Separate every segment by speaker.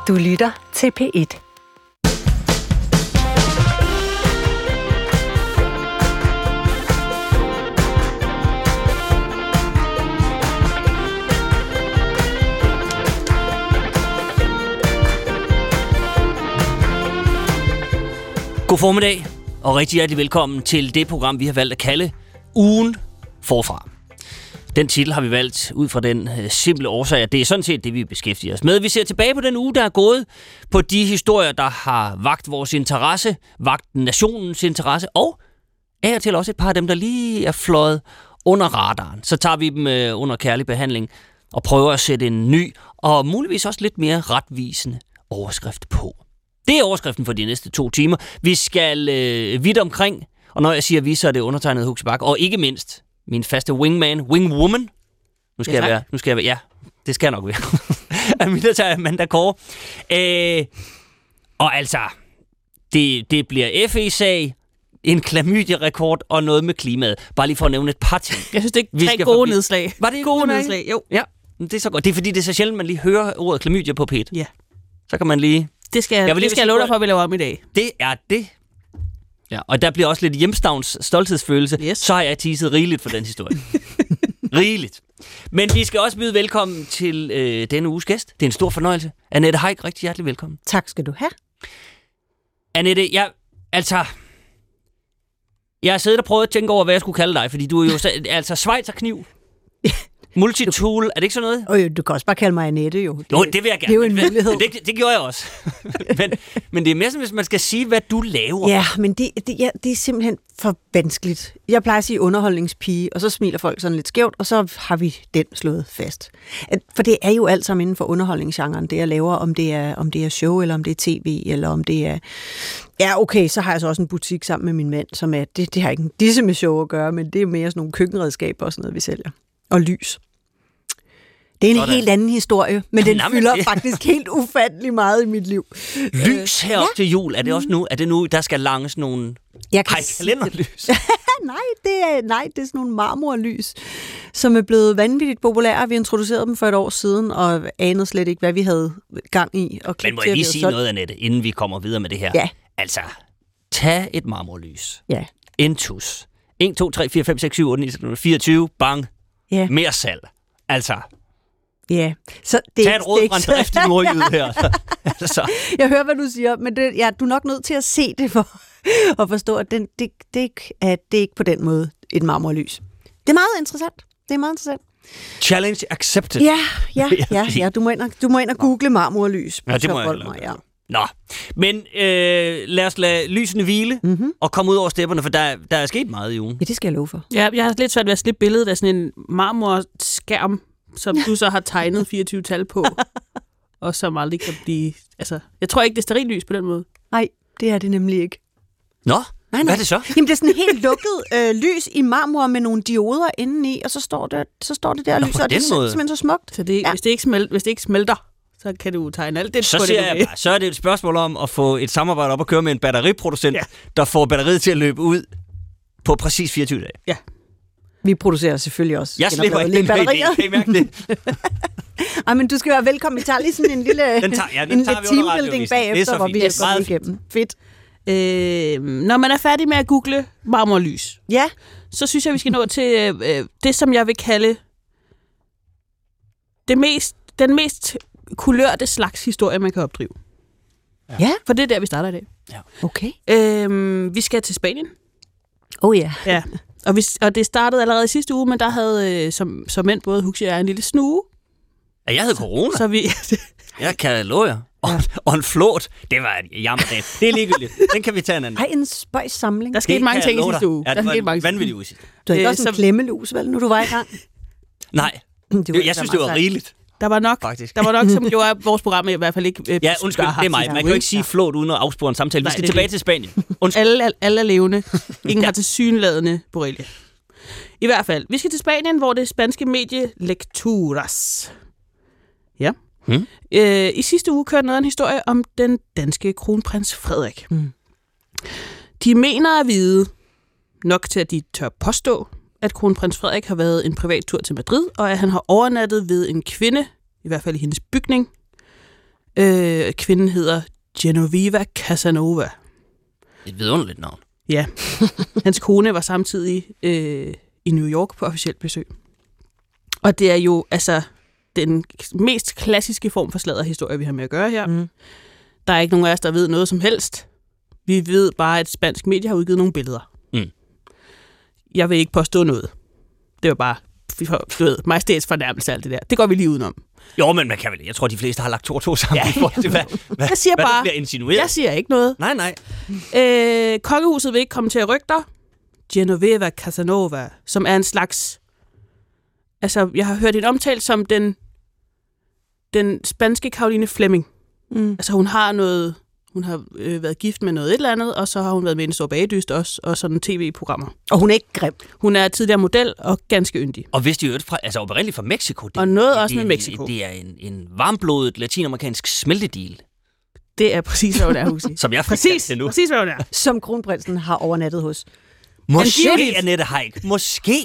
Speaker 1: Du lytter til P1.
Speaker 2: God formiddag, og rigtig hjertelig velkommen til det program, vi har valgt at kalde Ugen Forfra. Den titel har vi valgt ud fra den simple årsag, at det er sådan set det, vi beskæftiger os med. Vi ser tilbage på den uge, der er gået, på de historier, der har vakt vores interesse, vagt nationens interesse, og af og til også et par af dem, der lige er fløjet under radaren. Så tager vi dem under kærlig behandling og prøver at sætte en ny og muligvis også lidt mere retvisende overskrift på. Det er overskriften for de næste 2 timer. Vi skal vidt omkring, og når jeg siger vi, så er det undertegnet Huxi Bach, og ikke mindst min faste wingwoman. Nu skal jeg være, ja, det skal jeg nok være. Amita tager Amanda Kåre. Og altså, det bliver FE-sag, en klamydia-rekord og noget med klimaet. Bare lige for at nævne et par ting.
Speaker 3: Jeg synes, det er 3 gode nedslag.
Speaker 2: Var det
Speaker 3: gode nedslag? Jo.
Speaker 2: Ja, det er så godt. Det er fordi, det er så sjældent, man lige hører ordet klamydia på P1.
Speaker 3: Ja.
Speaker 2: Så kan man lige...
Speaker 3: Det skal jeg love dig for, at vi laver om i dag.
Speaker 2: Det er det. Ja, og der bliver også lidt hjemstavns stolthedsfølelse. Yes. Så har jeg teaset rigeligt for den historie. Rigeligt. Men vi skal også byde velkommen til denne uges gæst. Det er en stor fornøjelse. Annette Heick, rigtig hjertelig velkommen.
Speaker 1: Tak skal du have.
Speaker 2: Annette, jeg har siddet og prøvet at tænke over, hvad jeg skulle kalde dig, fordi du er jo schweizerkniv. Multitool, er det ikke sådan noget?
Speaker 1: Du kan også bare kalde mig Annette, jo.
Speaker 2: Jo, det vil jeg gerne.
Speaker 1: Det er jo en mulighed.
Speaker 2: Det gjorde jeg også. men det er mere som, hvis man skal sige, hvad du laver.
Speaker 1: Ja, men det er simpelthen for vanskeligt. Jeg plejer at sige underholdningspige, og så smiler folk sådan lidt skævt, og så har vi den slået fast. For det er jo alt sammen inden for underholdningsgenren, det jeg laver, om det er show, eller om det er tv, eller om det er... Ja, okay, så har jeg så også en butik sammen med min mand, som er... Det har ikke en disse med show at gøre, men det er mere sådan nogle køkkenredskaber og sådan noget, vi sælger. Og lys. Det er en helt anden historie, men den fylder faktisk helt ufattelig meget i mit liv.
Speaker 2: Lys herop til jul, er det også nu? Er det nu, der skal langes nogle kalenderlys?
Speaker 1: Nej, det er sådan nogle marmorlys, som er blevet vanvittigt populære. Vi introducerede dem for et år siden, og anede slet ikke, hvad vi havde gang i.
Speaker 2: Men må jeg lige sige noget, Annette, inden vi kommer videre med det her?
Speaker 1: Ja.
Speaker 2: Altså, tag et marmorlys.
Speaker 1: Ja.
Speaker 2: En tus. 1, 2, 3, 4, 5, 6, 7, 8, 9, 24, bang. Ja. Mere salg. Altså...
Speaker 1: Ja, så det
Speaker 2: tag et råd fra en driftig nordjyde her. Altså.
Speaker 1: Jeg hører, hvad du siger, men du er nok nødt til at se det for at forstå, at det er ikke på den måde et marmorlys. Det er meget interessant.
Speaker 2: Challenge accepted.
Speaker 1: Ja. Du må ind og google marmorlys.
Speaker 2: Ja, det må jeg. Nå, men lad os lade lysene hvile og komme ud over stepperne, for der er sket meget i ugen.
Speaker 1: Ja, det skal jeg love for.
Speaker 3: Ja, jeg har lidt svært ved at slippe billedet af sådan en marmorskærm, som du så har tegnet 24 tal på, og som aldrig kan blive... Altså, jeg tror ikke, det er stearinlys på den måde.
Speaker 1: Nej, det er det nemlig ikke.
Speaker 2: Nå, hvad er det så?
Speaker 1: Jamen, det er sådan helt lukket lys i marmor med nogle dioder indeni, og så står det der lys, og det er simpelthen så smukt.
Speaker 3: Så det, hvis det ikke smelter, så kan du tegne alt det.
Speaker 2: Så er det et spørgsmål om at få et samarbejde op og køre med en batteriproducent, der får batteriet til at løbe ud på præcis 24 dage.
Speaker 3: Ja.
Speaker 1: Vi producerer selvfølgelig også.
Speaker 2: Jeg slipper ikke den batterier. Kan I mærke det?
Speaker 1: Ej, men du skal være velkommen. Vi tager lige sådan en lille teambuilding bagefter, hvor vi er gået igennem. Fedt.
Speaker 3: Når man er færdig med at google marmorlys, så synes jeg, vi skal nå til det, som jeg vil kalde den mest kulørte slags historie, man kan opdrive.
Speaker 1: Ja.
Speaker 3: For det er der, vi starter i dag.
Speaker 2: Ja.
Speaker 1: Okay.
Speaker 3: Vi skal til Spanien.
Speaker 1: Ja.
Speaker 3: Og det startede allerede i sidste uge, men der havde som mænd både Huxi og jeg en lille snue.
Speaker 2: Ja, jeg havde corona.
Speaker 3: Så
Speaker 2: jeg kan love jer. Og en flåt, det var en jammerdag. Det er ligegyldigt. Den kan vi tage en anden.
Speaker 1: Ej, en spøjs samling.
Speaker 3: Der skete mange ting i sidste uge.
Speaker 2: Ja, det var en vanvittig uge.
Speaker 1: Du havde ikke også en klemmelus, vel, nu du var i gang?
Speaker 2: Nej, jeg synes, det var rigeligt.
Speaker 3: Der var nok, som gjorde vores program i hvert fald ikke...
Speaker 2: Ja, undskyld, det er mig. Man kan jo ikke sige flåt uden at afspore en samtale. Vi skal tilbage til Spanien.
Speaker 3: Alle er levende. Ingen har tilsyneladende borrelia. I hvert fald, vi skal til Spanien, hvor det spanske medie Lecturas. Ja. I sidste uge kørte noget en historie om den danske kronprins Frederik. De mener at vide, nok til at de tør påstå, at kronprins Frederik har været en privat tur til Madrid, og at han har overnattet ved en kvinde, i hvert fald i hendes bygning, Kvinden hedder Genoveva Casanova.
Speaker 2: Et vidunderligt navn.
Speaker 3: Ja. Hans kone var samtidig i New York på officielt besøg. Og det er jo altså den mest klassiske form for sladderhistorie, vi har med at gøre her. Mm. Der er ikke nogen af os, der ved noget som helst. Vi ved bare, at spansk medie har udgivet nogle billeder. Mm. Jeg vil ikke påstå noget. Det var bare, du ved, majestætsfornærmelse alt det der. Det går vi lige udenom.
Speaker 2: Jo, men man kan vel. Jeg tror, de fleste har lagt 2 og 2 sammen. Ja.
Speaker 3: Jeg siger bare,
Speaker 2: bliver insinueret.
Speaker 3: Jeg siger ikke noget.
Speaker 2: Nej.
Speaker 3: Kongehuset vil ikke komme til at rykke dig. Genoveva Casanova, som er en slags... Altså, jeg har hørt en omtale som den spanske Caroline Fleming. Mm. Altså, hun har været gift med noget et eller andet, og så har hun været med i en stor bagedyst også, og sådan tv-programmer.
Speaker 1: Og hun er ikke grim.
Speaker 3: Hun er tidligere model og ganske yndig.
Speaker 2: Og hvis de er oprindeligt fra Mexico.
Speaker 3: Og noget også med Mexico.
Speaker 2: Det er en varmblodet latinamerikansk smeltedeal.
Speaker 3: Det er præcis, hvad hun er, Huxi.
Speaker 2: Som jeg
Speaker 3: præcis, hvad hun er.
Speaker 1: Som kronprinsen har overnattet hos.
Speaker 2: Måske, Annette Haik. Måske.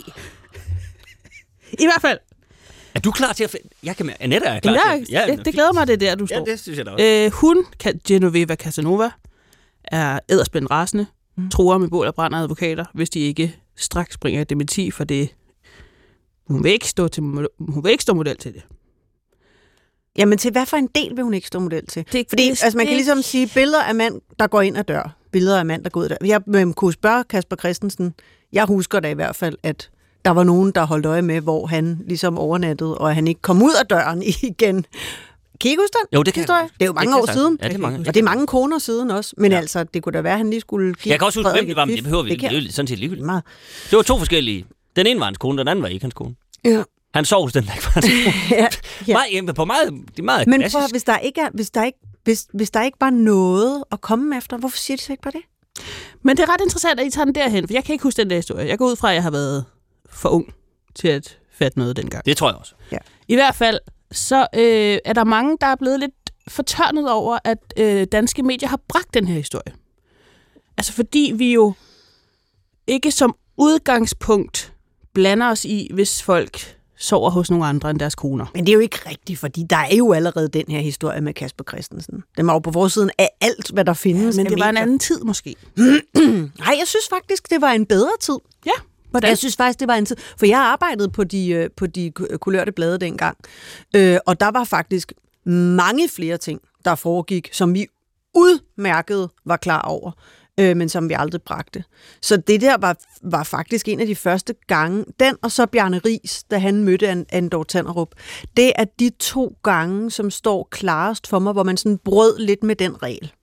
Speaker 3: I hvert fald.
Speaker 2: Er du klar til at... Annette er klar til...
Speaker 3: Det glæder mig, det der, du står.
Speaker 2: Ja, det synes jeg da også.
Speaker 3: Hun, Genoveva Casanova, er edderspændt rasende, truer med bål og brænder advokater, hvis de ikke straks springer i dementi for det. Hun vil ikke stå model til det.
Speaker 1: Jamen til hvad for en del vil hun ikke stå model til? Fordi altså, man kan ligesom sige billeder af mand, der går ind ad dør. Billeder af mand, der går ud af dør. Jeg kunne spørge Kasper Christensen. Jeg husker da i hvert fald, at der var nogen, der holdt øje med, hvor han ligesom overnattede, og han ikke kom ud af døren igen. Kan I huske den?
Speaker 2: Jo, det kan jeg.
Speaker 1: Det er jo mange år siden.
Speaker 2: Ja, det er mange.
Speaker 1: Og det er mange koner siden også. Men altså, det kunne da være, at han lige skulle give...
Speaker 2: Jeg kan også huske, hvem det var, men det behøver vi ikke. Det er sådan set ligegyldigt. Det var 2 forskellige. Den ene var hans kone, den anden var ikke hans kone. Ja. Han sov hos den, der ikke var hans kone. Det er meget
Speaker 1: men
Speaker 2: klassisk.
Speaker 1: prøv, hvis der ikke var noget at komme efter, hvorfor siger de så ikke bare det?
Speaker 3: Men det er ret interessant, at I tager den derhen, for jeg kan ikke huske den der historie. Jeg går ud fra, at jeg har været for ung til at fatte noget dengang.
Speaker 2: Det tror jeg også.
Speaker 3: Ja. I hvert fald, så er der mange, der er blevet lidt fortørnet over, at danske medier har bragt den her historie. Altså fordi vi jo ikke som udgangspunkt blander os i, hvis folk sover hos nogle andre end deres koner.
Speaker 1: Men det er jo ikke rigtigt, fordi der er jo allerede den her historie med Kasper Christensen. Den var jo på forsiden af alt, hvad der findes.
Speaker 3: Men det var en anden tid måske.
Speaker 1: Nej, jeg synes faktisk, det var en bedre tid.
Speaker 3: Ja.
Speaker 1: Hvordan? Jeg synes faktisk, det var en tid. For jeg arbejdede på de kulørte blade dengang. Og der var faktisk mange flere ting, der foregik, som vi udmærket var klar over, men som vi aldrig bragte. Så det der var faktisk en af de første gange. Den og så Bjarne Riis, da han mødte Andor Tanderup. Det er de 2 gange, som står klarest for mig, hvor man sådan brød lidt med den regel.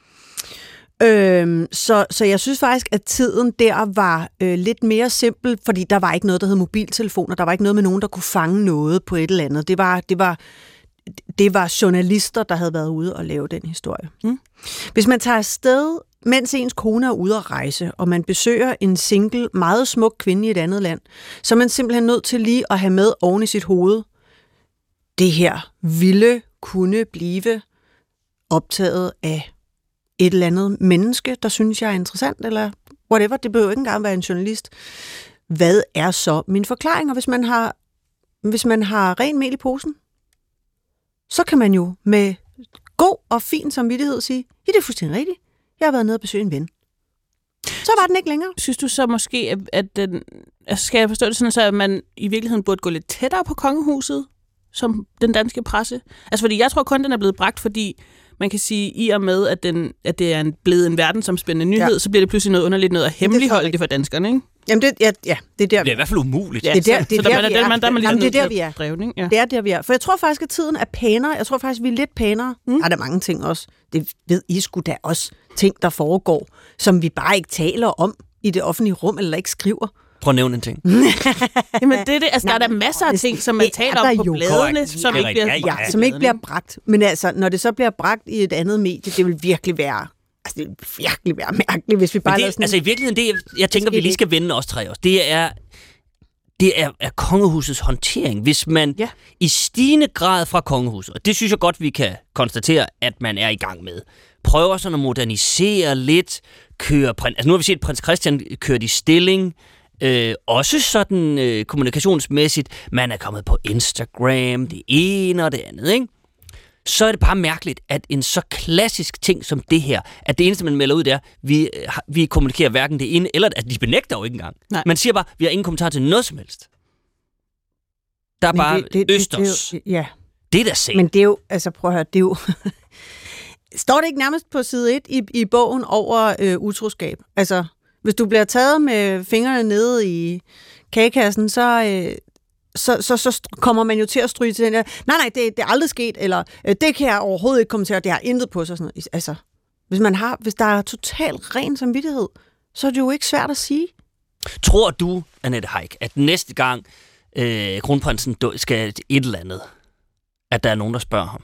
Speaker 1: Så jeg synes faktisk, at tiden der var lidt mere simpel, fordi der var ikke noget, der hed mobiltelefoner. Der var ikke noget med nogen, der kunne fange noget på et eller andet. Det var journalister, der havde været ude og lave den historie. Hvis man tager afsted, mens ens kone er ude at rejse, og man besøger en single, meget smuk kvinde i et andet land, så er man simpelthen nødt til lige at have med oven i sit hoved, det her ville kunne blive optaget af et eller andet menneske, der synes jeg er interessant, eller whatever. Det behøver ikke engang være en journalist. Hvad er så min forklaring? Og hvis man har ren mel i posen, så kan man jo med god og fin samvittighed sige, ja, det er fuldstændig rigtigt. Jeg har været nede og besøge en ven. Så var den ikke længere.
Speaker 3: Synes du så måske, at den... Altså, skal jeg forstå det sådan, så at man i virkeligheden burde gå lidt tættere på kongehuset, som den danske presse? Altså, fordi jeg tror kun, den er blevet bragt, fordi man kan sige, i og med, at det er blevet en verdensomspændende nyhed, så bliver det pludselig noget underligt noget at hemmeligholde det for danskerne, ikke?
Speaker 1: Jamen, det er der.
Speaker 2: Det er i hvert fald umuligt.
Speaker 1: Ja, det er der, vi er. Det er der, vi er. For jeg tror faktisk, at tiden er pænere. Jeg tror faktisk, vi er lidt pænere. Der er mange ting også. Det ved I sgu da også. Ting, der foregår, som vi bare ikke taler om i det offentlige rum, eller ikke skriver.
Speaker 2: Prøv at nævne en ting.
Speaker 3: Jamen, det. Altså, der er der masser af ting, som man taler om på bladene, som ikke bliver bragt.
Speaker 1: Som ikke bliver bragt. Men altså, når det så bliver bragt i et andet medie, det vil virkelig være... Altså, det vil virkelig være mærkeligt, hvis vi bare lader sådan...
Speaker 2: Altså, i virkeligheden, det jeg tænker, vi lige skal vende os 3 også, det er kongehusets håndtering. Hvis man i stigende grad fra kongehuset, og det synes jeg godt, vi kan konstatere, at man er i gang med, prøver sådan at modernisere lidt, altså nu har vi set, at prins Christian kørt i stilling, også sådan kommunikationsmæssigt. Man er kommet på Instagram, det ene og det andet, ikke? så er det bare mærkeligt, at en så klassisk ting som det her, at det eneste, man melder ud, det er, vi kommunikerer hverken det ene, eller at de benægter jo ikke engang. Nej. Man siger bare, vi har ingen kommentar til noget som helst. Der er men bare østers.
Speaker 1: Ja.
Speaker 2: Det er da sent.
Speaker 1: Men det er jo, altså prøv at høre, det er jo... Står det ikke nærmest på side 1 i bogen over utroskab? Altså, hvis du bliver taget med fingrene nede i kagekassen, så kommer man jo til at stryge til den der, nej, det er aldrig sket, eller det kan jeg overhovedet ikke kommentere, det har intet på sig. Sådan noget. Altså, hvis der er totalt ren samvittighed, så er det jo ikke svært at sige.
Speaker 2: Tror du, Annette Heick, at næste gang kronprinsen skal et eller andet, at der er nogen, der spørger ham?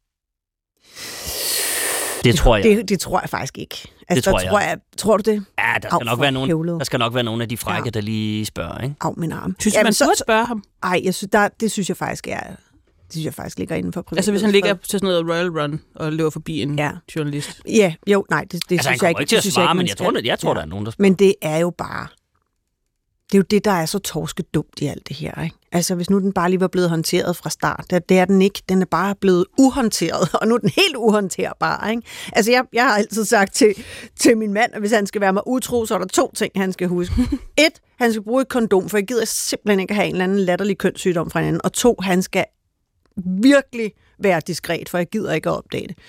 Speaker 2: Det tror jeg.
Speaker 1: Det tror jeg faktisk ikke. Altså, det tror jeg. Tror du det?
Speaker 2: Ja, der skal nok være nogen af de frække, der lige spørger, ikke?
Speaker 1: Af min arm.
Speaker 3: Synes man så spørge ham?
Speaker 1: Nej, det synes jeg faktisk ligger inden for privat.
Speaker 3: Altså hvis han ligger til sådan noget Royal Run og løber forbi en journalist?
Speaker 1: Ja, jo, nej, det
Speaker 2: altså,
Speaker 1: synes jeg ikke.
Speaker 2: Altså han kommer ikke til at svare, men jeg tror, der er nogen, der spørger.
Speaker 1: Men det er jo bare... Det er jo det, der er så torskedumt i alt det her, ikke? Altså, hvis nu den bare lige var blevet håndteret fra start, det er den ikke. Den er bare blevet uhåndteret, og nu er den helt uhåndterbar, ikke? Altså, jeg har altid sagt til min mand, at hvis han skal være mig utro, så er der 2 ting, han skal huske. 1, han skal bruge et kondom, for jeg gider simpelthen ikke have en eller anden latterlig kønssygdom fra hinanden. Og 2, han skal virkelig være diskret, for jeg gider ikke at opdage det.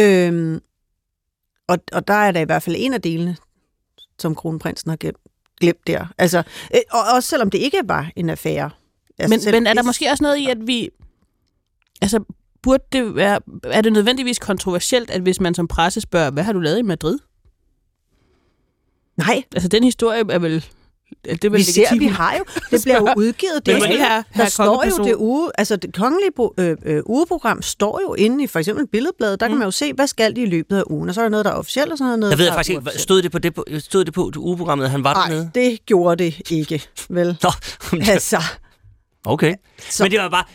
Speaker 1: Og der er der i hvert fald en af delene, som kronprinsen har glemt der. Altså, og også selvom det ikke var en affære. Altså,
Speaker 3: men er der måske også noget i, at vi... Altså, burde det være... Er det nødvendigvis kontroversielt, at hvis man som presse spørger, hvad har du lavet i Madrid?
Speaker 1: Nej.
Speaker 3: Altså, den historie er vel...
Speaker 1: Vi har jo... Det bliver jo udgivet. Der står jo det kongelige ugeprogram står jo inde i for eksempel Billedbladet. Der kan man jo se, hvad skal de i løbet af ugen. Og så er der noget, der er officielt, og så er der noget,
Speaker 2: jeg ved faktisk ikke, stod det på ugeprogrammet, at han var dernede?
Speaker 1: Nej, det gjorde det ikke, vel?
Speaker 2: Nå,
Speaker 1: altså...
Speaker 2: Okay. Men det var bare...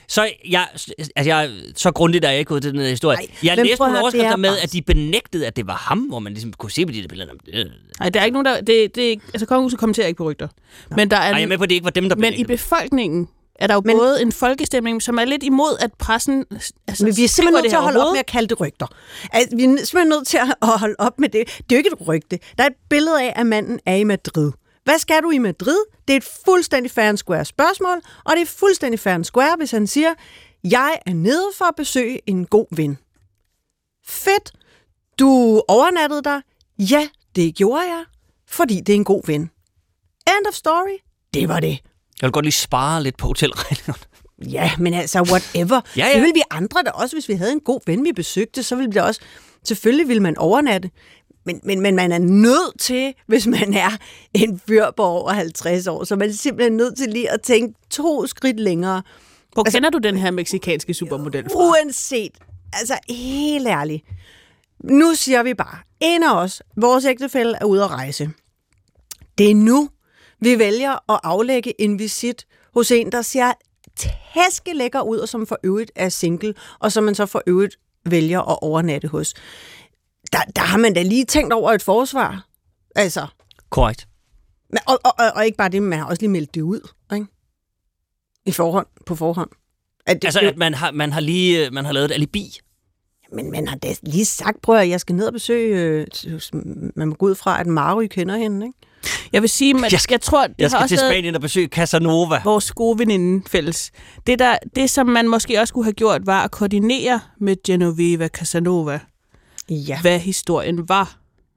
Speaker 2: Så grundigt er jeg ikke ud til den her historie. Jeg læste nogle overskrifter med, at de benægtede, at det var ham, hvor man ligesom kunne se på de der billeder.
Speaker 3: Nej, der er ikke nogen, der... Altså, kongehuset kommenterer ikke på rygter. Men der er...
Speaker 2: jeg er med på, at det ikke var dem, der benægtede.
Speaker 3: Men i befolkningen er der jo både en folkestemning, som er lidt imod, at pressen... Altså,
Speaker 1: men vi er simpelthen nødt til at holde op med at kalde det rygter. Altså, vi er simpelthen nødt til at holde op med det. Det er jo ikke et rygte. Der er et billede af, at manden er i Madrid. Hvad skal du i Madrid? Det er et fuldstændig fair and square spørgsmål, og det er fuldstændig fair and square, hvis han siger, jeg er nede for at besøge en god ven. Fedt. Du overnattede dig? Ja, det gjorde jeg, fordi det er en god ven. End of story. Det var det.
Speaker 2: Jeg vil godt lige spare lidt på hotelregningerne.
Speaker 1: Ja, men altså, whatever.
Speaker 2: Ja.
Speaker 1: Det ville vi andre da også, hvis vi havde en god ven, vi besøgte, så ville vi da også... Selvfølgelig ville man overnatte. Men man er nødt til, hvis man er en fyr på over 50 år, så man er simpelthen nødt til lige at tænke 2 skridt længere.
Speaker 3: Hvor kender du den her mexikanske supermodel fra?
Speaker 1: Uanset. Altså, helt ærligt. Nu siger vi bare, en af os, vores ægtefælle er ude at rejse. Det er nu, vi vælger at aflægge en visit hos en, der ser tæskelækker ud, og som for øvrigt er single, og som man så for øvrigt vælger at overnatte hos. Der har man da lige tænkt over et forsvar. Altså.
Speaker 2: Korrekt.
Speaker 1: Og ikke bare det, men man har også lige meldt det ud, ikke? På forhånd.
Speaker 2: At man har lavet et alibi.
Speaker 1: Men man har da lige sagt, prøv at jeg skal ned og besøge, man må gå ud fra, at Mary kender hende, ikke?
Speaker 3: Jeg vil sige, at jeg tror...
Speaker 2: Jeg skal til Spanien og besøge Casanova.
Speaker 3: Vores gode veninde fælles. Det, som man måske også kunne have gjort, var at koordinere med Genoveva Casanova.
Speaker 1: Ja.
Speaker 3: Hvad historien var.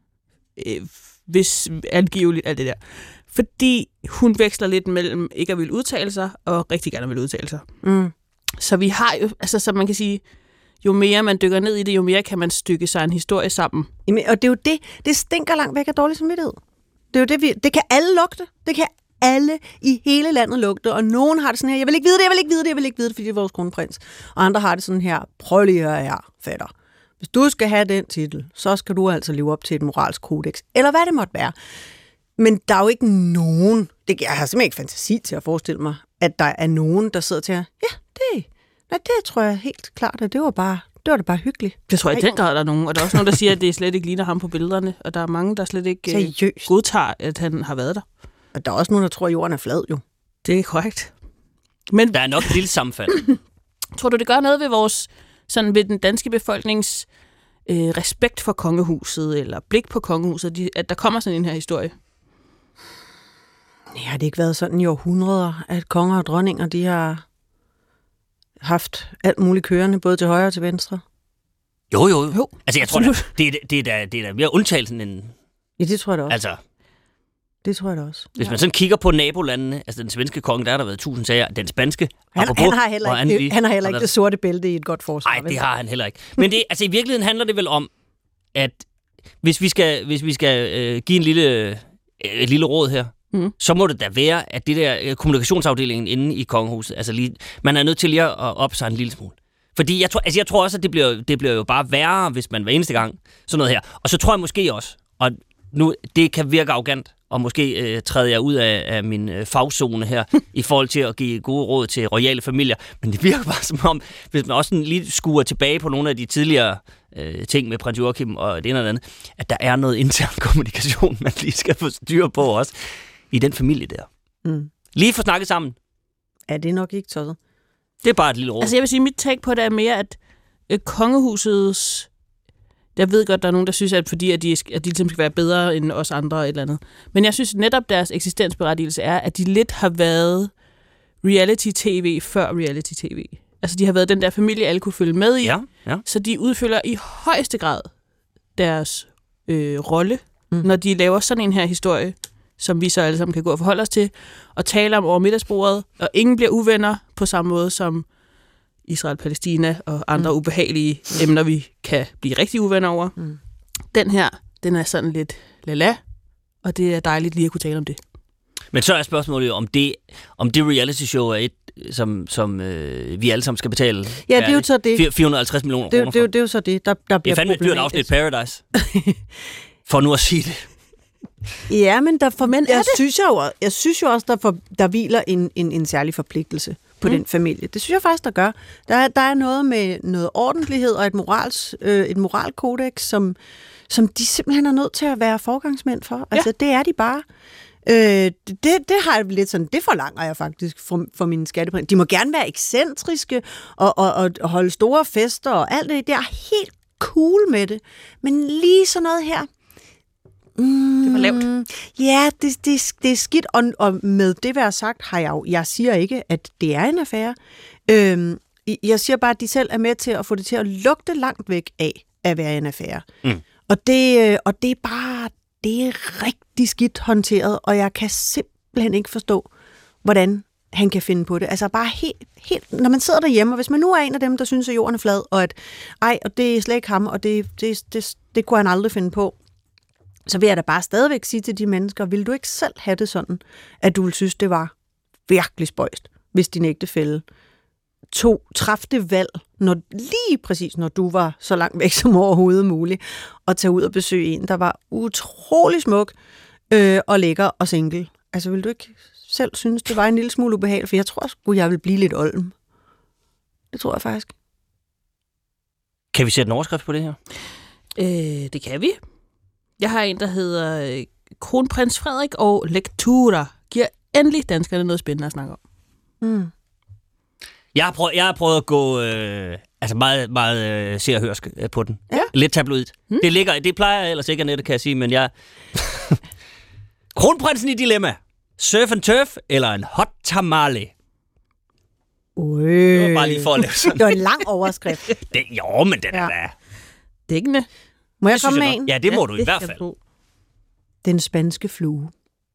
Speaker 3: Hvis angiveligt alt det der. Fordi hun veksler lidt mellem ikke at ville udtale sig, og rigtig gerne vil udtale sig.
Speaker 1: Mm.
Speaker 3: Så vi har jo, altså så man kan sige, jo mere man dykker ned i det, jo mere kan man stykke sig en historie sammen.
Speaker 1: Jamen, og det er jo det stinker langt væk af dårlig samvittighed. Det er jo det kan alle lugte. Det kan alle i hele landet lugte, og nogen har det sådan her, jeg vil ikke vide det, fordi det er vores kronprins. Og andre har det sådan her, prøv lige at høre her, fætter. Hvis du skal have den titel, så skal du altså leve op til et moralsk kodex, eller hvad det måtte være. Men der er jo ikke nogen, jeg har simpelthen ikke fantasi til at forestille mig, at der er nogen, der sidder til at, det tror jeg helt klart, at det var da bare hyggeligt.
Speaker 3: Det tror jeg i den grad, der er nogen. Og der er også nogen, der siger, at det slet ikke ligner ham på billederne. Og der er mange, der slet ikke godtager, at han har været der.
Speaker 1: Og der er også nogen, der tror, at jorden er flad, jo.
Speaker 3: Det er korrekt. Men
Speaker 2: der er nok et lille sammenfald.
Speaker 3: Tror du, det gør noget ved vores sådan ved den danske befolknings respekt for kongehuset, eller blik på kongehuset, at der kommer sådan en her historie?
Speaker 1: Ja, har det ikke været sådan i århundreder, at konger og dronninger, de har haft alt muligt kørende, både til højre og til venstre?
Speaker 2: Jo. Altså, jeg tror, det er da mere undtagelsen end...
Speaker 1: Ja, det tror jeg da også.
Speaker 2: Altså,
Speaker 1: det tror jeg da også.
Speaker 2: Hvis man sådan kigger på nabolandene, altså den svenske konge, der har der været 1000 sager, den spanske...
Speaker 1: Han har heller ikke det sorte bælte i et godt forsvar.
Speaker 2: Nej, det har han heller ikke. Men det, altså, i virkeligheden handler det vel om, at hvis vi skal give et lille råd her, så må det da være, at det der kommunikationsafdelingen inde i kongehuset, altså man er nødt til lige at op sig en lille smule. Fordi jeg tror også, at det bliver jo bare værre, hvis man hver eneste gang sådan noget her. Og så tror jeg måske også, og nu det kan virke arrogant, og måske træder jeg ud af min fagzone her, i forhold til at give gode råd til royale familier. Men det virker bare som om, hvis man også lige skuer tilbage på nogle af de tidligere ting med prins Joachim og det ene eller andet, at der er noget intern kommunikation, man lige skal få styr på også i den familie der. Lige få snakket sammen.
Speaker 1: Ja, det er nok ikke tosset.
Speaker 2: Det er bare et lille råd.
Speaker 3: Altså jeg vil sige, mit take på det er mere, at kongehusets... Jeg ved godt, der er nogen, der synes, at fordi at de ligesom skal være bedre end os andre og et eller andet. Men jeg synes netop, deres eksistensberettigelse er, at de lidt har været reality-tv før reality-tv. Altså de har været den der familie, alle kunne følge med i.
Speaker 2: Ja.
Speaker 3: Så de udfylder i højeste grad deres rolle, når de laver sådan en her historie, som vi så alle sammen kan gå og forholde os til, og tale om over middagsbordet, og ingen bliver uvenner på samme måde som Israel, Palæstina og andre ubehagelige emner, vi kan blive rigtig uvenner over. Den her, den er sådan lidt lala, og det er dejligt lige at kunne tale om det.
Speaker 2: Men så er spørgsmålet jo, om det reality show er et, som vi alle sammen skal betale.
Speaker 1: Ja, det er jo så det.
Speaker 2: 450 millioner kroner for.
Speaker 1: Det er jo så det, der bliver
Speaker 2: det er fandme et dyrt afsnit Paradise. For nu at sige det.
Speaker 1: Ja, men jeg synes jo også, der hviler en særlig forpligtelse på den familie. Det synes jeg faktisk, der gør. Der er noget med noget ordentlighed og et moralkodex, som de simpelthen er nødt til at være forgangsmænd for. Altså, det er de bare. Det har jeg lidt sådan, det forlanger jeg faktisk for mine skattepenge. De må gerne være ekscentriske og holde store fester og alt det. Det er helt cool med det. Men lige sådan noget her,
Speaker 3: det var lavt.
Speaker 1: Ja, det er skidt, og med det være sagt, jeg siger ikke, at det er en affære. Jeg siger bare, at de selv er med til at få det til at lugte langt væk af at være en affære. Og det er bare, det er rigtig skidt håndteret, og jeg kan simpelthen ikke forstå, hvordan han kan finde på det. Altså bare helt, når man sidder derhjemme, og hvis man nu er en af dem, der synes, at jorden er flad, og og det er slet ikke ham, og det kunne han aldrig finde på, så vil jeg da bare stadigvæk sige til de mennesker, vil du ikke selv have det sådan, at du ville synes, det var virkelig spøjst, hvis din ægtefælle traf det valg, lige præcis når du var så langt væk som overhovedet muligt, at tage ud og besøge en, der var utrolig smuk og lækker og single. Altså, vil du ikke selv synes, det var en lille smule ubehageligt? For jeg tror sgu, jeg vil blive lidt olden. Det tror jeg faktisk.
Speaker 2: Kan vi sætte en overskrift på det her?
Speaker 3: Det kan vi. Jeg har en, der hedder Kronprins Frederik og Lektura giver endelig danskerne noget spændende at snakke om.
Speaker 2: Jeg har prøvet at gå meget, meget se og hørsk på den. Ja. Lidt tabloidt. Det plejer jeg ellers ikke, Annette, kan jeg sige, men jeg... Kronprinsen i dilemma. Surf and turf eller en hot tamale? Det var bare lige for at lave sådan.
Speaker 1: Det var en lang overskrift.
Speaker 2: Men den er da...
Speaker 3: Dækkende.
Speaker 1: Må jeg komme med en?
Speaker 2: Ja, det må du i hvert fald.
Speaker 1: Den spanske flue.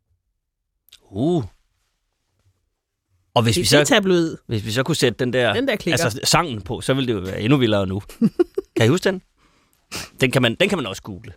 Speaker 2: Og hvis vi så kunne sætte den der altså sangen på, så ville det jo være endnu vildere nu. Kan I huske den? Den kan man også google.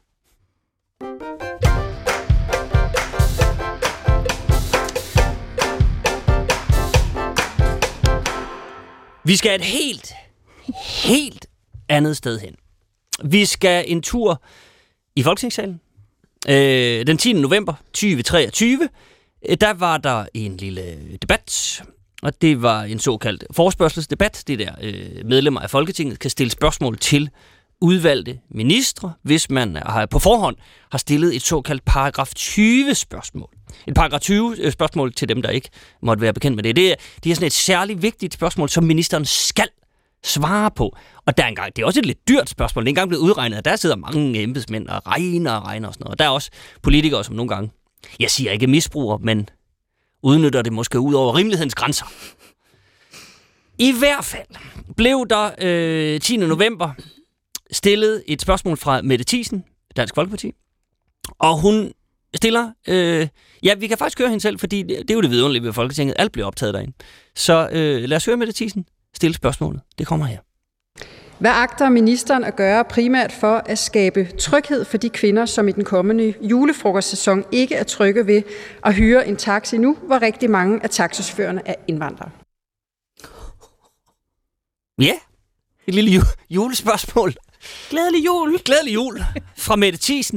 Speaker 2: Vi skal et helt andet sted hen. Vi skal en tur i Folketingssalen. Den 10. november 2023, der var der en lille debat, og det var en såkaldt forespørgselsdebat. Det der medlemmer af Folketinget kan stille spørgsmål til udvalgte ministre, hvis man på forhånd har stillet et såkaldt paragraf 20 spørgsmål. Et paragraf 20 spørgsmål til dem, der ikke måtte være bekendt med det. Det er sådan et særligt vigtigt spørgsmål, som ministeren skal svare på. Og der er engang, det er også et lidt dyrt spørgsmål. Det er engang blevet udregnet, at der sidder mange embedsmænd og regner og sådan noget. Og der er også politikere, som nogle gange, jeg siger ikke misbruger, men udnytter det måske ud over rimelighedens grænser. I hvert fald blev der 10. november stillet et spørgsmål fra Mette Thiesen, Dansk Folkeparti. Og hun stiller... vi kan faktisk høre hende selv, fordi det er jo det vidunderlige ved Folketinget. Alt bliver optaget derinde. Så lad os høre Mette Thiesen stille spørgsmålet. Det kommer her.
Speaker 4: Hvad agter ministeren at gøre primært for at skabe tryghed for de kvinder, som i den kommende julefrokostsæson ikke er trygge ved at hyre en taxi nu, hvor rigtig mange af taxichaufførerne er indvandrere?
Speaker 2: Ja, et lille julespørgsmål.
Speaker 3: Glædelig jul.
Speaker 2: Glædelig jul fra Mette Thiesen.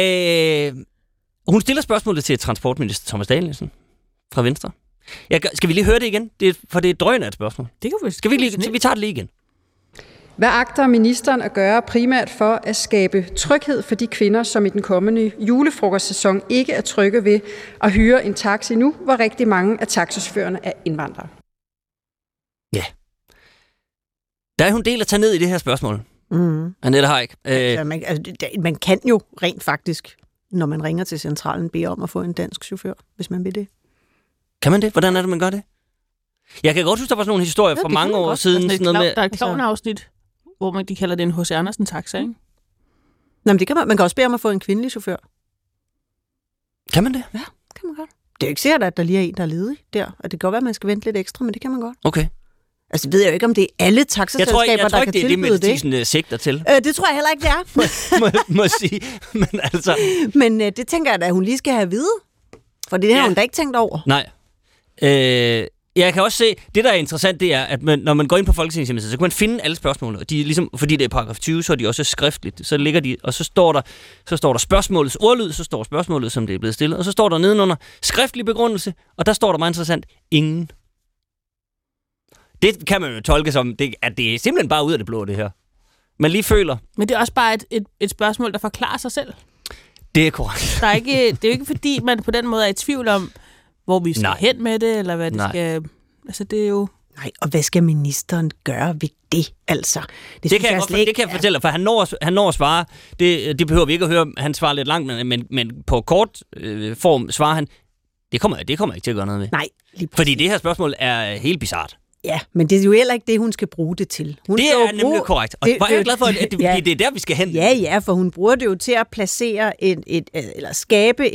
Speaker 2: Hun stiller spørgsmålet til transportminister Thomas Danielsen fra Venstre. Skal vi lige høre det igen? For det er drøn af et spørgsmål.
Speaker 3: Det kan vi.
Speaker 2: Skal vi tager det lige igen.
Speaker 4: Hvad agter ministeren at gøre primært for at skabe tryghed for de kvinder, som i den kommende julefrokostsæson ikke er trygge ved at hyre en taxi nu, hvor rigtig mange af taxichaufførerne er indvandrere?
Speaker 2: Ja. Der er hun del at tage ned i det her spørgsmål. Annette Haik.
Speaker 1: Man kan jo rent faktisk, når man ringer til centralen, bede om at få en dansk chauffør, hvis man vil det.
Speaker 2: Kan man det? Hvordan er det, man gør det? Jeg kan godt huske, der var sådan nogle historier fra mange år siden.
Speaker 3: Sådan noget med, der er et klovneafsnit, hvor de kalder det en H.C. Andersen taxa, ikke?
Speaker 1: Nå, men det kan man kan også bede om at få en kvindelig chauffør.
Speaker 2: Kan man det?
Speaker 1: Ja, kan man godt. Det er jo ikke sikkert, at der lige er en, der er ledig der. Og det kan godt være, at man skal vente lidt ekstra, men det kan man godt.
Speaker 2: Okay.
Speaker 1: Altså, jeg ved jo ikke, om det er alle taxaselskaber, der kan tilbyde det. Jeg tror ikke, det er det, Mette Thiesen sigter til. Det tror jeg heller ikke, det er.
Speaker 2: må sige. Men altså...
Speaker 1: Men det tænker jeg da, at hun lige skal have at vide. For det har hun da ikke tænkt over.
Speaker 2: Nej. Jeg kan også se, det der er interessant, det er, at når man går ind på Folketingets hjemmeside, så kan man finde alle spørgsmål. Og de er ligesom, fordi det er paragraf 20, så er de også skriftligt. Så ligger de, og så står der spørgsmålets ordlyd, så står spørgsmålet, som det er blevet stillet, og så står der nedenunder skriftlig begrundelse, og der står der meget interessant, ingen. Det kan man jo tolke som, at det er simpelthen bare ud af det blå, det her. Man lige føler.
Speaker 3: Men det er også bare et spørgsmål, der forklarer sig selv.
Speaker 2: Det er korrekt.
Speaker 3: Det er jo ikke fordi, man på den måde er i tvivl om, hvor vi skal hen med det, eller hvad det skal... Altså, det er jo...
Speaker 1: Nej, og hvad skal ministeren gøre ved det, altså?
Speaker 2: Det kan jeg fortælle, for han når at svare. Det behøver vi ikke at høre. Han svarer lidt langt, men på kort form svarer han, det kommer ikke til at gøre noget ved.
Speaker 1: Nej,
Speaker 2: fordi det her spørgsmål er helt bizart.
Speaker 1: Ja, men det er jo heller ikke det, hun skal bruge det til.
Speaker 2: Det er nemlig korrekt. Og hvor er jeg glad for, at det er der, vi skal hen.
Speaker 1: Ja, for hun bruger det jo til at placere eller skabe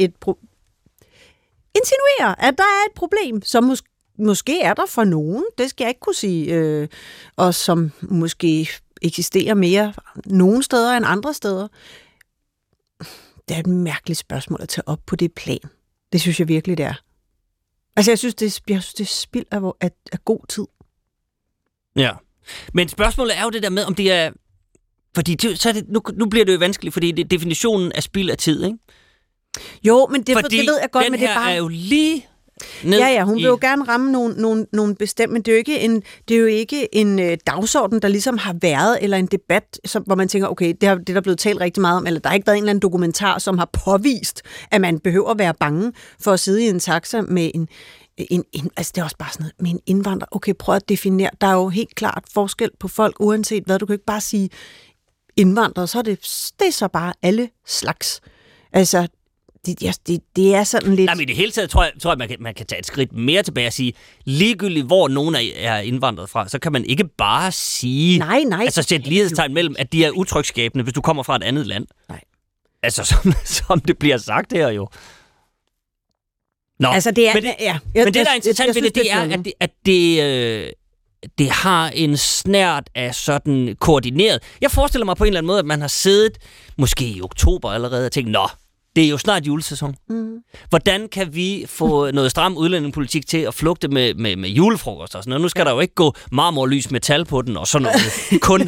Speaker 1: insinuere, at der er et problem, som måske er der for nogen. Det skal jeg ikke kunne sige. Og som måske eksisterer mere nogle steder end andre steder. Det er et mærkeligt spørgsmål at tage op på det plan. Det synes jeg virkelig, det er. Altså, jeg synes, det er spild af god tid.
Speaker 2: Ja. Men spørgsmålet er jo det der med, om det er... Fordi nu bliver det jo vanskeligt, fordi det er definitionen af spild af tid, ikke?
Speaker 1: Jo, men det ved jeg godt, men det er bare...
Speaker 2: er jo lige...
Speaker 1: hun vil jo gerne ramme nogle bestemt, men det er jo ikke en dagsorden, der ligesom har været, eller en debat, hvor man tænker, okay, det er der blevet talt rigtig meget om, eller der har ikke været en eller anden dokumentar, som har påvist, at man behøver at være bange for at sidde i en taxa med altså det er også bare sådan noget, med en indvandrer. Okay, prøv at definere. Der er jo helt klart forskel på folk, uanset hvad. Du kan ikke bare sige indvandrere, så er det er så bare alle slags. Altså, det er sådan lidt...
Speaker 2: Nej, men i det hele taget tror jeg man kan tage et skridt mere tilbage og sige, ligegyldigt hvor nogen er indvandret fra, så kan man ikke bare sige...
Speaker 1: Nej.
Speaker 2: Altså sætte lighedstegn mellem, at de er utrygsskabende, hvis du kommer fra et andet land.
Speaker 1: Nej.
Speaker 2: Altså, som det bliver sagt her jo. Nå,
Speaker 1: altså, det er...
Speaker 2: Men det, der er interessant ved det er, at det har en snært af sådan koordineret... Jeg forestiller mig på en eller anden måde, at man har siddet, måske i oktober allerede, og tænkt, nå, det er jo snart julesæson. Hvordan kan vi få noget stram udlændingepolitik til at flugte med julefrokoster og sådan noget? Nu skal der jo ikke gå marmorlys metal på den og sådan noget. Kun.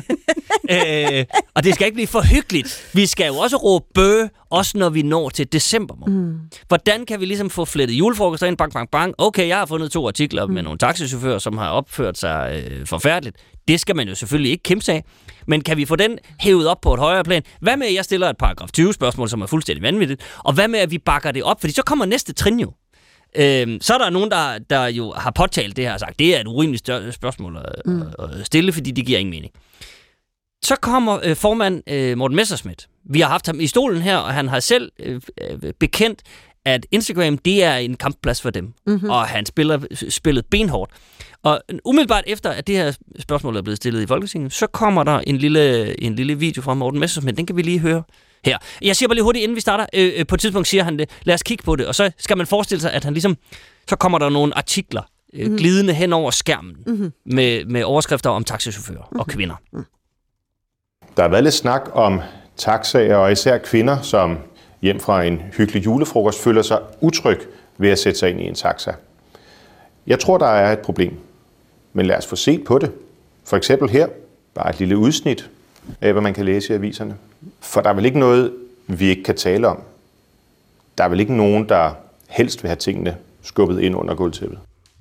Speaker 2: Og det skal ikke blive for hyggeligt. Vi skal jo også råbe bøge, også når vi når til december. Hvordan kan vi ligesom få flettet julefrokoster ind? Bang, bang, bang. Okay, jeg har fundet 2 artikler med nogle taxichauffører, som har opført sig forfærdeligt. Det skal man jo selvfølgelig ikke kæmpe af. Men kan vi få den hævet op på et højere plan? Hvad med, at jeg stiller et paragraf 20 spørgsmål, som er fuldstændig vanvittigt? Og hvad med, at vi bakker det op? Fordi så kommer næste trin jo. Så er der nogen, der jo har påtalt det her og sagt, det er et urimeligt spørgsmål at stille, fordi det giver ingen mening. Så kommer formand Morten Messerschmidt. Vi har haft ham i stolen her, og han har selv bekendt, at Instagram, det er en kampplads for dem. Mm-hmm. Og han spillet benhårdt. Og umiddelbart efter, at det her spørgsmål er blevet stillet i Folketinget, så kommer der en lille video fra Morten Messerschmidt. Den kan vi lige høre her. Jeg siger bare lige hurtigt, inden vi starter. På et tidspunkt siger han det. Lad os kigge på det. Og så skal man forestille sig, at han ligesom... Så kommer der nogle artikler glidende hen over skærmen med overskrifter om taxichauffører og kvinder.
Speaker 5: Der har været lidt snak om taxaer, og især kvinder, som hjem fra en hyggelig julefrokost føler sig utryg ved at sætte sig ind i en taxa. Jeg tror, der er et problem. Men lad os få set på det. For eksempel her, bare et lille udsnit af, hvad man kan læse i aviserne. For der er vel ikke noget, vi ikke kan tale om. Der er vel ikke nogen, der helst vil have tingene skubbet ind under gulvtæppet.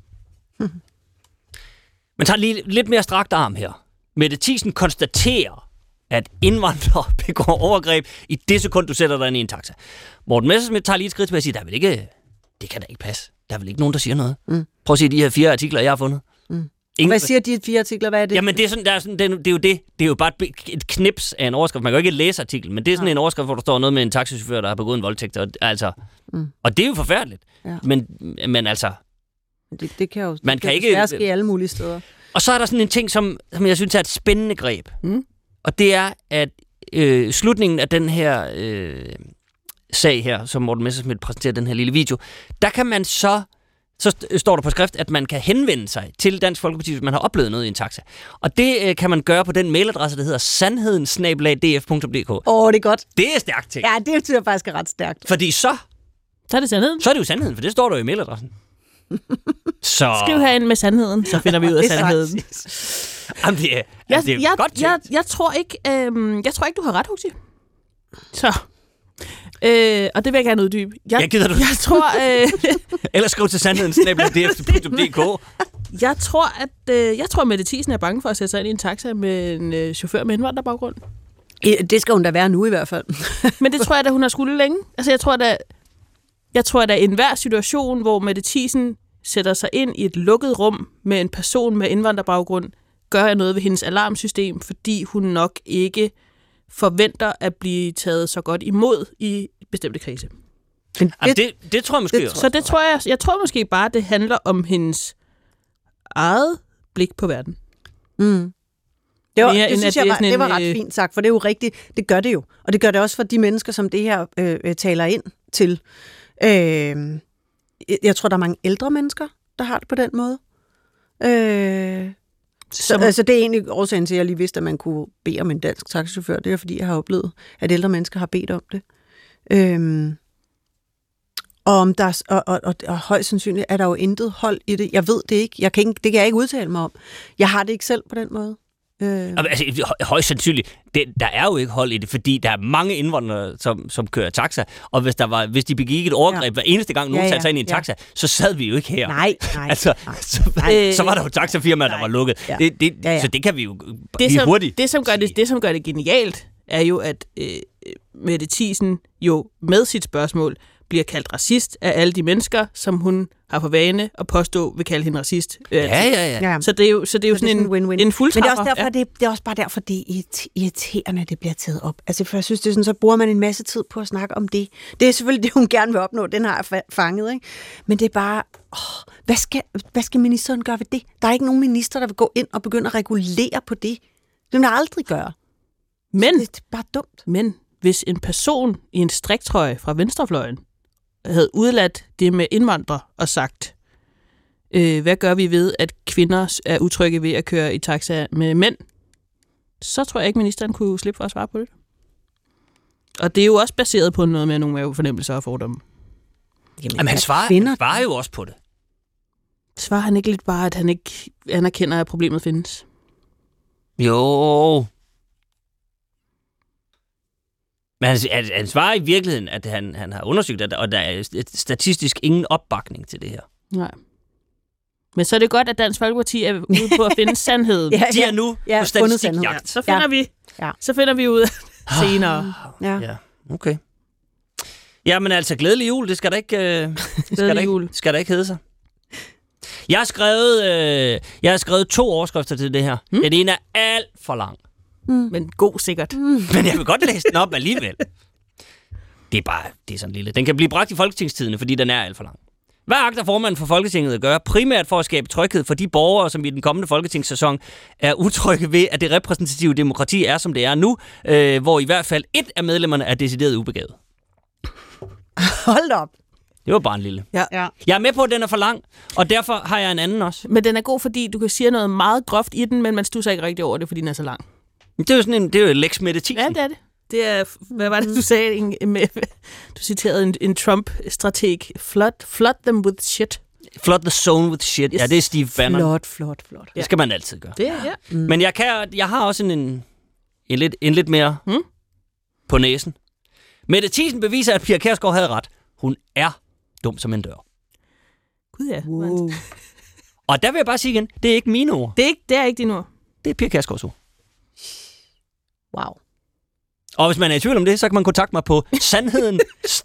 Speaker 2: Man tager lige lidt mere strakt arm her. Mette Thiesen konstaterer, at indvandrere begår overgreb i det sekund, du sætter dig ind i en taxa. Morten Messerschmidt tager lige et skridt til at sige, der er vel ikke, det kan da ikke passe. Der er vel ikke nogen, der siger noget. Prøv at se de her 4 artikler, jeg har fundet.
Speaker 1: Hvad siger de 4 artikler? Hvad er det?
Speaker 2: Jamen, det er jo det. Det er jo bare et knips af en overskrift. Man kan jo ikke læse artiklen, men det er sådan en overskrift, hvor der står noget med en taxichauffør, der har begået en voldtægt. Og det er jo forfærdeligt. Ja. Men altså...
Speaker 1: Det kan jo
Speaker 2: man kan ikke
Speaker 1: ske alle mulige steder.
Speaker 2: Og så er der sådan en ting, som jeg synes er et spændende greb. Og det er, at slutningen af den her sag her, som Morten Messerschmidt præsenterer den her lille video, der kan man så står der på skrift, at man kan henvende sig til Dansk Folkeparti, hvis man har oplevet noget i en taxa. Og det kan man gøre på den mailadresse, der hedder sandheden@df.dk.
Speaker 1: Det er godt.
Speaker 2: Det er stærkt ting.
Speaker 1: Ja, det synes jeg faktisk er ret stærkt.
Speaker 2: Fordi så
Speaker 3: er det sandheden.
Speaker 2: Så er det jo sandheden, for det står der jo i mailadressen. Så...
Speaker 3: Skriv herind med sandheden, så finder vi ud af sandheden.
Speaker 2: Jamen, det er godt tænkt.
Speaker 3: Jeg tror ikke, du har ret, Huxi. Så... og det vil jeg gerne uddybe.
Speaker 2: Jeg gider du.
Speaker 3: Jeg tror...
Speaker 2: Ellers skriv til sandheden@df.dk.
Speaker 3: Jeg tror, at Mette Thiesen er bange for at sætte sig ind i en taxa med en chauffør med indvandrerbaggrund.
Speaker 1: Det skal hun da være nu i hvert fald.
Speaker 3: Men det tror jeg da, hun har skulle længe. Altså, jeg tror da i enhver situation, hvor Mette Thiesen sætter sig ind i et lukket rum med en person med indvandrerbaggrund, gør jeg noget ved hendes alarmsystem, fordi hun nok ikke forventer at blive taget så godt imod i bestemte krise.
Speaker 2: Det tror jeg måske også.
Speaker 3: Så det tror jeg tror måske bare, det handler om hendes eget blik på verden.
Speaker 1: Det var ret fint sagt, for det er jo rigtigt. Det gør det jo. Og det gør det også for de mennesker, som det her taler ind til. Jeg tror, der er mange ældre mennesker, der har det på den måde. Så det er egentlig årsagen til, at jeg lige vidste, at man kunne bede om en dansk taxichauffør. Det er fordi, jeg har oplevet, at ældre mennesker har bedt om det. Og om der og højst sandsynligt er der jo intet hold i det. Jeg ved det ikke. Det kan jeg ikke udtale mig om. Jeg har det ikke selv på den måde.
Speaker 2: Altså, højst sandsynligt, der er jo ikke hold i det, fordi der er mange indvandrere, som kører taxa, og hvis de begik et overgreb hver eneste gang, nogen satte sig ind i en taxa, så sad vi jo ikke her.
Speaker 1: Nej.
Speaker 2: Altså, så var der jo taxafirmaer, der var lukket. Så det kan vi jo hurtigt.
Speaker 3: Det, som gør det genialt, er jo, at Mette Thiesen jo med sit spørgsmål bliver kaldt racist af alle de mennesker, som hun har for vane at påstå vil kalde hende racist.
Speaker 2: Ja.
Speaker 3: Så det er jo sådan en win-win. En fuldtræffer.
Speaker 1: Men det er også derfor, det er også bare derfor, det er irriterende, det bliver taget op. Altså, for jeg synes, det er sådan, så bruger man en masse tid på at snakke om det. Det er selvfølgelig det, hun gerne vil opnå. Den har jeg fanget, ikke? Men det er bare, hvad skal ministeren gøre ved det? Der er ikke nogen minister, der vil gå ind og begynde at regulere på det. Det vil der aldrig gøre.
Speaker 3: Men,
Speaker 1: det er bare dumt.
Speaker 3: Men hvis en person i en striktrøje fra venstrefløjen havde udladt det med indvandrere og sagt, hvad gør vi ved, at kvinder er utrygge ved at køre i taxa med mænd, så tror jeg ikke, ministeren kunne slippe for at svare på det. Og det er jo også baseret på noget med nogle mavefornemmelser og fordomme.
Speaker 2: Jamen, han svarer jo også på det.
Speaker 3: Svarer han ikke lidt bare, at han ikke anerkender, at problemet findes?
Speaker 2: Jo. Men han svarer i virkeligheden, at han har undersøgt det, og der er statistisk ingen opbakning til det her.
Speaker 3: Nej. Men så er det godt, at Dansk Folkeparti er ude på at finde sandheden.
Speaker 2: De er nu på statistikjagt.
Speaker 3: Så finder vi ud senere.
Speaker 2: Ja, okay. Jamen altså, glædelig jul, det skal der ikke, skal der ikke hedde sig. Jeg har skrevet 2 overskrifter til det her. Den ene er alt for lang.
Speaker 3: Men god sikkert.
Speaker 2: Men jeg vil godt læse den op alligevel. Det er sådan lille. Den kan blive bragt i Folketingstidene, fordi den er alt for lang. Hvad agter formanden for Folketinget at gøre? Primært for at skabe tryghed for de borgere, som i den kommende folketingssæson er utrygge ved, at det repræsentative demokrati er, som det er nu, hvor i hvert fald 1 af medlemmerne er decideret ubegavet.
Speaker 1: Hold op.
Speaker 2: Det var bare en lille.
Speaker 3: Ja.
Speaker 2: Jeg er med på, at den er for lang, og derfor har jeg en anden også.
Speaker 3: Men den er god, fordi du kan sige noget meget groft i den, men man stusser ikke rigtig over det, fordi den er så lang.
Speaker 2: Det er jo sådan det er jo Lex Mette Thiesen.
Speaker 3: Ja, det er det. Det er, hvad var det, du sagde? Du citerede en Trump-strateg. Flood them with shit.
Speaker 2: Flood the zone with shit. Yes. Ja, det er Steve Bannon.
Speaker 1: Flot.
Speaker 2: Det skal man altid gøre.
Speaker 3: Det er, ja.
Speaker 2: Men jeg har også en lidt mere på næsen. Mette Thiesen beviser, at Pia Kjærsgaard havde ret. Hun er dum som en dør.
Speaker 3: Gud ja.
Speaker 1: Wow.
Speaker 2: Og der vil jeg bare sige igen, det er ikke mine ord.
Speaker 3: Det er ikke dine ord.
Speaker 2: Det er Pia Kjærsgaards ord.
Speaker 1: Wow.
Speaker 2: Og hvis man er i tvivl om det, så kan man kontakte mig på sandheden.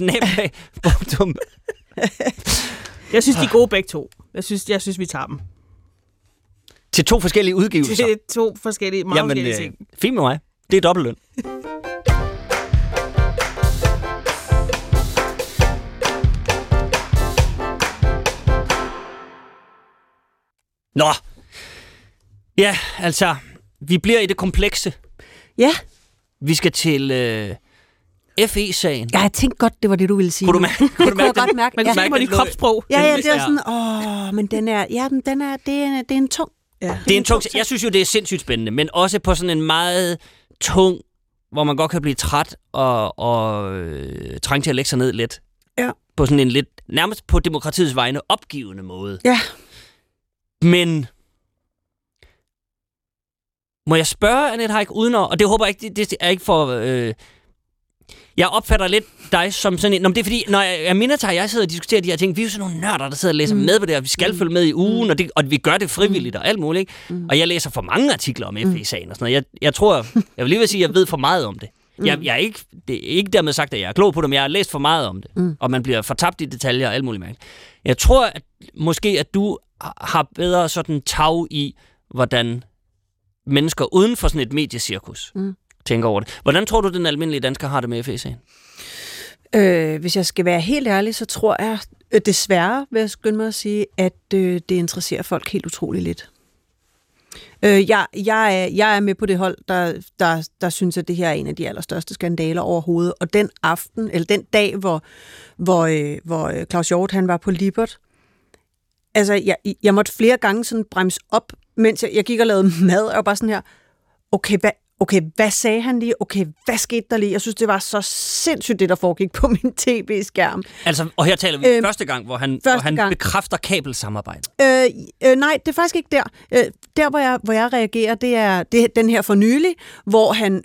Speaker 3: Jeg synes, de er gode begge to. Jeg synes vi tager dem.
Speaker 2: Til 2 forskellige udgivelser.
Speaker 3: Til 2 forskellige, meget forskellige ting.
Speaker 2: Fint med mig. Det er dobbeltløn. Nå. Ja, altså, vi bliver i det komplekse.
Speaker 1: Ja.
Speaker 2: Vi skal til FE-sagen.
Speaker 1: Ja, jeg tænkte godt, det var det, du ville sige.
Speaker 2: Kunne du mærke?
Speaker 1: Det kunne jeg godt mærke.
Speaker 3: Man kan sige, det kropssprog.
Speaker 1: Ja, det er sådan, men den er, det er en tung.
Speaker 2: Ja. Det er en tung. Jeg synes jo, det er sindssygt spændende, men også på sådan en meget tung, hvor man godt kan blive træt og trænge til at lægge sig ned lidt.
Speaker 1: Ja.
Speaker 2: På sådan en lidt, nærmest på demokratiets vegne, opgivende måde.
Speaker 1: Ja.
Speaker 2: Men må jeg spørge, Annette Heick, uden at, og det håber jeg ikke, det er ikke for... jeg opfatter lidt dig som sådan en... Nå, det er fordi, når Aminata og jeg sidder og diskuterer de her ting, vi er jo sådan nogle nørder, der sidder og læser med på det, og vi skal følge med i ugen, og vi gør det frivilligt og alt muligt, ikke? Og jeg læser for mange artikler om FE-sagen og sådan noget. Jeg tror, jeg vil lige vil sige, at jeg ved for meget om det. Jeg er ikke, det er ikke dermed sagt, at jeg er klog på det, men jeg har læst for meget om det. Og man bliver fortabt i detaljer og alt muligt mærkeligt. Jeg tror at måske, at du har bedre sådan tag i, hvordan mennesker uden for sådan et mediecirkus tænker over det. Hvordan tror du, den almindelige dansker har det med FE-sagen?
Speaker 1: Hvis jeg skal være helt ærlig, så tror jeg desværre, vil jeg skynde mig at sige, at det interesserer folk helt utroligt lidt. Jeg er med på det hold, der synes, at det her er en af de allerstørste skandaler overhovedet. Og den aften, eller den dag, hvor Claus Hjort, han var på Lippert, altså jeg måtte flere gange sådan bremse op, mens jeg gik og lavede mad, og bare sådan her, okay, hvad sagde han lige? Okay, hvad skete der lige? Jeg synes, det var så sindssygt, det der foregik på min tv-skærm.
Speaker 2: Altså, og her taler vi første gang, hvor han bekræfter kabelsamarbejdet.
Speaker 1: Nej, det er faktisk ikke der. Der, hvor jeg reagerer, det er den her for nylig, hvor han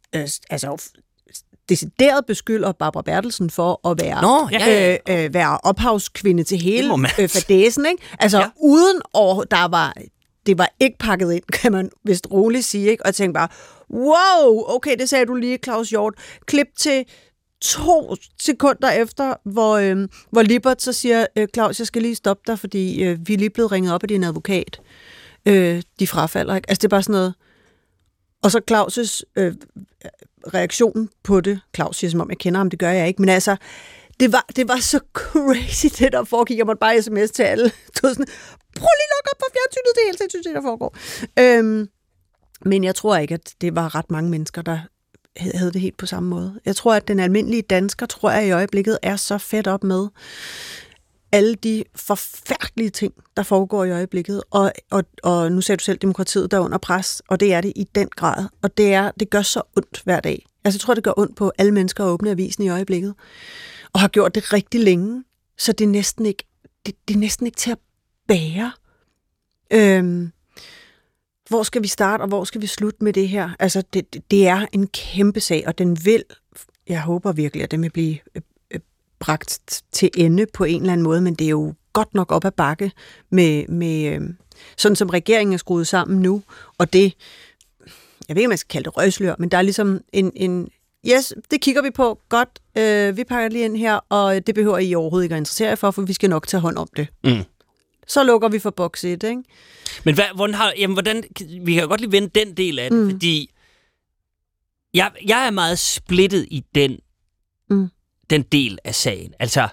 Speaker 1: decideret beskylder Barbara Bertelsen for at være, være ophavskvinde til hele fadæsen, ikke? Altså, uden det var ikke pakket ind, kan man vist roligt sige, ikke? Og jeg tænkte bare, wow, okay, det sagde du lige, Claus Hjort. Klip til 2 sekunder efter, hvor Lippert så siger, Claus, jeg skal lige stoppe dig, fordi vi er lige blevet ringet op af din advokat. De frafalder, ikke? Altså, det er bare sådan noget. Og så Claus' reaktion på det. Claus siger, som om jeg kender ham, det gør jeg ikke. Men altså, det var så crazy, det der foregik. Jeg måtte bare sms til alle. Sådan, prøv lige at lukke op på fjernsynet, det er helt sindssygt, det der foregår. Men jeg tror ikke, at det var ret mange mennesker, der havde det helt på samme måde. Jeg tror, at den almindelige dansker, tror jeg i øjeblikket, er så fedt op med alle de forfærdelige ting, der foregår i øjeblikket. Og nu sagde du selv, demokratiet der er under pres, og det er det i den grad. Og det gør så ondt hver dag. Altså, jeg tror, det gør ondt på alle mennesker at åbne avisen i øjeblikket. Og har gjort det rigtig længe, så det er næsten ikke til at bære. Hvor skal vi starte, og hvor skal vi slutte med det her? Altså, det er en kæmpe sag, og den vil, jeg håber virkelig, at den vil blive bragt til ende på en eller anden måde, men det er jo godt nok op ad bakke med sådan som regeringen er skruet sammen nu, og det, jeg ved ikke, om man skal kalde det røgslør, men der er ligesom yes, det kigger vi på. Godt, vi pakker lige ind her, og det behøver I overhovedet ikke at interessere jer for vi skal nok tage hånd om det.
Speaker 2: Mm.
Speaker 1: Så lukker vi for boks 1, ikke?
Speaker 2: Men hvordan, vi kan jo godt lige vende den del af det, fordi jeg er meget splittet i den del af sagen. Altså,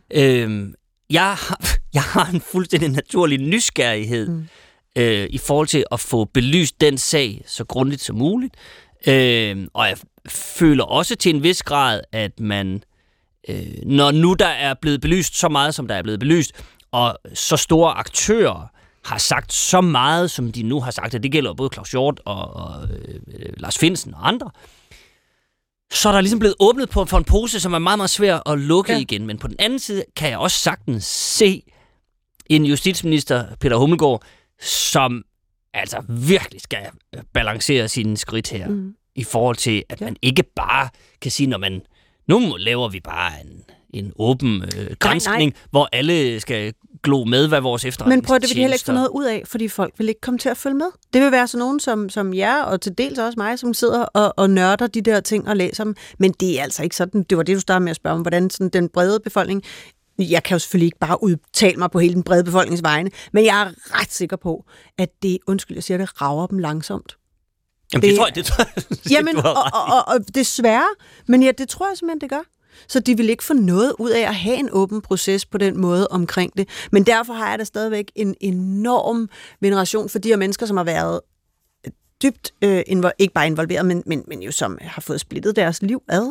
Speaker 2: jeg har en fuldstændig naturlig nysgerrighed i forhold til at få belyst den sag så grundigt som muligt. Og jeg føler også til en vis grad, at man, når nu der er blevet belyst så meget, som der er blevet belyst, og så store aktører har sagt så meget, som de nu har sagt, og det gælder både Claus Hjort og Lars Findsen og andre, så er der ligesom blevet åbnet for en pose, som er meget, meget svær at lukke igen. Men på den anden side kan jeg også sagtens se en justitsminister, Peter Hummelgaard, som altså virkelig skal balancere sine skridt her, i forhold til, at man ikke bare kan sige, når man nu laver vi bare en åben granskning, hvor alle skal glo med, hvad vores efterretningstjenester...
Speaker 1: Men prøv, det vil de heller ikke få noget ud af, fordi folk vil ikke komme til at følge med. Det vil være sådan nogen som jer, og til dels også mig, som sidder og nørder de der ting og læser dem. Men det er altså ikke sådan. Det var det, du startede med at spørge om, hvordan sådan den brede befolkning... Jeg kan jo selvfølgelig ikke bare udtale mig på hele den brede befolknings vegne, men jeg er ret sikker på, at det, undskyld, jeg siger det, rager dem langsomt.
Speaker 2: Jamen, det tror jeg.
Speaker 1: Jamen, og desværre, men ja, det tror jeg simpelthen, det gør. Så de vil ikke få noget ud af at have en åben proces på den måde omkring det. Men derfor har jeg da stadigvæk en enorm veneration for de her mennesker, som har været dybt, ikke bare involveret, men jo som har fået splittet deres liv ad.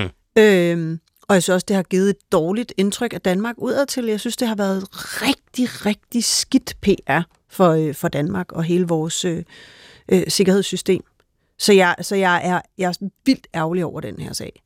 Speaker 1: Og jeg synes også, det har givet et dårligt indtryk af Danmark udadtil. Jeg synes, det har været rigtig, rigtig skidt PR for Danmark og hele vores sikkerhedssystem. Så jeg er vildt ærgerlig over den her sag.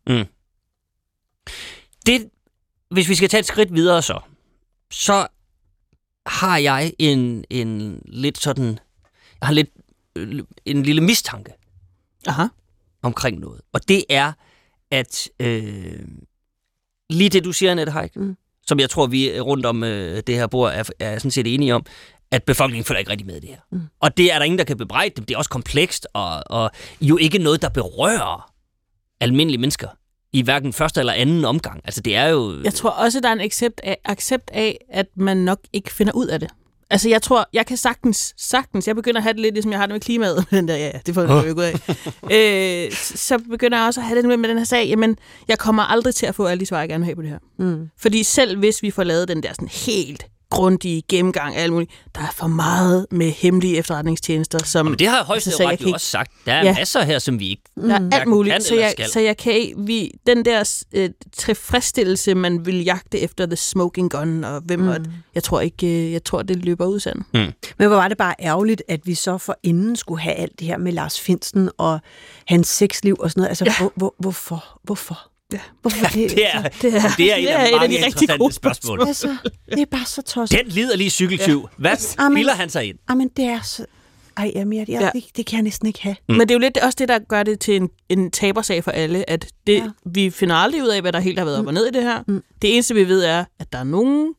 Speaker 2: Hvis vi skal tage et skridt videre så har jeg en lidt sådan... Jeg har lidt en lille mistanke omkring noget. Og det er, at lige det, du siger, Annette Heick, som jeg tror, vi rundt om det her bord er sådan set enige om, at befolkningen følger ikke rigtig med i det her. Og det er der ingen, der kan bebrejde dem. Det er også komplekst, og jo ikke noget, der berører almindelige mennesker i hverken første eller anden omgang. Altså, det er jo...
Speaker 3: Jeg tror også, der er en accept af, at man nok ikke finder ud af det. Altså, jeg tror, jeg kan sagtens, jeg begynder at have det lidt, ligesom jeg har det med klimaet. Den der, det får jeg jo ud af. Så begynder jeg også at have det med den her sag. Jamen, jeg kommer aldrig til at få alle de svar, jeg gerne vil have på det her. Fordi selv hvis vi får lavet den der sådan helt grundige gennemgang af alt muligt, der er for meget med hemmelige efterretningstjenester, som...
Speaker 2: Men det har Højesteret jo også sagt. Der er masser her, som vi ikke...
Speaker 3: Der er alt muligt, så jeg kan ikke... Den der tilfredsstillelse, man vil jagte efter the smoking gun, og hvem... Jeg tror, det løber ud sådan.
Speaker 1: Men hvor var det bare ærgerligt, at vi så forinden skulle have alt det her med Lars Findsen og hans sexliv og sådan noget. Altså, hvorfor? Ja.
Speaker 2: Det er en af mange interessante spørgsmål.
Speaker 1: Altså, det er bare så tosset.
Speaker 2: Den liderlige cykeltyv. Hvad bilder han sig ind?
Speaker 1: Jamen, det er så... det kan jeg næsten ikke have.
Speaker 3: Men det er jo lidt også det, der gør det til en tabersag for alle, at vi finder aldrig ud af, hvad der helt har været op og ned i det her. Det eneste, vi ved, er, at der er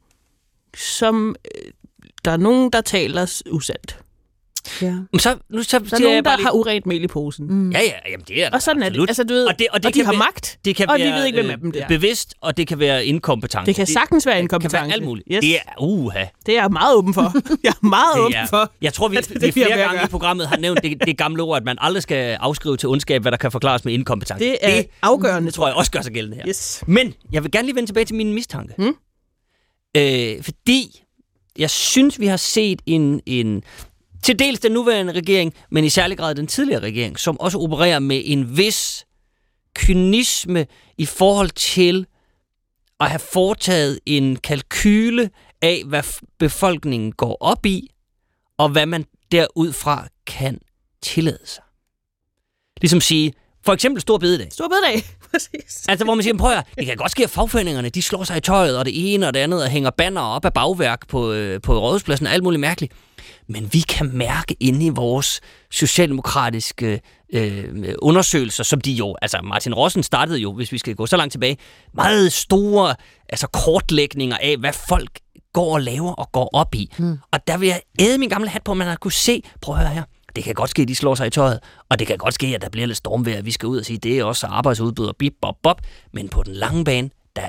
Speaker 3: nogen, der taler usandt.
Speaker 1: Ja.
Speaker 3: Der er nogen, der har urent mel i posen.
Speaker 2: Ja, jamen det er
Speaker 3: og sådan
Speaker 2: absolut.
Speaker 3: Er det. Altså, du ved, og de har magt, og vi ved ikke, hvem af dem det er.
Speaker 2: Bevidst, og det kan være inkompetence.
Speaker 3: Det kan sagtens være inkompetence.
Speaker 2: Det kan være alt muligt.
Speaker 3: Yes.
Speaker 2: Det er
Speaker 3: Det er jeg meget åben for.
Speaker 2: Jeg tror, vi flere gange i programmet har nævnt det gamle ord, at man aldrig skal afskrive til ondskab, hvad der kan forklares med inkompetence.
Speaker 3: Det er afgørende,
Speaker 2: tror jeg også gør sig gældende her.
Speaker 3: Yes.
Speaker 2: Men jeg vil gerne lige vende tilbage til min mistanke. Fordi jeg synes, vi har set en til dels den nuværende regering, men i særlig grad den tidligere regering, som også opererer med en vis kynisme i forhold til at have foretaget en kalkyle af, hvad befolkningen går op i, og hvad man derudfra kan tillade sig. Ligesom sige, for eksempel Stor Bededag.
Speaker 3: Stor Bededag, præcis.
Speaker 2: Altså, hvor man siger, prøv at det kan godt ske, at fagforeningerne, de slår sig i tøjet, og det ene og det andet, og hænger banner op af bagværk på Rådhuspladsen, og alt muligt mærkeligt. Men vi kan mærke inde i vores socialdemokratiske undersøgelser, som de jo, altså Martin Rossen startede jo, hvis vi skal gå så langt tilbage, meget store kortlægninger af, hvad folk går og laver og går op i. Og der vil jeg æde min gamle hat på, at man har kunne se, prøv at høre her, Det kan godt ske, at de slår sig i tøjet, og det kan godt ske, at der bliver lidt stormvejr, at vi skal ud og sige, det er også arbejdsudbud og bip, bop, bop. Men på den lange bane,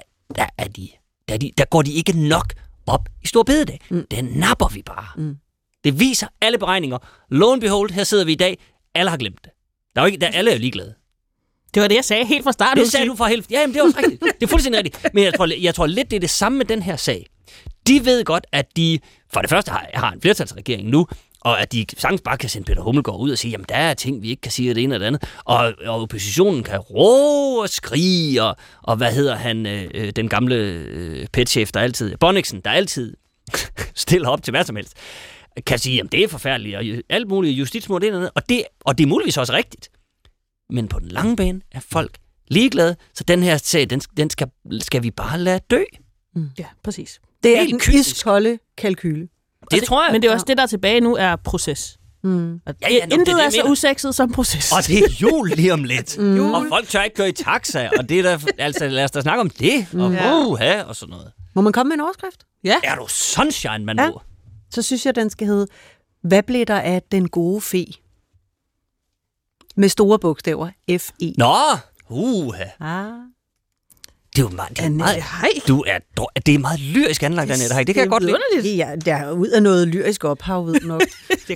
Speaker 2: der går de ikke nok op i Store Bededag. Den napper vi bare. Det viser alle beregninger. Lo and behold, her sidder vi i dag. Alle har glemt det. Alle er jo ligeglade.
Speaker 3: Det var det, jeg sagde helt fra start.
Speaker 2: Det sagde du fra helt... Ja, jamen, det er også rigtigt. Det er fuldstændig rigtigt. Men jeg tror lidt, det er det samme med den her sag. De ved godt, at de for det første har en flertalsregering nu, og at de sagtens bare kan sende Peter Hummelgaard ud og sige, jamen der er ting, vi ikke kan sige af det ene og det andet. Og oppositionen kan råbe og skrige, og hvad hedder han, den gamle petchef, der altid... Bonniksen, der altid stiller op til hvad som helst, kan sige, jamen det er forfærdeligt, og alt muligt justitsmord, det ene og det er muligvis også rigtigt. Men på den lange bane er folk ligeglade, så den her sag, den skal vi bare lade dø.
Speaker 3: Ja, præcis.
Speaker 1: Det er en iskolde kalkyle.
Speaker 2: Det tror jeg.
Speaker 3: Men det er også det, der er tilbage nu, er proces. Intet er så usexet som proces.
Speaker 2: Og det er jul lige om lidt. Og folk tør ikke køre i taxa, og det er der, altså lad os da snakke om det, og sådan noget.
Speaker 1: Må man komme med en overskrift?
Speaker 3: Ja.
Speaker 2: Er du sunshine, man må?
Speaker 1: Så synes jeg, den skal hedde, hvad blev der af den gode fe? Med store bogstaver, F-E.
Speaker 2: Nå, Det er jo det er meget lyrisk anlagt, Annette. Det kan jeg godt lide.
Speaker 1: Ja, der er ud af noget lyrisk ophav, ved nok.
Speaker 2: Det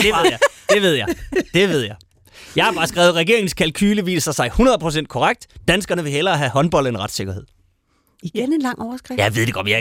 Speaker 2: ved jeg. Jeg har bare skrevet, regeringens kalkyle viser sig 100% korrekt. Danskerne vil hellere have håndbold end retssikkerhed.
Speaker 1: Igen en lang overskrift.
Speaker 2: Jeg ved det godt,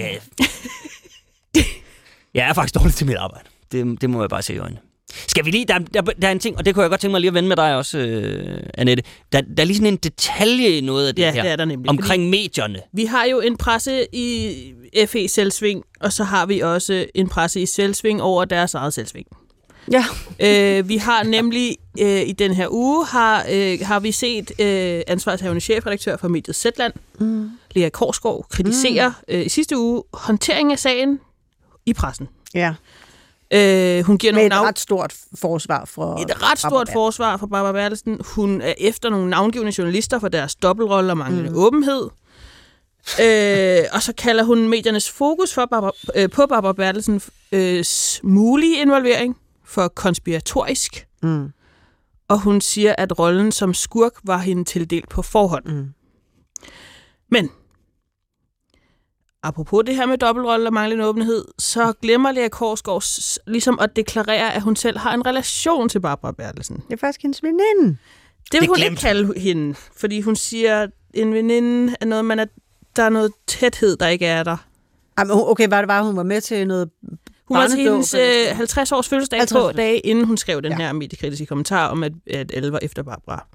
Speaker 2: jeg er faktisk dårlig til mit arbejde. Det må jeg bare se i øjnene. Skal vi lige, der er en ting, og det kunne jeg godt tænke mig lige at vende med dig også, Annette. Der er lige sådan en detalje i noget af det her,
Speaker 3: det er der nemlig.
Speaker 2: omkring medierne. Vi
Speaker 3: har jo en presse i FE Selvsving, og så har vi også en presse i Selvsving over deres eget Selvsving.
Speaker 1: Ja.
Speaker 3: Vi har nemlig i den her uge, har vi set ansvarshavende chefredaktør for mediet Zetland, Lea Korsgaard, kritisere i sidste uge håndtering af sagen i pressen.
Speaker 1: Ja.
Speaker 3: Hun giver
Speaker 1: med et ret stort forsvar
Speaker 3: for Barbara Bertelsen. Hun er efter nogle navngivende journalister for deres dobbeltrolle og manglende åbenhed. Og så kalder hun mediernes fokus på Barbara Bertelsens mulige involvering for konspiratorisk. Og hun siger, at rollen som skurk var hende tildelt på forhånd. Men apropos det her med dobbeltrolle og manglende åbenhed, så glemmer Lea Korsgaard ligesom at deklarere, at hun selv har en relation til Barbara Bertelsen.
Speaker 1: Det er faktisk hendes veninde.
Speaker 3: Det vil hun ikke kalde hende, fordi hun siger, at en veninde er noget, der er noget tæthed, der ikke er der.
Speaker 1: Okay, hvad det var, hun var med til noget...
Speaker 3: Hun var til hendes 50-års fødselsdag 2 dage, inden hun skrev den her mediekritiske kommentar om, at alle var efter Barbara.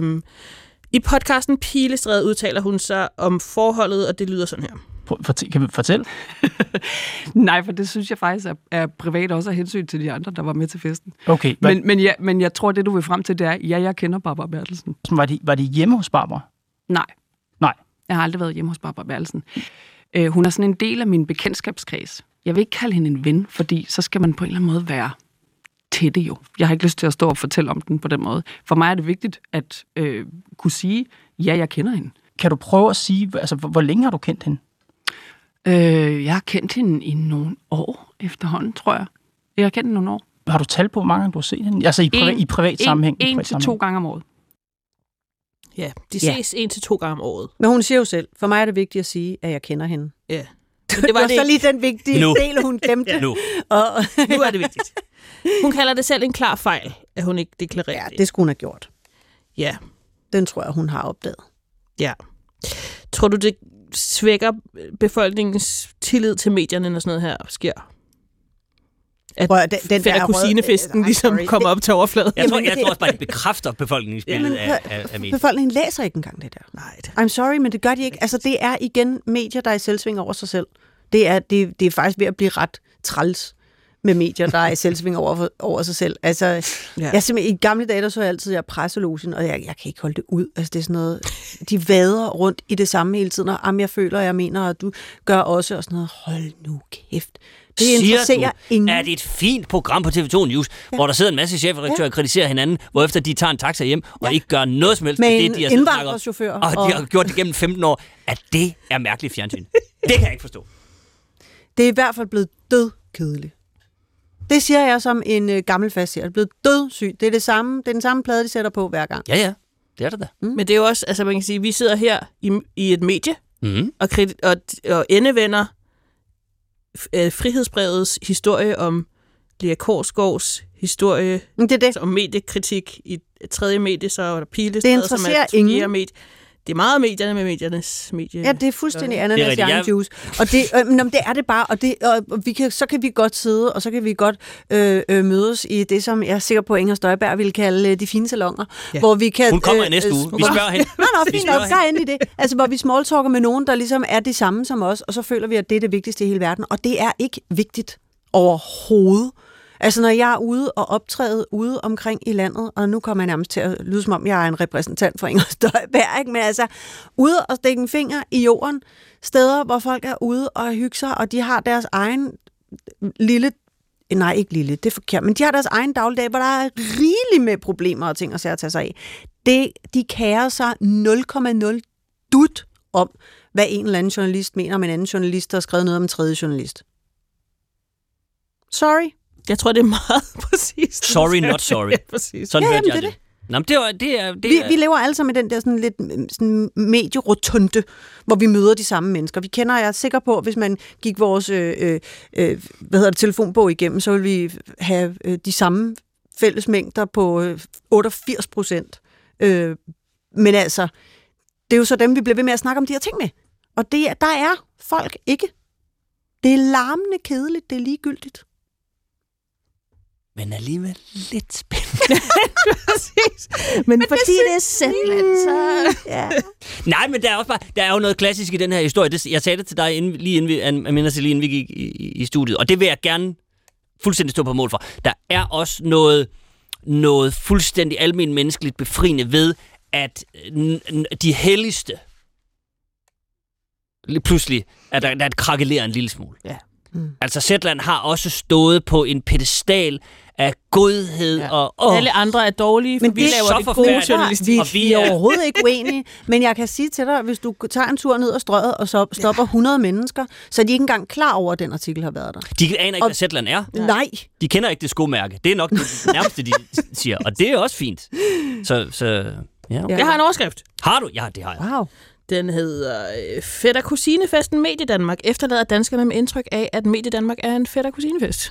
Speaker 3: I podcasten Pilestræde udtaler hun sig om forholdet, og det lyder sådan her.
Speaker 6: Kan vi fortælle?
Speaker 7: Nej, for det synes jeg faktisk er privat også af hensyn til de andre, der var med til festen.
Speaker 6: Okay.
Speaker 7: Men jeg tror, det du vil frem til, det er, jeg kender Barbara Bertelsen.
Speaker 6: Var de hjemme hos Barbara?
Speaker 7: Nej.
Speaker 6: Nej.
Speaker 7: Jeg har aldrig været hjemme hos Barbara Bertelsen. Hun er sådan en del af min bekendtskabskreds. Jeg vil ikke kalde hende en ven, fordi så skal man på en eller anden måde være tætte jo. Jeg har ikke lyst til at stå og fortælle om den på den måde. For mig er det vigtigt at kunne sige, ja, jeg kender hende.
Speaker 6: Kan du prøve at sige, altså hvor længe har du kendt hende?
Speaker 7: Jeg har kendt hende i nogle år efterhånden, tror jeg. Jeg har kendt hende nogle år.
Speaker 6: Har du tal på, hvor mange gange du har set hende? Altså i privat sammenhæng?
Speaker 7: 1 til 2 gange om året.
Speaker 3: Ja, de ses 1 til 2 gange om året.
Speaker 1: Men hun siger jo selv, for mig er det vigtigt at sige, at jeg kender hende.
Speaker 3: Ja.
Speaker 1: Men det var så lige den vigtige del, hun glemte.
Speaker 2: Nu
Speaker 3: er det vigtigt. Hun kalder det selv en klar fejl, at hun ikke deklarerer
Speaker 1: det. Det skulle hun have gjort.
Speaker 3: Ja.
Speaker 1: Den tror jeg, hun har opdaget.
Speaker 3: Ja. Tror du, det svækker befolkningens tillid til medierne, når sådan noget her sker? At fætter kusinefesten ligesom kommer op til overfladen.
Speaker 2: Jeg tror også bare, det bekræfter befolkningens billede af medier.
Speaker 1: Befolkningen læser ikke engang det der.
Speaker 3: Nej.
Speaker 1: I'm sorry, men det gør de ikke. Altså, det er igen medier, der er i selvsving over sig selv. Det er faktisk ved at blive ret træls med medier, der er i selvsving over sig selv. Altså, jeg simpelthen, i gamle dage, der så jeg altid presselogen, og jeg kan ikke holde det ud. Altså, det er sådan noget, de vader rundt i det samme hele tiden, og jeg føler, jeg mener, og du gør også, og sådan noget, hold nu kæft. Det interesserer ingen.
Speaker 2: Er det et fint program på TV2 News, hvor der sidder en masse chefredaktører og kritiserer hinanden, hvorefter de tager en taxa hjem og ikke gør noget som helst
Speaker 1: med
Speaker 2: det, de har
Speaker 1: indvandrerchauffør.
Speaker 2: Og de har gjort det gennem 15 år, at det er mærkeligt fjernsyn. Det kan jeg ikke forstå.
Speaker 1: Det er i hvert fald blevet dødkedeligt. Det siger jeg som en gammel fast. Jeg er blevet dødssyg. Det er det samme. Det er den samme plade, de sætter på hver gang.
Speaker 2: Ja, det er det da.
Speaker 3: Men det er jo også, altså man kan sige, vi sidder her i et medie og endevender Frihedsbrevets historie om Lea Korsgaards historie om mediekritik i et tredje medie, så er der Pilestræde, som er et fjerde medie. Det er meget medierne med mediernes medie.
Speaker 1: Ja, det er fuldstændig ananas young juice. Og det er det bare, og så kan vi godt sidde, og så kan vi godt mødes i det, som jeg er sikker på, Inger Støjberg ville kalde de fine salonger.
Speaker 2: Ja.
Speaker 1: Hvor vi kan,
Speaker 2: hun kommer i næste uge. Vi spørger hende.
Speaker 1: Fint nok, så er endelig det. Altså, hvor vi smalltalker med nogen, der ligesom er det samme som os, og så føler vi, at det er det vigtigste i hele verden. Og det er ikke vigtigt overhovedet. Altså, når jeg er ude og optræde ude omkring i landet, og nu kommer jeg nærmest til at lyde, som om jeg er en repræsentant for Inger Støjberg, ikke? Men altså, ude og stikke en finger i jorden, steder, hvor folk er ude og hygge sig, og de har deres egen det er forkert, men de har deres egen dagligdag, hvor der er rigeligt med problemer og ting at tage sig af. De kærer sig 0,0 dut om, hvad en eller anden journalist mener om en anden journalist, der har skrevet noget om en tredje journalist. Sorry.
Speaker 3: Jeg tror, det er meget præcist.
Speaker 2: Sorry, not sorry.
Speaker 3: Ja, præcis.
Speaker 2: Sådan hørte jeg det. Nå,
Speaker 1: Vi lever alle sammen i den der sådan lidt sådan medierotunde, hvor vi møder de samme mennesker. Vi kender, jeg er sikker på, hvis man gik vores telefonbog igennem, så ville vi have de samme fællesmængder på 88%. Men altså, det er jo så dem, vi bliver ved med at snakke om de her ting med. Og der er folk ikke. Det er larmende kedeligt, det er ligegyldigt.
Speaker 2: Men alligevel lidt spændende.
Speaker 3: Præcis. Men fordi det er Zetland, så...
Speaker 2: Ja. Nej, men der er jo noget klassisk i den her historie. Jeg sagde det til dig, inden vi gik i studiet, og det vil jeg gerne fuldstændig stå på mål for. Der er også noget fuldstændig almen menneskeligt befriende ved, at de helligste pludselig at der krakelerer en lille smule. Ja. Altså, Zetland har også stået på en pedestal af godhed og...
Speaker 3: Alle andre er dårlige, for
Speaker 1: men
Speaker 3: vi laver det gode journalistik.
Speaker 1: Vi er overhovedet ikke uenige, men jeg kan sige til dig, hvis du tager en tur ned ad Strøget, og så stopper 100 mennesker, så er de ikke engang klar over, at den artikel har været der.
Speaker 2: De aner ikke, hvad Zetland er.
Speaker 1: Nej.
Speaker 2: De kender ikke det skomærke. Det er nok det nærmeste, de siger, og det er også fint. Så ja.
Speaker 3: Jeg har en overskrift.
Speaker 2: Har du? Ja, det har jeg.
Speaker 1: Wow.
Speaker 3: Den hedder Fætter-kusinefesten Mediedanmark efterlader danskerne med indtryk af, at Mediedanmark er en fætter-kusinefest.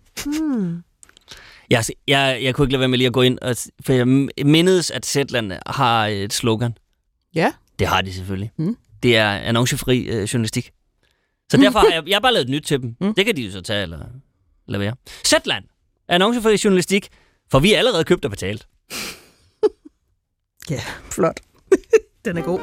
Speaker 2: Jeg kunne ikke lade være med lige at gå ind, for jeg mindedes, at Zetland har et slogan.
Speaker 3: Ja.
Speaker 2: Det har de selvfølgelig. Det er annoncefri journalistik. Så derfor har jeg bare lavet et nyt til dem. Det kan de jo så tage eller lade være. Zetland, annoncefri journalistik, for vi er allerede købt og betalt.
Speaker 3: Ja, flot. Den er god.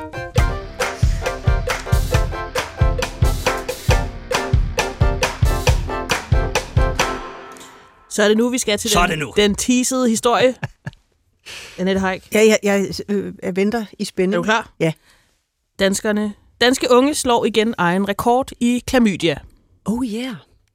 Speaker 3: Så er det nu, vi skal til den teasede historie. Annette Haik.
Speaker 1: Ja, jeg venter i spænding.
Speaker 3: Er du klar?
Speaker 1: Ja.
Speaker 3: Danske unge slår igen egen rekord i klamydia.
Speaker 1: Oh yeah.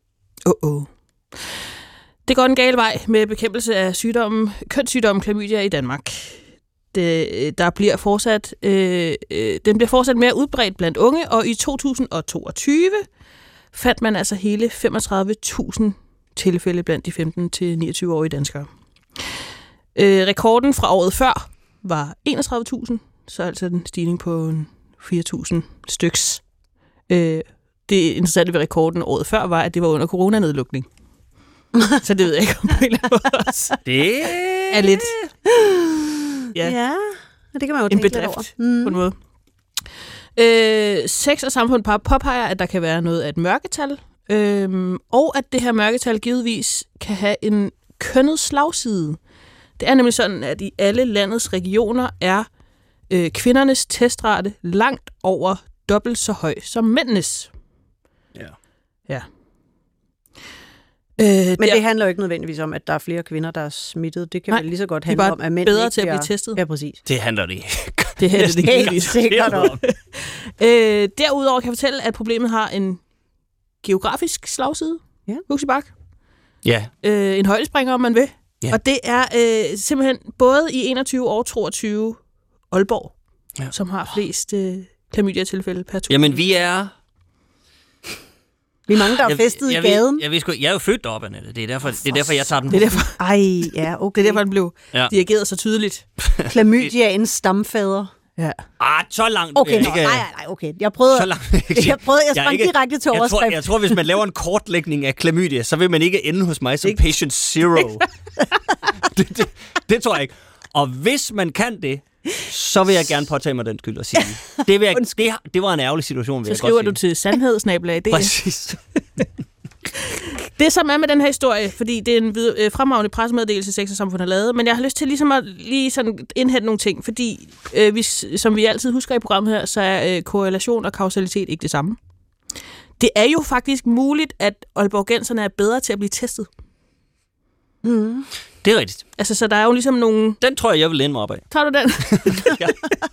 Speaker 3: Det går en gal vej med bekæmpelse af kønssygdommen klamydia i Danmark. Den bliver fortsat mere udbredt blandt unge, og i 2022 fandt man altså hele 35.000 tilfælde blandt de 15-29-årige danskere. Rekorden fra året før var 31.000, så altså en stigning på 4.000 styks. Det interessante ved rekorden året før var, at det var under coronanedlukning. Så det ved jeg ikke om på en eller anden måde også.
Speaker 2: Det
Speaker 3: er lidt...
Speaker 1: Ja, det kan man jo
Speaker 3: en bedrift på en måde. Sex og Samfund påpeger, at der kan være noget af et mørketal, og at det her mørketal givetvis kan have en kønnet slagside. Det er nemlig sådan, at i alle landets regioner er kvindernes testrate langt over dobbelt så høj som mændenes. Ja.
Speaker 1: Men det handler jo ikke nødvendigvis om, at der er flere kvinder, der er smittet. Det kan vel lige så godt handle om, at mænd
Speaker 3: bedre
Speaker 1: ikke
Speaker 3: til at blive testet.
Speaker 1: Ja, præcis.
Speaker 2: Det handler det ikke.
Speaker 3: Det handler det
Speaker 1: helt sikkert om.
Speaker 3: Derudover kan jeg fortælle, at problemet har en geografisk slagside.
Speaker 1: Ja.
Speaker 3: Huxi Bak.
Speaker 2: Ja.
Speaker 3: En højdespringer, om man vil.
Speaker 2: Ja.
Speaker 3: Og det er simpelthen både i 21 og 22 Aalborg, som har flest klamydia-tilfælde per 2.
Speaker 2: Jamen, vi er
Speaker 1: Vi er mange, der er festet i gaden.
Speaker 2: Jeg er jo født deroppe, Annette. Det er derfor, jeg tager den.
Speaker 3: Det er derfor,
Speaker 1: Okay.
Speaker 3: det er derfor den blev dirigeret så tydeligt.
Speaker 1: Klamydiaens stamfader.
Speaker 3: Ja.
Speaker 2: Så langt.
Speaker 1: Okay, nej, okay. Jeg prøvede, jeg sprang direkte til overskrift.
Speaker 2: Jeg tror, hvis man laver en kortlægning af klamydia, så vil man ikke ende hos mig som patient zero. det tror jeg ikke. Og hvis man kan det, så vil jeg gerne påtage mig den skyld og sige, det var en ærgerlig situation.
Speaker 3: Så skriver du til sandhed@dr.
Speaker 2: Præcis.
Speaker 3: Det som er med den her historie, fordi det er en fremragende pressemeddelelse, Sex og Samfund har lavet, men jeg har lyst til ligesom at lige sådan indhente nogle ting, fordi som vi altid husker i programmet her, så er korrelation og kausalitet ikke det samme. Det er jo faktisk muligt, at aalborgenserne er bedre til at blive testet.
Speaker 1: Mm.
Speaker 2: Det er rigtigt.
Speaker 3: Altså, så der er jo ligesom nogle...
Speaker 2: Den tror jeg vil læne mig op af.
Speaker 3: Tager du den? Ja.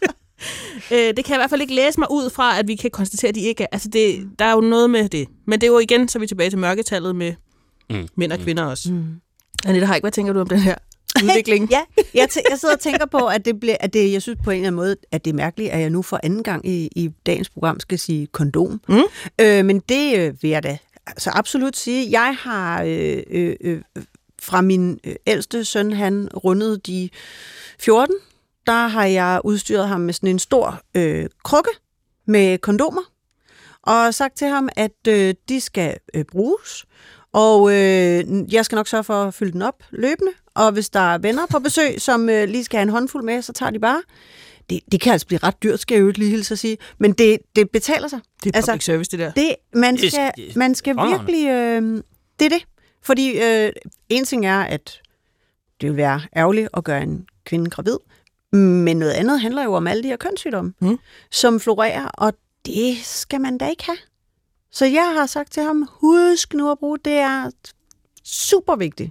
Speaker 3: Det kan jeg i hvert fald ikke læse mig ud fra, at vi kan konstatere, at de ikke er. Altså, der er jo noget med det. Men det er jo igen, så er vi tilbage til mørketallet med mænd og kvinder også. Annette, hvad tænker du om den her udvikling?
Speaker 1: Ja, jeg sidder og tænker på, at jeg synes på en eller anden måde, at det er mærkeligt, at jeg nu for anden gang i dagens program skal sige kondom. Men det vil jeg da altså absolut sige. Jeg har fra min ældste søn, han rundede de 14, der har jeg udstyret ham med sådan en stor krukke med kondomer, og sagt til ham, at de skal bruges, og jeg skal nok sørge for at fylde den op løbende, og hvis der er venner på besøg, som lige skal have en håndfuld med, så tager de bare. Det kan altså blive ret dyrt, skal jeg jo lige hilse at sige, men det betaler sig.
Speaker 3: Det er public service, det der.
Speaker 1: Man skal virkelig... det er det. Fordi en ting er, at det vil være ærgerligt at gøre en kvinde gravid, men noget andet handler jo om alle de her kønssygdomme, som florerer, og det skal man da ikke have. Så jeg har sagt til ham, husk nu at bruge, det er super vigtigt.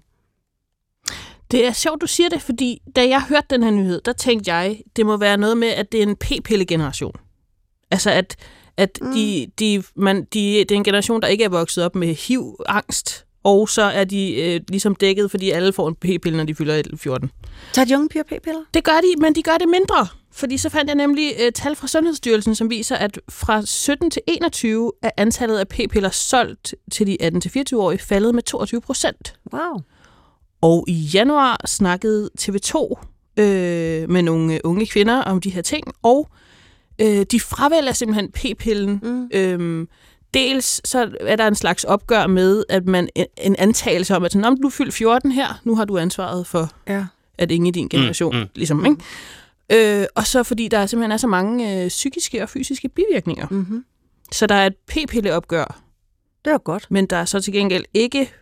Speaker 3: Det er sjovt, du siger det, fordi da jeg hørte den her nyhed, der tænkte jeg, det må være noget med, at det er en p-pille-generation. Altså, at det er en generation, der ikke er vokset op med HIV, angst, og så er de ligesom dækket, fordi alle får en p-pille, når de fylder 14.
Speaker 1: Tager de unge piger p-piller?
Speaker 3: Det gør de, men de gør det mindre. Fordi så fandt jeg nemlig tal fra Sundhedsstyrelsen, som viser, at fra 17 til 21 er antallet af p-piller solgt til de 18-24-årige faldet med 22%.
Speaker 1: Wow.
Speaker 3: Og i januar snakkede TV2 med nogle unge kvinder om de her ting, og de fravælger simpelthen p-pillen. Dels så er der en slags opgør med, at man en antagelse om, at når du er fyldt 14 her, nu har du ansvaret for, at ingen i din generation, ligesom, ikke? Og så fordi der simpelthen er så mange psykiske og fysiske bivirkninger. Mm-hmm. Så der er et p-pilleopgør.
Speaker 1: Det er godt.
Speaker 3: Men der er så til gengæld ikke...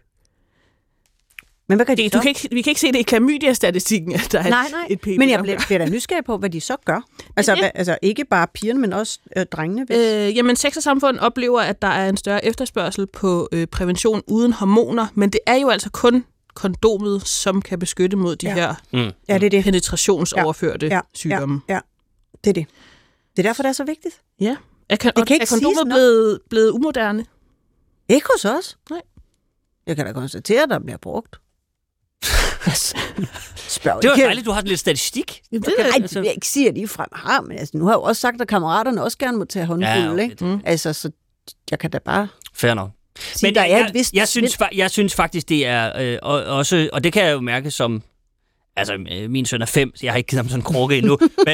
Speaker 1: Men hvad gør de så?
Speaker 3: Vi kan ikke se det i klamydia-statistikken, at der er et p-pilleopgør.
Speaker 1: Men jeg bliver da nysgerrig på, hvad de så gør. Altså ikke bare pigerne, men også drengene.
Speaker 3: Jamen, Sex og Samfund oplever, at der er en større efterspørgsel på prævention uden hormoner, men det er jo altså kun kondomet, som kan beskytte mod de her penetrationsoverførte sygdomme. Ja,
Speaker 1: det er det. Det er derfor, det er så vigtigt.
Speaker 3: Ja. Er kondomet blevet umoderne?
Speaker 1: Ikke hos os.
Speaker 3: Nej.
Speaker 1: Jeg kan da konstatere, at der bliver brugt.
Speaker 2: Det var dejligt, du har lidt statistik.
Speaker 1: Jeg ikke siger lige frem her, men altså, nu har jeg jo også sagt, at kammeraterne også gerne må tage håndfulde. Ikke? Altså, så jeg kan da bare...
Speaker 2: Fair nok.
Speaker 1: Sige, men der er et vist...
Speaker 2: Jeg synes faktisk, det er også... Og det kan jeg jo mærke som... Altså, min søn er 5, så jeg har ikke givet ham sådan en krukke endnu.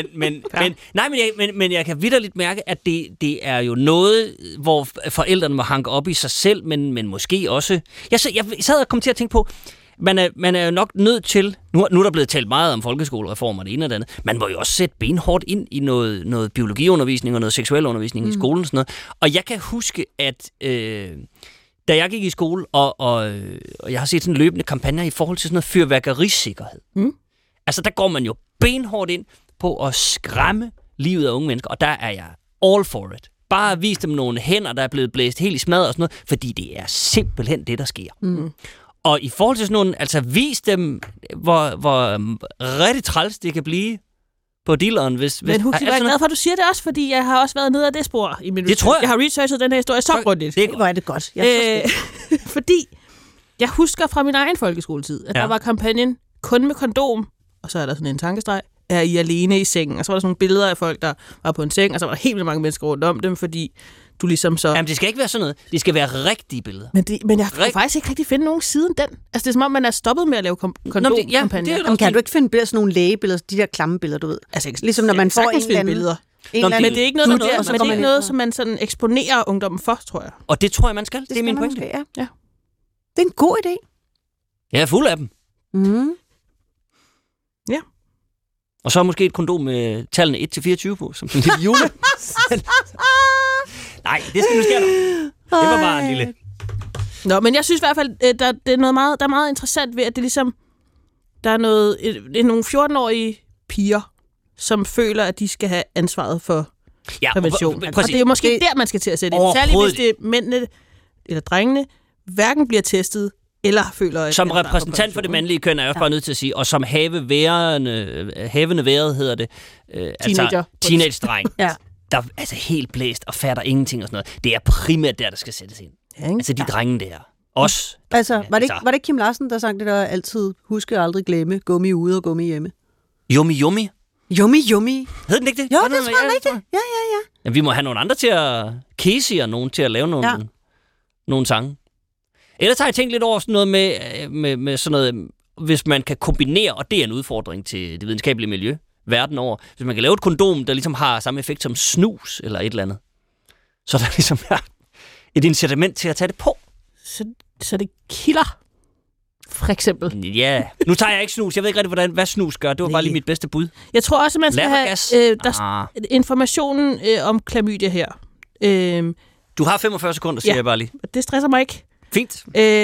Speaker 2: men jeg kan vitterligt mærke, at det er jo noget, hvor forældrene må hanke op i sig selv, men måske også... Jeg sad og kom til at tænke på, man er jo nok nødt til... Nu er der blevet talt meget om folkeskolereformer, det ene og det andet. Man må jo også sætte benhårdt ind i noget biologiundervisning og noget seksuelundervisning i skolen og sådan noget. Og jeg kan huske, at... Da jeg gik i skole, og jeg har set sådan løbende kampagner i forhold til sådan noget fyrværkerisikkerhed. Altså, der går man jo benhårdt ind på at skræmme livet af unge mennesker, og der er jeg all for it. Bare vis dem nogle hænder, der er blevet blæst helt i smadret og sådan noget, fordi det er simpelthen det, der sker. Og i forhold til sådan nogle, altså vis dem, hvor rigtig træls det kan blive på dealeren.
Speaker 3: Men Huxi, jeg er glad for, at du siger det også, fordi jeg har også været nede af det spor i min
Speaker 2: research.
Speaker 3: Jeg har researchet den her historie så grundigt.
Speaker 1: Hvor er det godt.
Speaker 3: Fordi jeg husker fra min egen folkeskoletid, at der var kampagnen kun med kondom, og så er der sådan en tankestreg, er I alene i sengen. Og så var der sådan nogle billeder af folk, der var på en seng, og så var der helt vildt mange mennesker rundt om dem, fordi du ligesom så...
Speaker 2: Jamen, det skal ikke være sådan noget. Det skal være rigtige billeder.
Speaker 3: Men jeg kan faktisk ikke rigtig finde nogen siden den. Altså, det er som om, man er stoppet med at lave kondomkampagner.
Speaker 1: Jamen, kan du ikke finde sådan nogle lægebilleder, de der klamme billeder, du ved?
Speaker 3: Altså,
Speaker 1: ligesom når man får en eller anden...
Speaker 3: billeder. Men det er ikke noget, som man sådan eksponerer ungdommen for, tror jeg.
Speaker 2: Og det tror jeg, man skal. Det er min pointe.
Speaker 1: Ja. Det er en god idé.
Speaker 2: Jeg er fuld af dem.
Speaker 3: Ja.
Speaker 2: Og så måske et kondom med tallene 1-24 på, som sådan en lille jule. Nej, det skal du skære dig. Det var bare en lille...
Speaker 3: Nå, men jeg synes i hvert fald, der er meget interessant ved, at det ligesom... Der er nogle 14-årige piger, som føler, at de skal have ansvaret for prævention. Og det er jo måske der, man skal til at sætte ind. Særligt hvis det er mændene eller drengene hverken bliver testet, eller føler...
Speaker 2: Som repræsentant for det mandlige køn er jeg også bare nødt til at sige, og som havende været, hedder det, teenage-dreng, der altså helt blæst og fatter ingenting og sådan noget. Det er primært der skal sættes ind. Ja, altså de drenge der. Os.
Speaker 1: Altså, var det ikke Kim Larsen, der sang det der altid, huske aldrig glemme, gummi ude og gummi hjemme?
Speaker 2: Yummy.
Speaker 1: Yummy.
Speaker 2: Hed den ikke det?
Speaker 1: Jo, det tror jeg rigtigt. Ja.
Speaker 2: Ja, vi må have nogle andre til at Casey og nogen til at lave nogle sange. Ellers har jeg tænkt lidt over sådan noget med sådan noget, hvis man kan kombinere, og det er en udfordring til det videnskabelige miljø, verden over. Hvis man kan lave et kondom, der ligesom har samme effekt som snus eller et eller andet, så der ligesom er et incitament til at tage det på.
Speaker 3: Så det kilder, for eksempel.
Speaker 2: Ja, nu tager jeg ikke snus. Jeg ved ikke rigtig, hvad snus gør. Det var bare lige mit bedste bud.
Speaker 3: Jeg tror også, at man skal have informationen om klamydia her.
Speaker 2: Du har 45 sekunder, siger jeg bare lige.
Speaker 3: Det stresser mig ikke.
Speaker 2: Fint.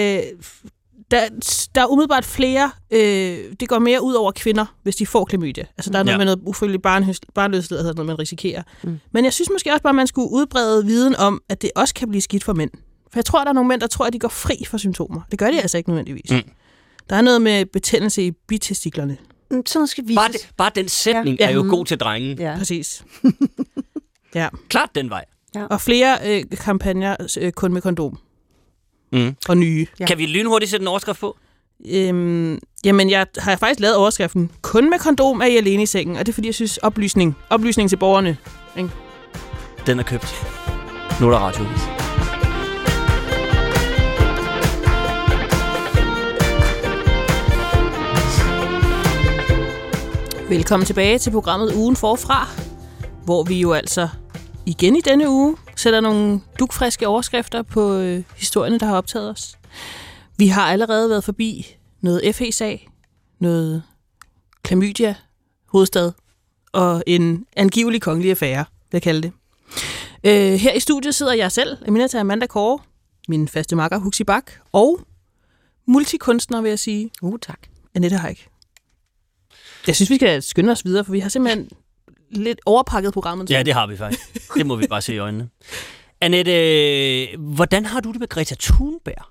Speaker 3: Der er umiddelbart flere, det går mere ud over kvinder, hvis de får klamydia. Altså der er noget med noget ufrivillig barnløshed, altså noget, man risikerer. Men jeg synes måske også bare, at man skulle udbrede viden om, at det også kan blive skidt for mænd. For jeg tror, at der er nogle mænd, der tror, at de går fri for symptomer. Det gør de altså ikke nødvendigvis. Der er noget med betændelse i bitestiklerne.
Speaker 1: Sådan skal vises.
Speaker 2: Bare den sætning er jo god til drengen.
Speaker 3: Ja. Præcis. Ja.
Speaker 2: Klart den vej.
Speaker 3: Ja. Og flere kampagner kun med kondom. Og nye.
Speaker 2: Ja. Kan vi lynhurtigt sætte en overskrift på?
Speaker 3: Jamen, jeg har faktisk lavet overskriften. Kun med kondom er I alene i sengen. Og det er, fordi jeg synes, oplysning til borgerne. Ikke?
Speaker 2: Den er købt. Nu er der radiovis.
Speaker 3: Velkommen tilbage til programmet Ugen Forfra, hvor vi jo altså igen i denne uge sætter nogle dugfriske overskrifter på historierne, der har optaget os. Vi har allerede været forbi noget FE-sag, noget klamydia, hovedstad, og en angivelig kongelig affære, vil jeg kalde det. Her i studiet sidder jeg selv, Aminata Amanda Kåre, min faste makker Huxi Bak, og multikunstner, vil jeg sige.
Speaker 1: Tak.
Speaker 3: Annette Haik. Jeg synes, vi skal skynde os videre, for vi har simpelthen lidt overpakket programmet.
Speaker 2: Ja, det har vi faktisk. Det må vi bare se i øjnene. Annette, hvordan har du det med Greta Thunberg?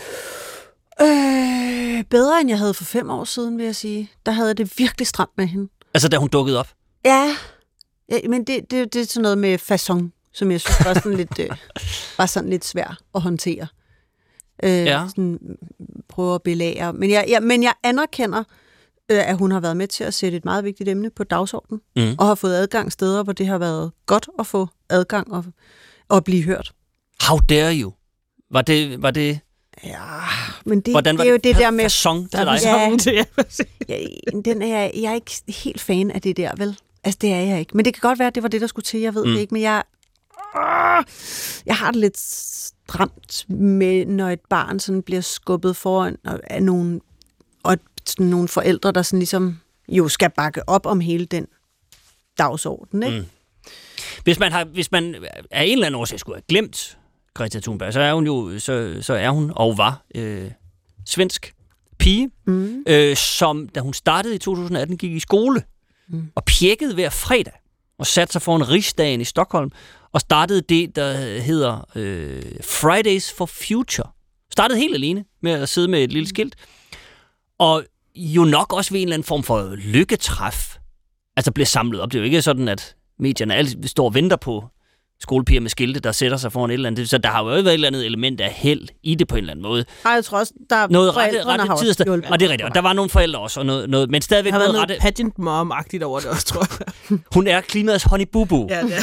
Speaker 1: Bedre, end jeg havde for 5 år siden, vil jeg sige. Der havde det virkelig stramt med hende.
Speaker 2: Altså, da hun dukkede op?
Speaker 1: Ja, men det er sådan noget med façon, som jeg synes var sådan lidt svær at håndtere. Sådan, prøve at belære. Men jeg anerkender, at hun har været med til at sætte et meget vigtigt emne på dagsordenen, og har fået adgang steder, hvor det har været godt at få adgang og blive hørt.
Speaker 2: How dare you? Var det...
Speaker 1: Ja, men det
Speaker 2: er
Speaker 1: jo det der med...
Speaker 2: Fasong til dig?
Speaker 1: Jeg er ikke helt fan af det der, vel? Altså, det er jeg ikke. Men det kan godt være, at det var det, der skulle til. Jeg ved det ikke, men jeg har det lidt stramt med, når et barn sådan bliver skubbet foran af nogle forældre, der sådan ligesom jo skal bakke op om hele den dagsorden, ikke?
Speaker 2: Hvis man af en eller anden årsag skulle have glemt Greta Thunberg, så er hun jo så er hun og var svensk pige, som da hun startede i 2018 gik i skole og pjekkede hver fredag og satte sig foran Riksdagen i Stockholm og startede det, der hedder Fridays for Future. Startede helt alene med at sidde med et lille skilt. Og jo nok også ved en eller anden form for lykketræf, altså bliver samlet op. Det er jo ikke sådan, at medierne altid står og venter på skolepiger med skilte, der sætter sig foran et eller andet. Så der har jo været et eller andet element af held i det på en eller anden måde.
Speaker 1: Nej, jeg tror også, der er
Speaker 2: noget rette tid. Og det er rigtigt. Og der var nogle forældre også, og noget, men stadigvæk
Speaker 3: noget
Speaker 2: rette.
Speaker 3: pageant mom-agtigt over det også, tror jeg.
Speaker 2: Hun er klimaets honey boo boo.
Speaker 3: Ja, det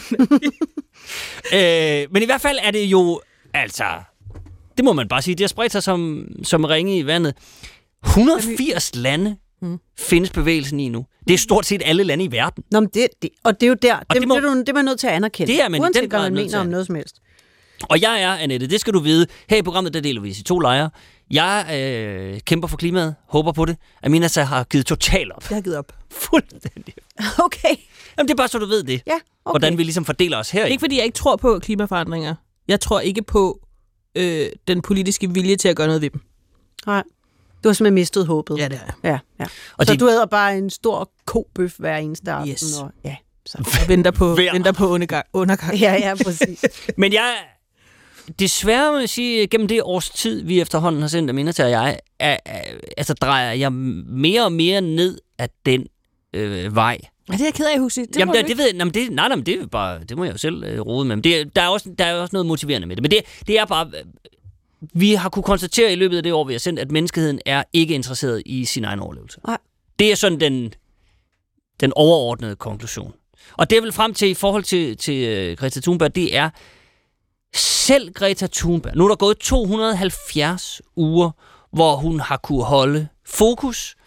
Speaker 3: er.
Speaker 2: Men i hvert fald er det jo, altså, det må man bare sige, det har spredt sig som ringe i vandet. 180 lande findes bevægelsen i nu. Det er stort set alle lande i verden.
Speaker 1: Nå, men og det er jo der. Det er man nødt til at anerkende.
Speaker 2: Det er man
Speaker 1: uanset
Speaker 2: i den
Speaker 1: hvad
Speaker 2: grad
Speaker 1: man
Speaker 2: nødt til.
Speaker 1: mener om noget som helst.
Speaker 2: Og jeg er, Annette, det skal du vide. Her i programmet, der deler vi os i 2 lejre. Jeg kæmper for klimaet, håber på det. Amina så har givet totalt op.
Speaker 3: Jeg har givet op.
Speaker 2: Fuldstændig.
Speaker 1: Okay.
Speaker 2: Jamen, det er bare så, du ved det.
Speaker 1: Ja, okay.
Speaker 2: Hvordan vi ligesom fordeler os her.
Speaker 3: Det er ikke, fordi jeg ikke tror på klimaforandringer. Jeg tror ikke på den politiske vilje til at gøre noget ved dem.
Speaker 1: Nej. Du har simpelthen mistet håbet.
Speaker 3: Ja, det er
Speaker 1: Ja.
Speaker 2: Og
Speaker 1: så du æder bare en stor kobøf hver eneste aften.
Speaker 3: Yes.
Speaker 1: Og, ja, så.
Speaker 3: Jeg venter på undergang.
Speaker 1: Ja, præcis.
Speaker 2: Men jeg desværre må jeg sige, gennem det års tid, vi efterhånden har sendt Amina til, og jeg, drejer jeg mere og mere ned af den vej.
Speaker 3: Ja, det er jeg ked af, Huxi.
Speaker 2: Det er bare, det må jeg jo selv rode med. Men der er også noget motiverende med det. Men det er bare, vi har kunne konstatere i løbet af det år, vi har sendt, at menneskeheden er ikke interesseret i sin egen overlevelse.
Speaker 1: Nej.
Speaker 2: Det er sådan den overordnede konklusion. Og det er vel frem til i forhold til Greta Thunberg, det er selv Greta Thunberg. Nu er der gået 270 uger, hvor hun har kunne holde fokus,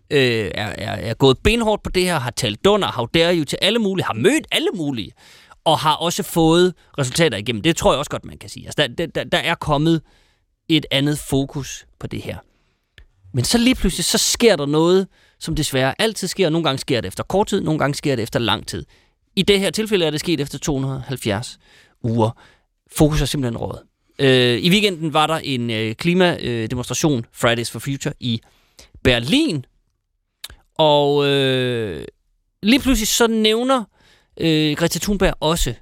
Speaker 2: er gået benhårdt på det her, har talt dunder, har jo til alle mulige, har mødt alle mulige, og har også fået resultater igennem. Det tror jeg også godt, man kan sige. Altså, der er kommet et andet fokus på det her. Men så lige pludselig, så sker der noget, som desværre altid sker. Nogle gange sker det efter kort tid, nogle gange sker det efter lang tid. I det her tilfælde er det sket efter 270 uger. Fokus er simpelthen rådet. I weekenden var der en klimademonstration, Fridays for Future, i Berlin. Og lige pludselig så nævner Greta Thunberg også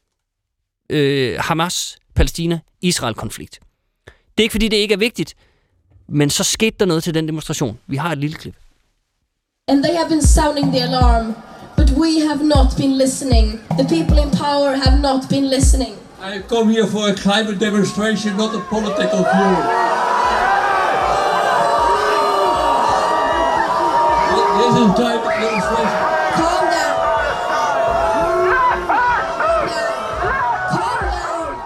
Speaker 2: Hamas, Palæstina, Israel-konflikt. Det er ikke fordi, det ikke er vigtigt, men så skete der noget til den demonstration. Vi har et lille klip.
Speaker 8: And they have been sounding the alarm, but we have not been listening. The people in power have not been listening.
Speaker 9: I come here for a climate demonstration, not a political fuel. This is climate demonstration.
Speaker 8: Calm down. Calm down.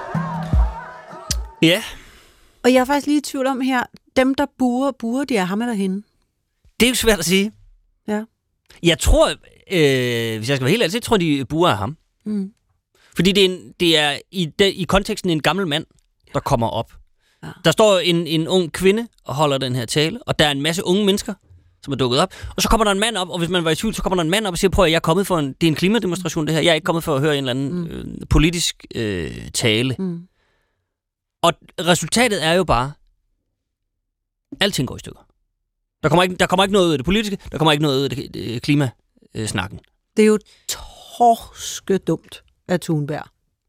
Speaker 2: Ja,
Speaker 1: Og jeg er faktisk lige i tvivl om her, dem der burer de er ham eller hende?
Speaker 2: det er jo svært at sige.
Speaker 1: Ja.
Speaker 2: Jeg tror, hvis jeg skal være helt ærlig, så tror de buer af ham.
Speaker 1: Mm.
Speaker 2: Fordi det er i konteksten en gammel mand, der kommer op.
Speaker 1: Ja.
Speaker 2: Der står en ung kvinde og holder den her tale, og der er en masse unge mennesker, som er dukket op. Og så kommer der en mand op, og hvis man var i tvivl, så kommer der en mand op og siger, prøv at jeg er kommet for det er en klimademonstration det her. Jeg er ikke kommet for at høre en eller anden politisk tale.
Speaker 1: Mm.
Speaker 2: Og resultatet er jo bare, alting går i stykker. Der kommer ikke noget ud af det politiske, der kommer ikke noget ud af det klimasnakken.
Speaker 1: Det er jo torskedumt af Thunberg.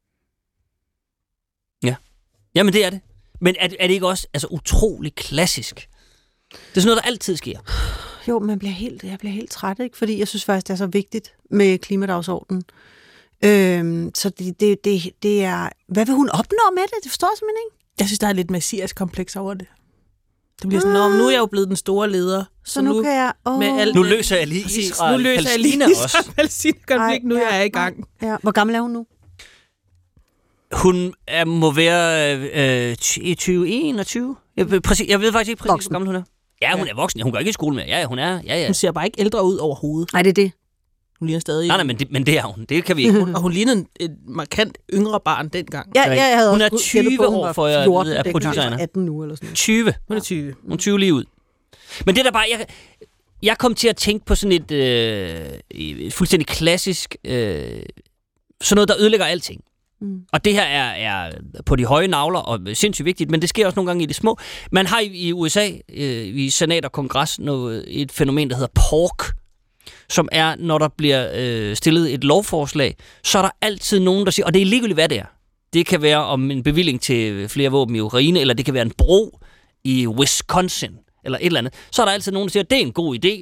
Speaker 2: Ja. Jamen det er det. Men er det ikke også utrolig klassisk? Det er sådan noget, der altid sker.
Speaker 1: Jo, men jeg bliver helt træt, ikke? Fordi jeg synes faktisk, det er så vigtigt med klimadagsordenen. Så det er... Hvad vil hun opnå med det? Det forstår jeg simpelthen ikke.
Speaker 3: Jeg synes, der er lidt messias kompleks over det. Det bliver sådan, nu er jeg jo blevet den store leder.
Speaker 1: Så nu kan jeg...
Speaker 3: Med alt
Speaker 2: nu løser jeg lige Israel. Nu løser jeg lige
Speaker 3: Palæstina-konflikt. Nu er jeg i gang.
Speaker 1: Ja. Hvor gammel er hun nu?
Speaker 2: Hun må være 2021. Jeg ved faktisk ikke præcis, hvor gammel hun er. Ja, hun er voksen. Hun går ikke i skole mere. Ja, hun er. Ja.
Speaker 3: Hun ser bare ikke ældre ud overhovedet.
Speaker 1: Nej, det er det.
Speaker 3: Hun ligner stadig...
Speaker 2: Nej, men det er hun. Det kan vi ikke.
Speaker 3: Og hun ligner et markant yngre barn dengang.
Speaker 1: Ja, jeg havde
Speaker 2: hun er
Speaker 1: også
Speaker 2: 20 år, for jeg ved, af producerne.
Speaker 1: 18 nu eller sådan noget.
Speaker 2: 20.
Speaker 3: Hun er 20.
Speaker 2: Hun er 20 lige ud. Men det er der bare... Jeg kom til at tænke på sådan et fuldstændig klassisk... sådan noget, der ødelægger alting. Mm. Og det her er på de høje nagler og sindssygt vigtigt, men det sker også nogle gange i det små. Man har i USA, i senat og kongres, et fænomen, der hedder pork, som er, når der bliver stillet et lovforslag, så er der altid nogen, der siger, og det er ligegyldigt, hvad det er. Det kan være om en bevilling til flere våben i Ukraine, eller det kan være en bro i Wisconsin, eller et eller andet. Så er der altid nogen, der siger, at det er en god idé,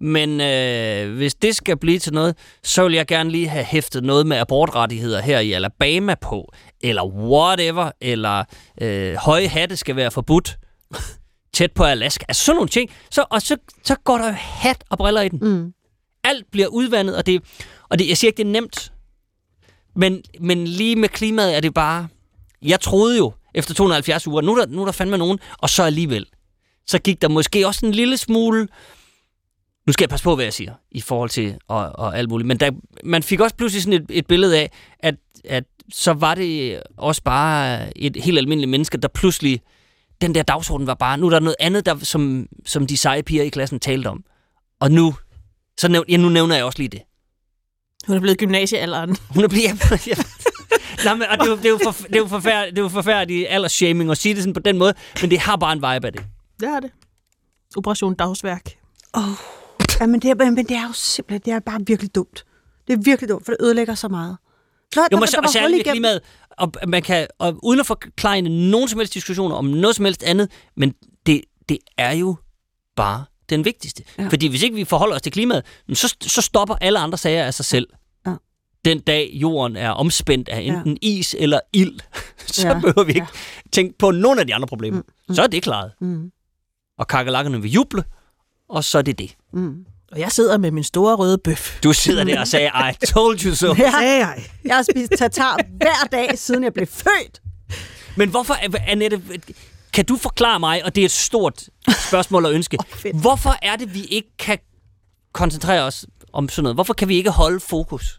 Speaker 2: Men hvis det skal blive til noget, så vil jeg gerne lige have hæftet noget med abortrettigheder her i Alabama på, eller whatever, eller høje hatte skal være forbudt tæt på Alaska. Altså sådan nogle ting. Så går der hat og briller i den. Mm. Alt bliver udvandet, og jeg siger ikke, det er nemt, men lige med klimaet er det bare... Jeg troede jo, efter 270 uger, nu er der fandme nogen, og så alligevel. Så gik der måske også en lille smule... Nu skal jeg passe på, hvad jeg siger, i forhold til og alt muligt. Men man fik også pludselig sådan et billede af, at så var det også bare et helt almindeligt menneske, der pludselig... Den der dagsorden var bare... Nu er der noget andet, der, som de seje piger i klassen talte om. Og nu nævner jeg også lige det.
Speaker 3: Hun er blevet gymnasiealderen.
Speaker 2: Hun er blevet... Ja. Nej, men, og det er jo forfærdeligt aldersshaming at sige det sådan på den måde, men det har bare en vibe af det.
Speaker 3: Det har det. Operation Dagsværk.
Speaker 1: Ja, men det er jo simpelthen, det er bare virkelig dumt. Det er virkelig dumt, for det ødelægger så meget.
Speaker 2: Og særligt med klimaet, og man kan, og uden at forklare nogen som helst diskussioner om noget som helst andet, men det er jo bare den vigtigste. Ja. Fordi hvis ikke vi forholder os til klimaet, så stopper alle andre sager af sig selv. Ja. Den dag jorden er omspændt af enten is eller ild, så behøver vi ikke tænke på nogen af de andre problemer. Så er det klaret. Og kakelakkerne vil juble, og så er det.
Speaker 3: Og jeg sidder med min store røde bøf.
Speaker 2: Du sidder der og sagde, I told you so.
Speaker 3: Ja, sagde jeg.
Speaker 1: Jeg har spist tartar hver dag, siden jeg blev født.
Speaker 2: Men hvorfor, Annette, kan du forklare mig, og det er et stort spørgsmål og ønske, hvorfor er det, vi ikke kan koncentrere os om sådan noget? Hvorfor kan vi ikke holde fokus?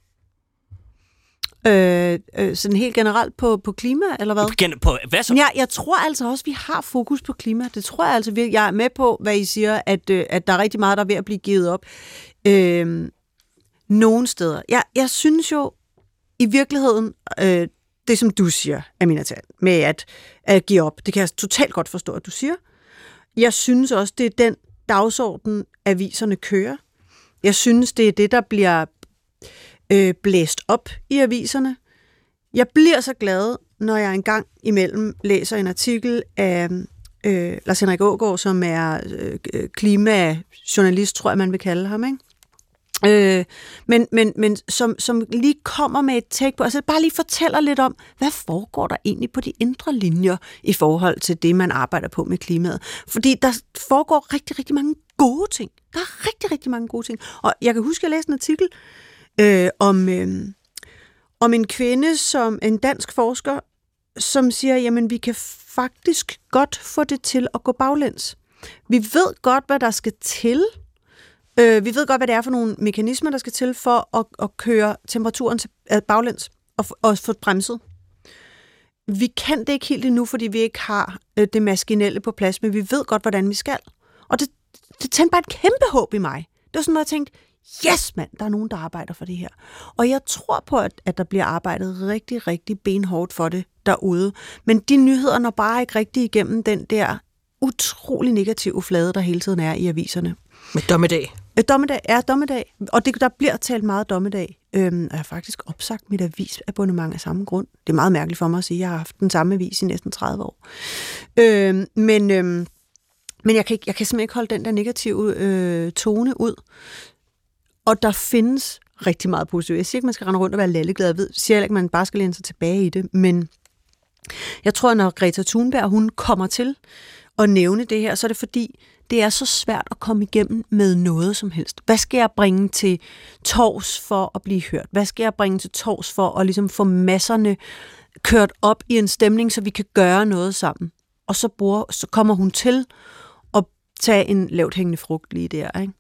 Speaker 1: Sådan helt generelt på klima, eller hvad?
Speaker 2: På hvad så?
Speaker 1: Ja, jeg tror altså også, vi har fokus på klima. Det tror jeg altså virkelig. Jeg er med på, hvad I siger, at der er rigtig meget, der er ved at blive givet op. Nogle steder. Jeg synes jo, i virkeligheden, det som du siger, Aminata, med at give op, det kan jeg totalt godt forstå, at du siger. Jeg synes også, det er den dagsorden, aviserne kører. Jeg synes, det er det, der bliver blæst op i aviserne. Jeg bliver så glad, når jeg engang imellem læser en artikel af Lars Henrik Aagaard, som er klimajournalist, tror jeg, man vil kalde ham, ikke? Men som lige kommer med et take på, altså bare lige fortæller lidt om, hvad foregår der egentlig på de indre linjer i forhold til det, man arbejder på med klimaet. Fordi der foregår rigtig, rigtig mange gode ting. Der er rigtig, rigtig mange gode ting. Og jeg kan huske, at jeg læste en artikel om en kvinde, som en dansk forsker, som siger, jamen vi kan faktisk godt få det til at gå baglæns. Vi ved godt, hvad der skal til. Vi ved godt, hvad det er for nogle mekanismer, der skal til for at køre temperaturen baglæns og få bremset. Vi kan det ikke helt endnu, fordi vi ikke har det maskinelle på plads, men vi ved godt, hvordan vi skal. Og det tændte bare et kæmpe håb i mig. Det var sådan, at jeg tænkte, yes mand, der er nogen, der arbejder for det her. Og jeg tror på, at der bliver arbejdet rigtig, rigtig benhårdt for det derude. Men de nyheder når bare ikke rigtig igennem den der utrolig negative flade, der hele tiden er i aviserne.
Speaker 3: Med dommedag.
Speaker 1: Dommedag. Og der bliver talt meget dommedag. Jeg har faktisk opsagt mit avisabonnement af samme grund. Det er meget mærkeligt for mig at sige, at jeg har haft den samme avis i næsten 30 år. Men jeg kan simpelthen ikke holde den der negative tone ud. Og der findes rigtig meget positivt. Jeg siger ikke, man skal rende rundt og være lalleglad. Jeg siger ikke, at man bare skal læne sig tilbage i det. Men jeg tror, når Greta Thunberg hun kommer til at nævne det her, så er det fordi, det er så svært at komme igennem med noget som helst. Hvad skal jeg bringe til torvs for at blive hørt? Hvad skal jeg bringe til torvs for at ligesom få masserne kørt op i en stemning, så vi kan gøre noget sammen? Og så kommer hun til at tage en lavt hængende frugt lige der, ikke?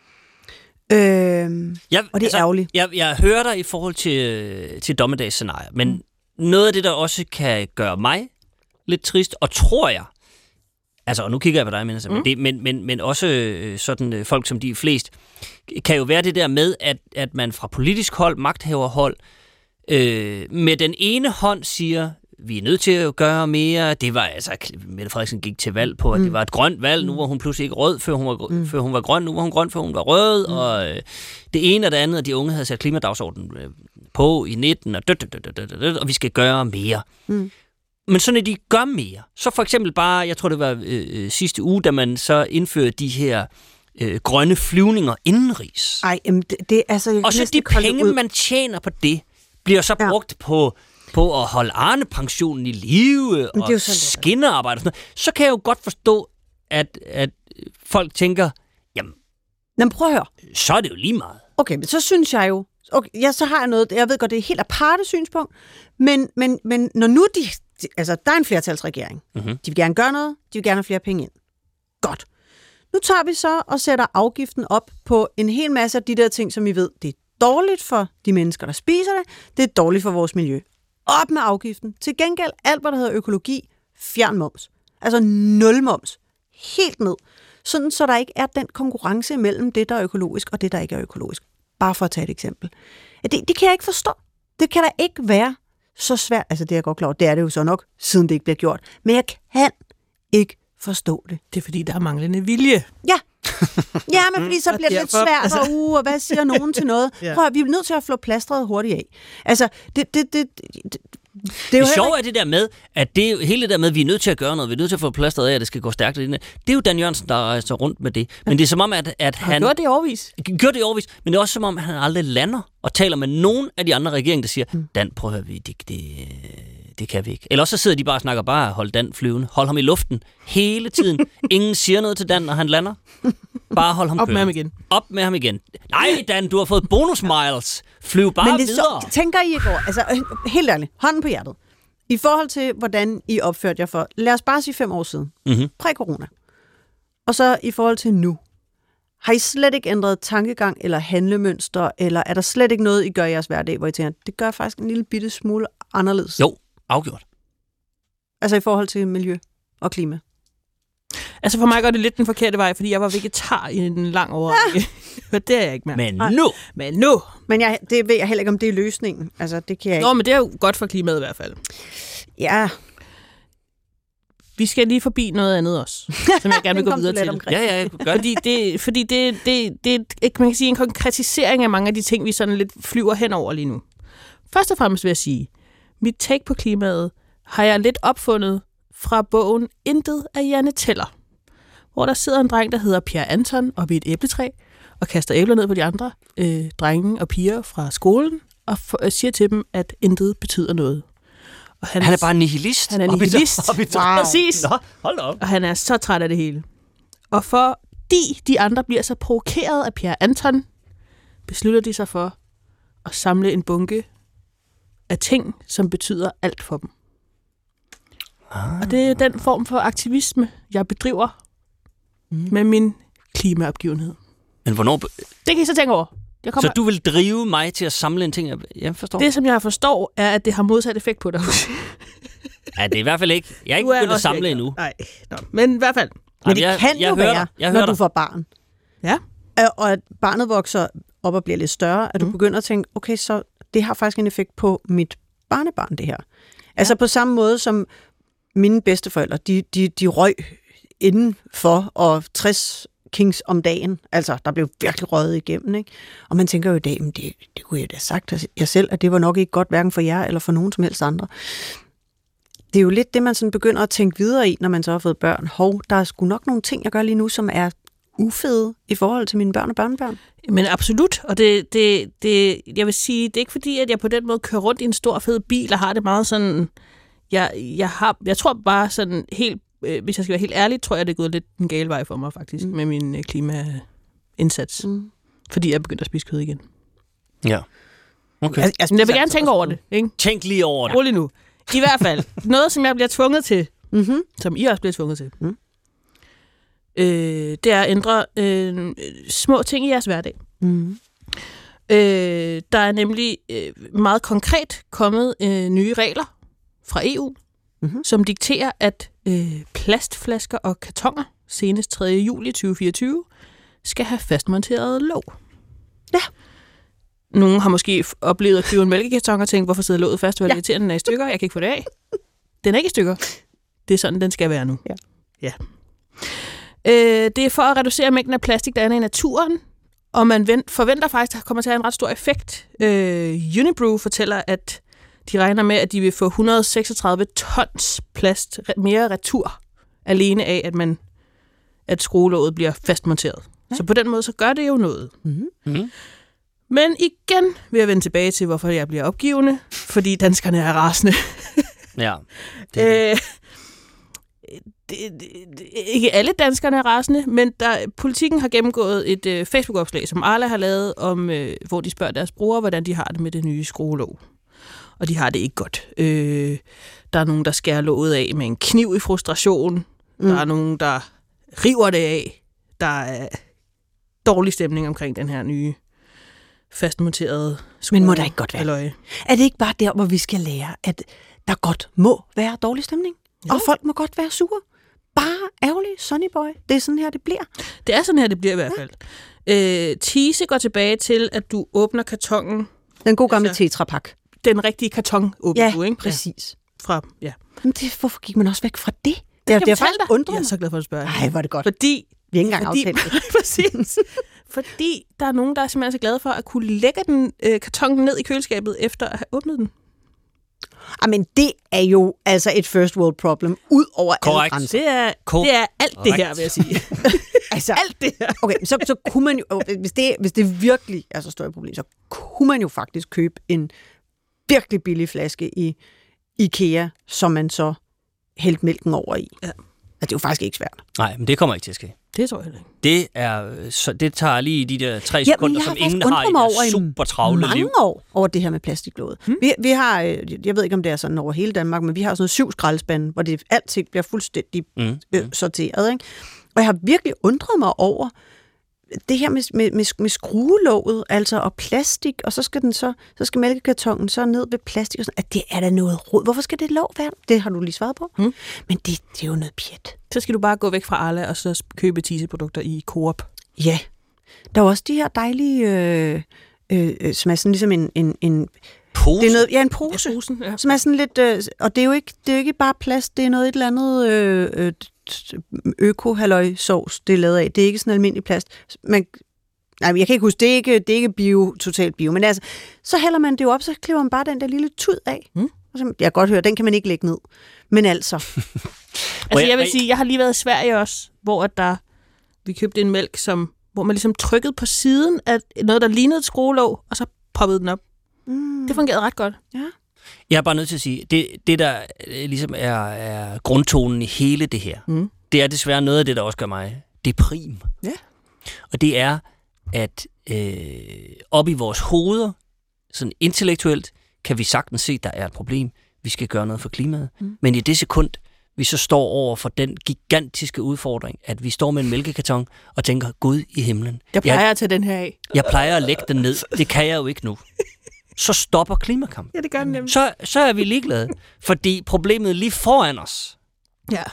Speaker 1: Og det er ærgerligt.
Speaker 2: Jeg hører dig i forhold til dommedagsscenarier, men noget af det, der også kan gøre mig lidt trist, og tror jeg, altså, og nu kigger jeg på dig, men også sådan folk som de flest, kan jo være det der med, at man fra politisk hold, magthaverhold, med den ene hånd siger, vi er nødt til at gøre mere. Det var altså, Mette Frederiksen gik til valg på, at det var et grønt valg. Nu var hun pludselig ikke rød, før hun var grøn. Nu var hun grøn, før hun var rød. Og det ene og det andet, at de unge havde sat klimadagsordenen på i 19, og vi skal gøre mere. Men så når de gør mere, så for eksempel bare, jeg tror det var sidste uge, da man så indførte de her grønne flyvninger indenrigs.
Speaker 1: Ej, det altså...
Speaker 2: Og så de penge, man tjener på det, bliver så brugt på at holde Arne-pensionen i live og skinnearbejde og sådan noget. Så kan jeg jo godt forstå, at folk tænker, jamen
Speaker 1: prøv at høre.
Speaker 2: Så er det jo lige meget.
Speaker 1: Okay, men så synes jeg jo... Okay, så har jeg noget... Jeg ved godt, det er helt aparte synspunkt, men når nu altså, der er en flertalsregering. Mm-hmm. De vil gerne gøre noget, de vil gerne have flere penge ind. Godt. Nu tager vi så og sætter afgiften op på en hel masse af de der ting, som vi ved, det er dårligt for de mennesker, der spiser det. Det er dårligt for vores miljø. Op med afgiften. Til gengæld, alt hvad der hedder økologi, fjern moms. Altså 0 moms. Helt ned. Sådan, så der ikke er den konkurrence mellem det, der er økologisk, og det, der ikke er økologisk. Bare for at tage et eksempel. Det kan jeg ikke forstå. Det kan da ikke være så svært. Altså det er jeg godt klar over. Det er det jo så nok, siden det ikke bliver gjort. Men jeg kan ikke forstå det.
Speaker 3: Det er fordi, der er manglende vilje.
Speaker 1: Ja. Ja, men fordi så bliver det lidt svært, og hvad siger nogen til noget? Prøv at, vi er nødt til at flå plastret hurtigt af. Altså, det er jo
Speaker 2: sjovt er det der med, at hele det der med, at vi er nødt til at gøre noget, vi er nødt til at få plastret af, at det skal gå stærkt. Det er jo Dan Jørgensen, der rejser rundt med det. Men det er som om, at han...
Speaker 3: Gør det i årvis.
Speaker 2: Gør det i årvis, men det er også som om, at han aldrig lander og taler med nogen af de andre regeringer, der siger, Dan, prøv at høre, det kan vi ikke. Eller også så sidder de bare og snakker, bare hold Dan flyvende. Hold ham i luften hele tiden. Ingen siger noget til Dan, når han lander. Bare hold ham
Speaker 3: op med ham igen.
Speaker 2: Op med ham igen. Nej, Dan, du har fået bonus miles. Flyv bare videre.
Speaker 1: Så, tænker I i går, altså helt ærligt, hånden på hjertet. I forhold til, hvordan I opførte jer for, lad os bare sige 5 år siden. Mm-hmm. Præ-corona. Og så i forhold til nu. Har I slet ikke ændret tankegang eller handlemønster, eller er der slet ikke noget, I gør i jeres hverdag, hvor I tænker, det gør faktisk en lille bitte smule anderledes?
Speaker 2: Jo, afgjort.
Speaker 1: Altså i forhold til miljø og klima?
Speaker 3: Altså for mig går det lidt den forkerte vej, fordi jeg var vegetar i en lang overrække. Det er jeg ikke mere.
Speaker 2: Men nu!
Speaker 1: Men det ved jeg heller ikke, om det er løsningen. Altså, det kan jeg ikke.
Speaker 3: Nå, men det er jo godt for klimaet i hvert fald.
Speaker 1: Ja.
Speaker 3: Vi skal lige forbi noget andet også, som jeg gerne vil gå videre til.
Speaker 2: Ja, gør
Speaker 3: det. Fordi det man kan sige, en konkretisering af mange af de ting, vi sådan lidt flyver henover lige nu. Først og fremmest vil jeg sige, mit take på klimaet har jeg lidt opfundet fra bogen Intet af Janne Teller, hvor der sidder en dreng, der hedder Pierre Anton, oppe i et æbletræ, og kaster æbler ned på de andre drenge og piger fra skolen, og siger til dem, at intet betyder noget. Og
Speaker 2: han er bare nihilist.
Speaker 3: Han er nihilist.
Speaker 2: Wow.
Speaker 3: Præcis.
Speaker 2: Nå, hold op.
Speaker 3: Og han er så træt af det hele. Og fordi de andre bliver så provokeret af Pierre Anton, beslutter de sig for at samle en bunke af ting, som betyder alt for dem. Og det er den form for aktivisme, jeg bedriver med min klimaopgivenhed.
Speaker 2: Men hvornår...
Speaker 3: Det kan I så tænke over.
Speaker 2: Så du vil drive mig til at samle en ting? Jeg forstår.
Speaker 3: Det, som jeg forstår, er, at det har modsat effekt på dig.
Speaker 2: Ja, det er i hvert fald ikke. Jeg er ikke begyndt at samle endnu.
Speaker 3: Nej, men i hvert fald.
Speaker 1: Men det kan jo være, når du får barn.
Speaker 3: Ja.
Speaker 1: Og at barnet vokser op og bliver lidt større, at du begynder at tænke, okay, så det har faktisk en effekt på mit barnebarn, det her. Altså på samme måde som mine bedsteforældre, de røg indenfor og 60 kings om dagen. Altså, der blev virkelig røget igennem, ikke? Og man tænker jo i dag, men det kunne jeg da sagt jeg selv, at det var nok ikke godt, hverken for jer eller for nogen som helst andre. Det er jo lidt det, man sådan begynder at tænke videre i, når man så har fået børn. Der er sgu nok nogle ting, jeg gør lige nu, som er ufede i forhold til mine børn og børnebørn.
Speaker 3: Men absolut, og det jeg vil sige, det er ikke fordi, at jeg på den måde kører rundt i en stor fed bil og har det meget sådan... Jeg tror bare sådan helt, hvis jeg skal være helt ærlig, tror jeg, det er gået lidt en gal vej for mig faktisk, med min klimaindsats. Fordi jeg er begyndt at spise kød igen.
Speaker 2: Ja. Okay.
Speaker 3: Men jeg vil gerne tænke over det, ikke?
Speaker 2: Tænk lige over det.
Speaker 3: Rolig nu. I hvert fald, noget som jeg bliver tvunget til, som I også bliver tvunget til, det er at ændre små ting i jeres hverdag. Der er nemlig meget konkret kommet nye regler fra EU, som dikterer, at plastflasker og kartoner senest 3. juli 2024 skal have fastmonteret låg.
Speaker 1: Ja.
Speaker 3: Nogle har måske oplevet at købe en mælkekarton og tænkt, hvorfor sidder låget fast, hvor den er i stykker? Jeg kan ikke få det af. Den er ikke i stykker. Det er sådan, den skal være nu. Ja. Det er for at reducere mængden af plastik, der er i naturen, og man forventer faktisk, at der kommer til at have en ret stor effekt. Unibrew fortæller, at de regner med, at de vil få 136 tons plast mere retur, alene af, at skruelåget bliver fastmonteret. Ja. Så på den måde, så gør det jo noget. Mm-hmm. Men igen vil jeg vende tilbage til, hvorfor jeg bliver opgivende. Fordi danskerne er rasende.
Speaker 2: Ja.
Speaker 3: Ikke alle danskerne er rasende, men Politikken har gennemgået et Facebook-opslag, som Arla har lavet, om, hvor de spørger deres brugere, hvordan de har det med det nye skruelåg. Og de har det ikke godt. Der er nogen, der skærer låget af med en kniv i frustration. Der er nogen, der river det af. Der er dårlig stemning omkring den her nye fastmonterede skole.
Speaker 1: Men må der ikke godt være? Halløj. Er det ikke bare der, hvor vi skal lære, at der godt må være dårlig stemning? Jo. Og folk må godt være sure? Bare ærgerlig, Sonny Boy. Det er sådan her, det bliver.
Speaker 3: Det er sådan her, det bliver i hvert fald. Tise går tilbage til, at du åbner kartongen.
Speaker 1: Den gode gamle tetrapak.
Speaker 3: Den rigtige karton åbner du, ikke?
Speaker 1: Præcis.
Speaker 3: Fra.
Speaker 1: Men hvorfor gik man også væk fra det? Det er faktisk undret.
Speaker 3: Jeg er så glad for at spørge.
Speaker 1: Nej, hvor er det godt.
Speaker 3: Fordi
Speaker 1: vi ikke engang aftalt det.
Speaker 3: Præcis. Fordi der er nogen, der er simpelthen så glade for at kunne lægge den kartongen ned i køleskabet, efter at have åbnet den.
Speaker 1: Men det er jo altså et first world problem, ud over alle grænser.
Speaker 3: Det er alt det her, vil jeg sige.
Speaker 1: Altså, alt det her. Okay, så kunne man jo, hvis det virkelig er så stort problem, så kunne man jo faktisk købe en virkelig billig flaske i IKEA, som man så hældte mælken over i. Ja. Altså, det er jo faktisk ikke svært.
Speaker 2: Nej, men det kommer ikke til at ske.
Speaker 3: Det tror jeg ikke.
Speaker 2: Det tager lige de der 3 sekunder, som ingen har i deres super travle liv.
Speaker 1: Mange år over det her med plastiklåget. Vi har, jeg ved ikke, om det er sådan over hele Danmark, men vi har sådan 7 skraldespande, hvor det altid bliver fuldstændig sorteret. Ikke? Og jeg har virkelig undret mig over det her med skruelåget, altså, og plastik, og så skal mælkekartongen så ned ved plastik, og sådan, at det er da noget rod. Hvorfor skal det låg være? Det har du lige svaret på. Men det er jo noget pjat.
Speaker 3: Så skal du bare gå væk fra Arla, og så købe Tise-produkter i Coop.
Speaker 1: Ja. Der er også de her dejlige, som er sådan ligesom en
Speaker 2: pose?
Speaker 1: Det er noget, en pose. Ja, posen, ja. Som er sådan lidt, og det er jo ikke bare plast, det er noget et eller andet øko-halløj-sovs, det er lavet af. Det er ikke sådan almindelig plast. Jeg kan ikke huske, det er ikke bio, totalt bio, men altså, så hælder man det jo op, så klipper man bare den der lille tud af. Og så, jeg kan godt høre, den kan man ikke lægge ned. Men altså.
Speaker 3: Jeg vil sige, jeg har lige været i Sverige også, hvor vi købte en mælk, hvor man ligesom trykkede på siden af noget, der lignede et skruelåg, og så poppede den op. Det fungerede ret godt.
Speaker 1: Ja.
Speaker 2: Jeg er bare nødt til at sige, det der ligesom er grundtonen i hele det her, det er desværre noget af det, der også gør mig deprim.
Speaker 1: Ja.
Speaker 2: Og det er, at op i vores hoveder, sådan intellektuelt, kan vi sagtens se, at der er et problem. Vi skal gøre noget for klimaet. Men i det sekund, vi så står over for den gigantiske udfordring, at vi står med en mælkekarton og tænker, Gud i himlen.
Speaker 3: Jeg plejer at tage den her af.
Speaker 2: Jeg plejer at lægge den ned. Det kan jeg jo ikke nu. Så stopper klimakampen.
Speaker 3: Ja, det gør den nemlig.
Speaker 2: Så er vi ligeglade. Fordi problemet lige foran os. Ja.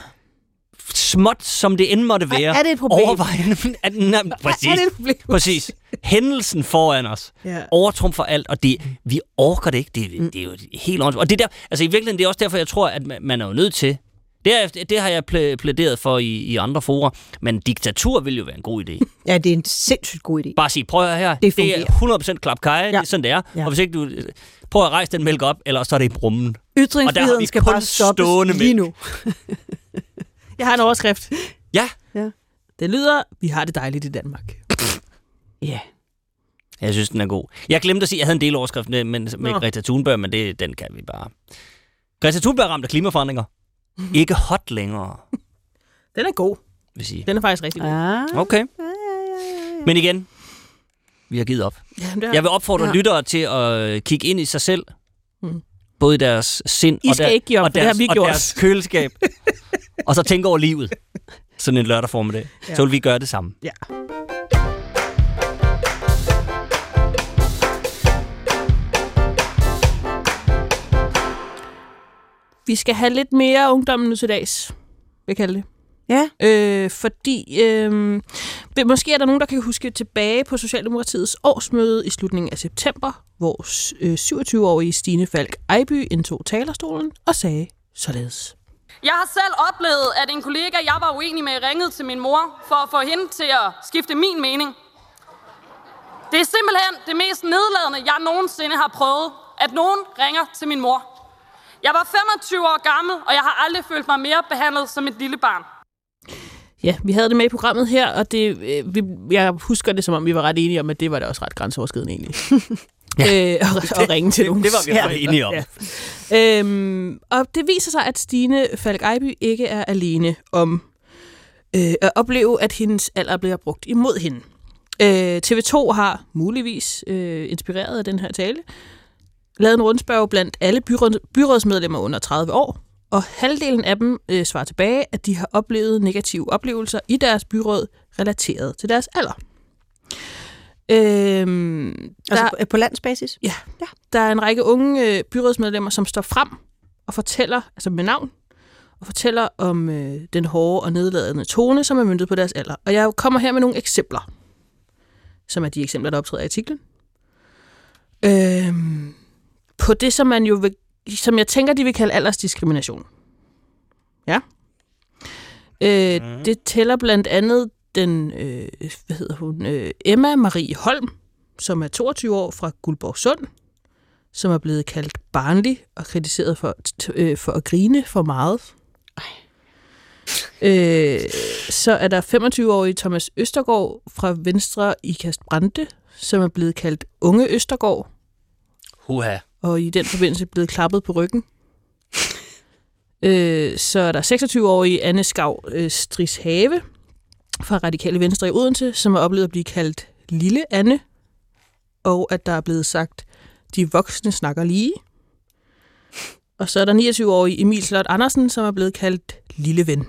Speaker 2: Småt, som det end måtte være.
Speaker 3: Er det et problem?
Speaker 2: Præcis.
Speaker 3: Er det et problem?
Speaker 2: Præcis. Hændelsen foran os. Ja. Overtrumfer alt, og vi orker det ikke. Det er jo helt ordentligt. Og det der, altså i virkeligheden, det er også derfor, jeg tror, at man er jo nødt til. Det har jeg plæderet for i andre forer, men diktatur vil jo være en god idé.
Speaker 1: Ja, det er en sindssygt god idé.
Speaker 2: Bare sige, prøv at høre her, det er 100% klapkaje, det er sådan det er. Ja. Og hvis ikke du prøver at rejse den mælk op, eller så er det i brummen.
Speaker 1: Ytringsfriheden skal bare stoppes lige nu.
Speaker 3: Jeg har en overskrift.
Speaker 2: Ja.
Speaker 3: Det lyder, vi har det dejligt i Danmark.
Speaker 1: Ja.
Speaker 2: Jeg synes, den er god. Jeg glemte at sige, at jeg havde en del overskrift med Greta Thunberg, men den kan vi bare. Greta Thunberg ramt af klimaforandringer. Ikke hot længere.
Speaker 3: Den er god.
Speaker 2: Vil sige.
Speaker 3: Den er faktisk rigtig god.
Speaker 2: Okay. Men igen, vi har givet op. Jeg vil opfordre lyttere til at kigge ind i sig selv. Både i deres sind og deres køleskab. Og så tænke over livet. Sådan en lørdag formiddag. Ja. Så vil vi gøre det samme.
Speaker 3: Ja. Vi skal have lidt mere ungdommen nu til dags, vil jeg kalde det.
Speaker 1: Ja.
Speaker 3: Fordi måske er der nogen, der kan huske tilbage på Socialdemokratiets årsmøde i slutningen af september, hvor 27-årige Stine Falk Ejby indtog talerstolen og sagde således.
Speaker 10: Jeg har selv oplevet, at en kollega, jeg var uenig med, ringede til min mor for at få hende til at skifte min mening. Det er simpelthen det mest nedladende, jeg nogensinde har prøvet, at nogen ringer til min mor. Jeg var 25 år gammel, og jeg har aldrig følt mig mere behandlet som et lille barn.
Speaker 3: Ja, vi havde det med i programmet her, og jeg husker det, som om vi var ret enige om, at det var da også ret grænseoverskridende egentlig. Og ringe til nogen.
Speaker 2: Det var vi ret enige om.
Speaker 3: Ja. Og det viser sig, at Stine Falk Ejby ikke er alene om at opleve, at hendes alder bliver brugt imod hende. TV2 har muligvis inspireret af den her tale lavet en rundspørg blandt alle byrådsmedlemmer under 30 år, og halvdelen af dem svarer tilbage, at de har oplevet negative oplevelser i deres byråd relateret til deres alder.
Speaker 1: Altså på landsbasis?
Speaker 3: Ja. Der er en række unge byrådsmedlemmer, som står frem og fortæller, altså med navn, og fortæller om den hårde og nedladende tone, som er møntet på deres alder. Og jeg kommer her med nogle eksempler, som er de eksempler, der optræder i artiklen. På det, som man jo vil, som jeg tænker, de vil kalde aldersdiskrimination. Ja. Det tæller blandt andet den, Emma Marie Holm, som er 22 år fra Guldborgsund, som er blevet kaldt barnlig og kritiseret for at grine for meget. Så er der 25-årige Thomas Østergaard fra Venstre i Ikast-Brande, som er blevet kaldt unge Østergaard.
Speaker 2: Huha.
Speaker 3: Og i den forbindelse blevet klappet på ryggen. Så er der 26-årige Anne Skav Strishave fra Radikale Venstre i Odense, som har oplevet at blive kaldt Lille Anne, og at der er blevet sagt, de voksne snakker lige. Og så er der 29-årige Emil Slot Andersen, som er blevet kaldt Lille Ven.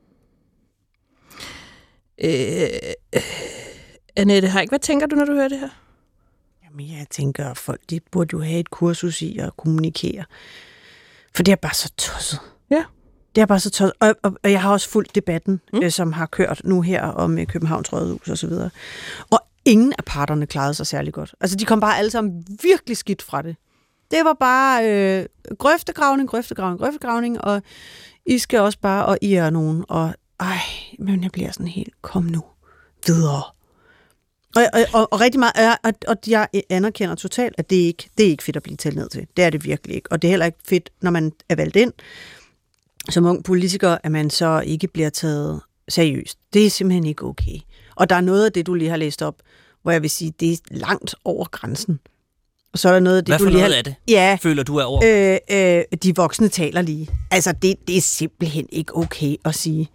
Speaker 3: Annette Haik, hvad tænker du, når du hører det her?
Speaker 1: Jamen, jeg tænker, at folk de burde jo have et kursus i at kommunikere. For det er bare så tosset.
Speaker 3: Ja.
Speaker 1: Det er bare så tosset. Og jeg har også fulgt debatten, som har kørt nu her om Københavns Rådhus og så videre. Og ingen af parterne klarede sig særlig godt. Altså, de kom bare alle sammen virkelig skidt fra det. Det var bare grøftegravning, og I skal også bare, og I er nogen, og men jeg bliver sådan helt, kom nu, videre. Og rigtig meget, og jeg anerkender totalt, at det er ikke fedt at blive talt ned til. Det er det virkelig ikke. Og det er heller ikke fedt, når man er valgt ind som ung politiker, at man så ikke bliver taget seriøst. Det er simpelthen ikke okay. Og der er noget af det, du lige har læst op, hvor jeg vil sige, det er langt over grænsen. Og så er der noget af det,
Speaker 2: hvad for noget af det, føler du er over?
Speaker 1: De voksne taler lige. Altså, det er simpelthen ikke okay at sige.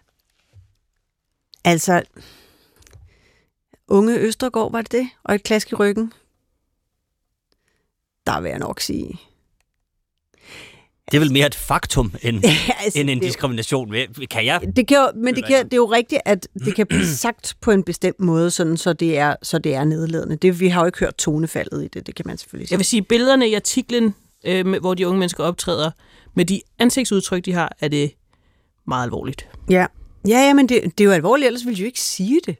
Speaker 1: Altså, unge Østergaard, var det? Og et klask i ryggen? Der vil jeg nok sige.
Speaker 2: Det er vel mere et faktum, end en diskrimination. Kan jeg?
Speaker 1: Det er jo rigtigt, at det kan blive sagt på en bestemt måde, sådan, så det er nedladende. Vi har jo ikke hørt tonefaldet i det kan man selvfølgelig sige. Jeg
Speaker 3: vil sige, billederne i artiklen, hvor de unge mennesker optræder, med de ansigtsudtryk, de har, er det meget alvorligt.
Speaker 1: Ja, men det er jo alvorligt, ellers ville de jo ikke sige det.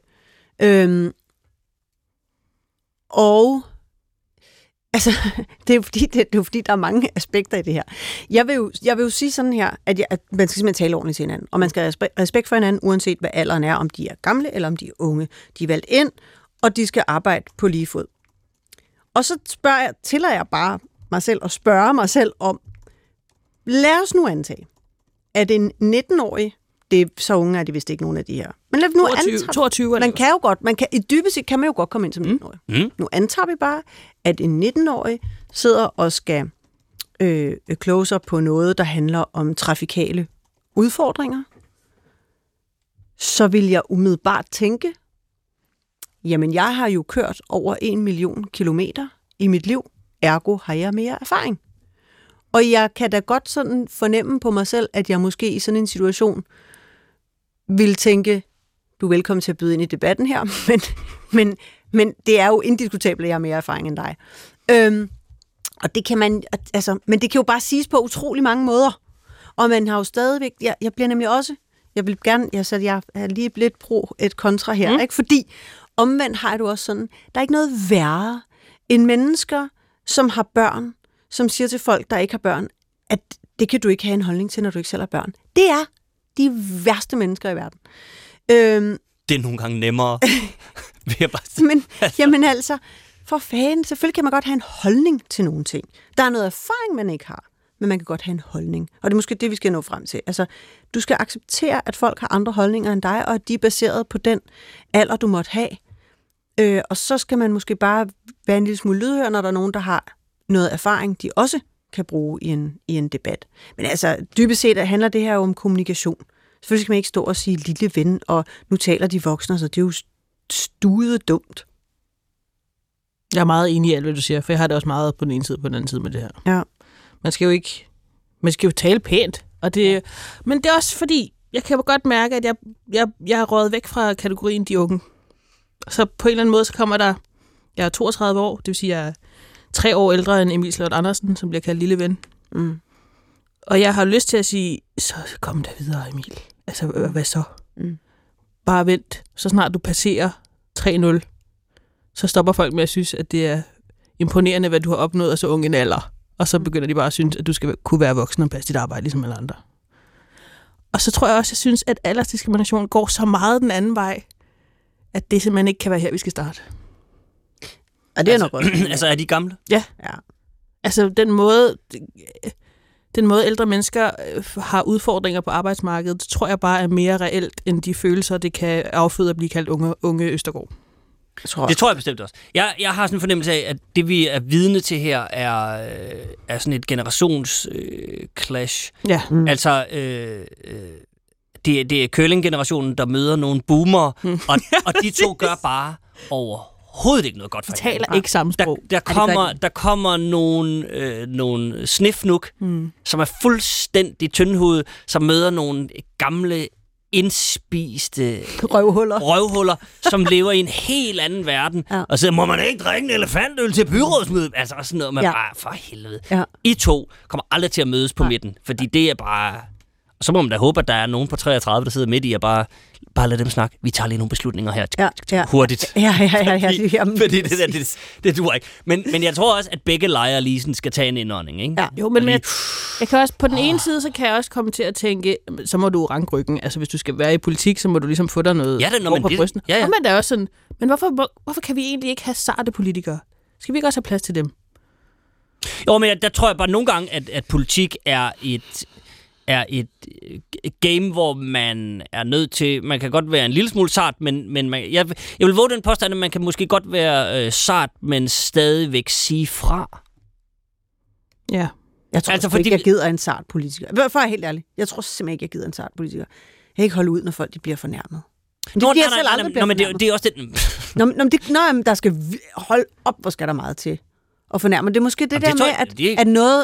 Speaker 1: Og altså, det er jo fordi, der er mange aspekter i det her. Jeg vil jo sige sådan her, at man skal simpelthen tale ordentligt til hinanden, og man skal have respekt for hinanden, uanset hvad alderen er, om de er gamle eller om de er unge. De er valgt ind, og de skal arbejde på lige fod. Og så tillader jeg bare mig selv at spørge mig selv om, lad os nu antage, at en 19-årig, så unge er de vist ikke nogen af de her. Men lad nu
Speaker 3: 22
Speaker 1: man kan jo godt, i dybest set kan man jo godt komme ind som 19-årig. Nu antager vi bare, at en 19-årig sidder og skal kloge sig på noget, der handler om trafikale udfordringer. Så vil jeg umiddelbart tænke, jamen jeg har jo kørt over 1 million kilometer i mit liv, ergo har jeg mere erfaring. Og jeg kan da godt sådan fornemme på mig selv, at jeg måske i sådan en situation vil tænke, du er velkommen til at byde ind i debatten her, men det er jo indiskutabelt, at jeg har mere erfaring end dig. Og det kan man, altså, men det kan jo bare siges på utrolig mange måder. Og man har jo stadigvæk, jeg bliver nemlig også, jeg er lige lidt pro et kontra her, ikke? Fordi omvendt har du også sådan, der er ikke noget værre end mennesker, som har børn, som siger til folk, der ikke har børn, at det kan du ikke have en holdning til, når du ikke selv har børn. Det er de værste mennesker i verden.
Speaker 2: Det er nogle gange nemmere.
Speaker 1: Jamen altså, for fanden, selvfølgelig kan man godt have en holdning til nogle ting. Der er noget erfaring, man ikke har. men man kan godt have en holdning. Og det er måske det, vi skal nå frem til. Altså, du skal acceptere, at folk har andre holdninger end dig, og at de er baseret på den alder, du måtte have. Og så skal man måske bare være en lille smule lydhør, når der er nogen, der har noget erfaring, de også kan bruge i en debat. Men altså, dybest set handler det her jo om kommunikation. Selvfølgelig skal man ikke stå og sige lille ven, og nu taler de voksne, så det er jo stude dumt.
Speaker 3: Jeg er meget enig i alt, hvad du siger, for jeg har det også meget på den ene side og på den anden side med det her.
Speaker 1: Ja.
Speaker 3: Man skal jo tale pænt, og det, men det er også fordi, jeg kan jo godt mærke, at jeg er røget væk fra kategorien de unge. Så på en eller anden måde, så kommer der, jeg er 32 år, det vil sige, jeg er 3 år ældre end Emil Slot Andersen, som bliver kaldt lille ven. Mm. Og jeg har lyst til at sige, så kom der videre, Emil. Altså, hvad så? Mm. Bare vent. Så snart du passerer 3-0, så stopper folk med at synes, at det er imponerende, hvad du har opnået af så ung en alder. Og så begynder de bare at synes, at du skal kunne være voksen og passe dit arbejde, ligesom alle andre. Og så tror jeg også, jeg synes, at aldersdiskrimination går så meget den anden vej, at det simpelthen ikke kan være her, vi skal starte.
Speaker 1: Og det er nok godt.
Speaker 2: Altså, er de gamle?
Speaker 3: Ja. Altså, den måde ældre mennesker har udfordringer på arbejdsmarkedet, tror jeg bare er mere reelt, end de følelser, det kan afføde at blive kaldt unge Østergaard.
Speaker 2: Det tror jeg bestemt også. Jeg har sådan en fornemmelse af, at det vi er vidne til her er sådan et generations clash. Altså det er curling-generationen, der møder nogle boomer, og de to gør bare overhovedet ikke noget godt for
Speaker 3: hinanden. De taler ikke samme sprog.
Speaker 2: Der kommer nogle snifnuk, som er fuldstændig tyndhudet, som møder nogle gamle indspiste røvhuller, som lever i en helt anden verden, og så må man ikke drikke en elefantøl til byrådsmødet. Altså sådan noget, man bare, for helvede. Ja. I to kommer aldrig til at mødes på midten, fordi det er bare... Og så må man da håbe, at der er nogen på 33, der sidder midt i, og bare lad dem snakke. Vi tager lige nogle beslutninger her hurtigt.
Speaker 1: Ja.
Speaker 2: Fordi det duer ikke. Men jeg tror også, at begge lejre lige sådan skal tage en indånding, ikke?
Speaker 3: Ja. Jo, men jeg kan også, på den ene side, så kan jeg også komme til at tænke, så må du ranke ryggen. Altså, hvis du skal være i politik, så må du ligesom få dig noget på brysten. Ja. Og men der er også sådan, men hvorfor kan vi egentlig ikke have sarte politikere? Skal vi ikke også have plads til dem?
Speaker 2: Jo, men der tror jeg bare nogle gange, at politik er et game, hvor man er nødt til... Man kan godt være en lille smule sart, men jeg vil våge den påstand, at man kan måske godt være sart, men stadigvæk sige fra.
Speaker 1: Ja. Jeg tror altså, ikke, jeg gider en sart politiker. For at være helt ærlig. Jeg tror simpelthen ikke, jeg gider en sart politiker. Jeg kan ikke holde ud, når folk de bliver fornærmet.
Speaker 2: Det er også det...
Speaker 1: Nå, der skal holde op, hvor skal der meget til at fornærme. Det er måske det med, at noget...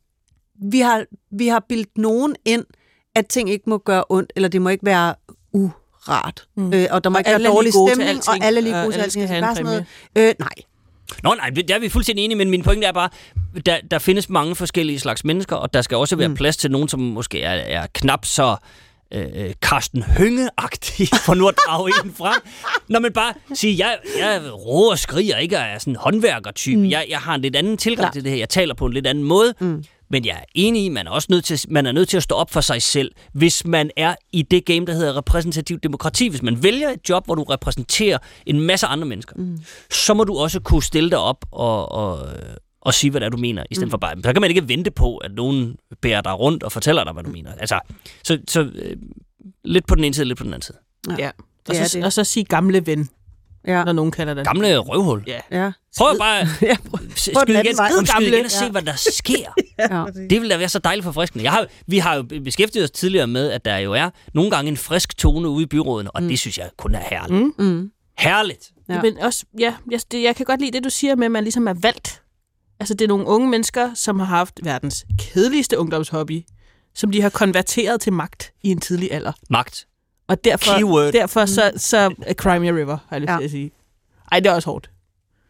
Speaker 1: Vi har bildt nogen ind, at ting ikke må gøre ondt, eller det må ikke være urart. Og der må ikke være dårlig stemning, og alle er lige gode til alting. Bare sådan noget.
Speaker 2: Nej, der er vi fuldstændig enige, men min pointe er bare, der findes mange forskellige slags mennesker, og der skal også være plads til nogen, som måske er knap så Karsten Hønge-agtig, for nu at drage en frem. Når man bare siger, jeg råber og skriger ikke, og er sådan en håndværkertype. Jeg har en lidt anden tilgang til det her. Jeg taler på en lidt anden måde. Men jeg er enig i, at man er nødt til at stå op for sig selv, hvis man er i det game, der hedder repræsentativ demokrati. Hvis man vælger et job, hvor du repræsenterer en masse andre mennesker, så må du også kunne stille dig op og sige, hvad det er, du mener, i stedet for bare... Så kan man ikke vente på, at nogen bærer dig rundt og fortæller dig, hvad du mener. Altså, så lidt på den ene side, lidt på den anden side.
Speaker 3: Ja. Og så sige gamle ven. Ja. Når nogen kalder det.
Speaker 2: Gamle røvhul.
Speaker 3: Ja.
Speaker 2: Prøv bare skyde igen og se, hvad der sker. Det vil da være så dejligt forfriskende. Vi har jo beskæftiget os tidligere med, at der jo er nogle gange en frisk tone ude i byrådene, og det synes jeg kun er herligt. Herligt.
Speaker 3: Ja. Men også, jeg kan godt lide det, du siger med, at man ligesom er valgt. Altså, det er nogle unge mennesker, som har haft verdens kedeligste ungdomshobby, som de har konverteret til magt i en tidlig alder.
Speaker 2: Magt.
Speaker 3: Og derfor så Crimea River, har jeg lyst til at sige. Ej, det er også hårdt.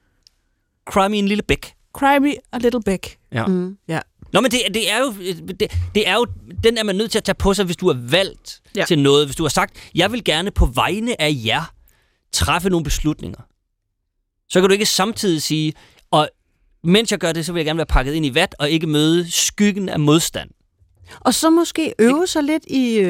Speaker 2: Cry me en lille bæk.
Speaker 3: Cry me a little bæk.
Speaker 2: Ja. Ja. Nå, men det er jo, den er man nødt til at tage på sig, hvis du er valgt til noget. Hvis du har sagt, jeg vil gerne på vegne af jer træffe nogle beslutninger. Så kan du ikke samtidig sige, og mens jeg gør det, så vil jeg gerne være pakket ind i vat, og ikke møde skyggen af modstand.
Speaker 1: Og så måske øve sig lidt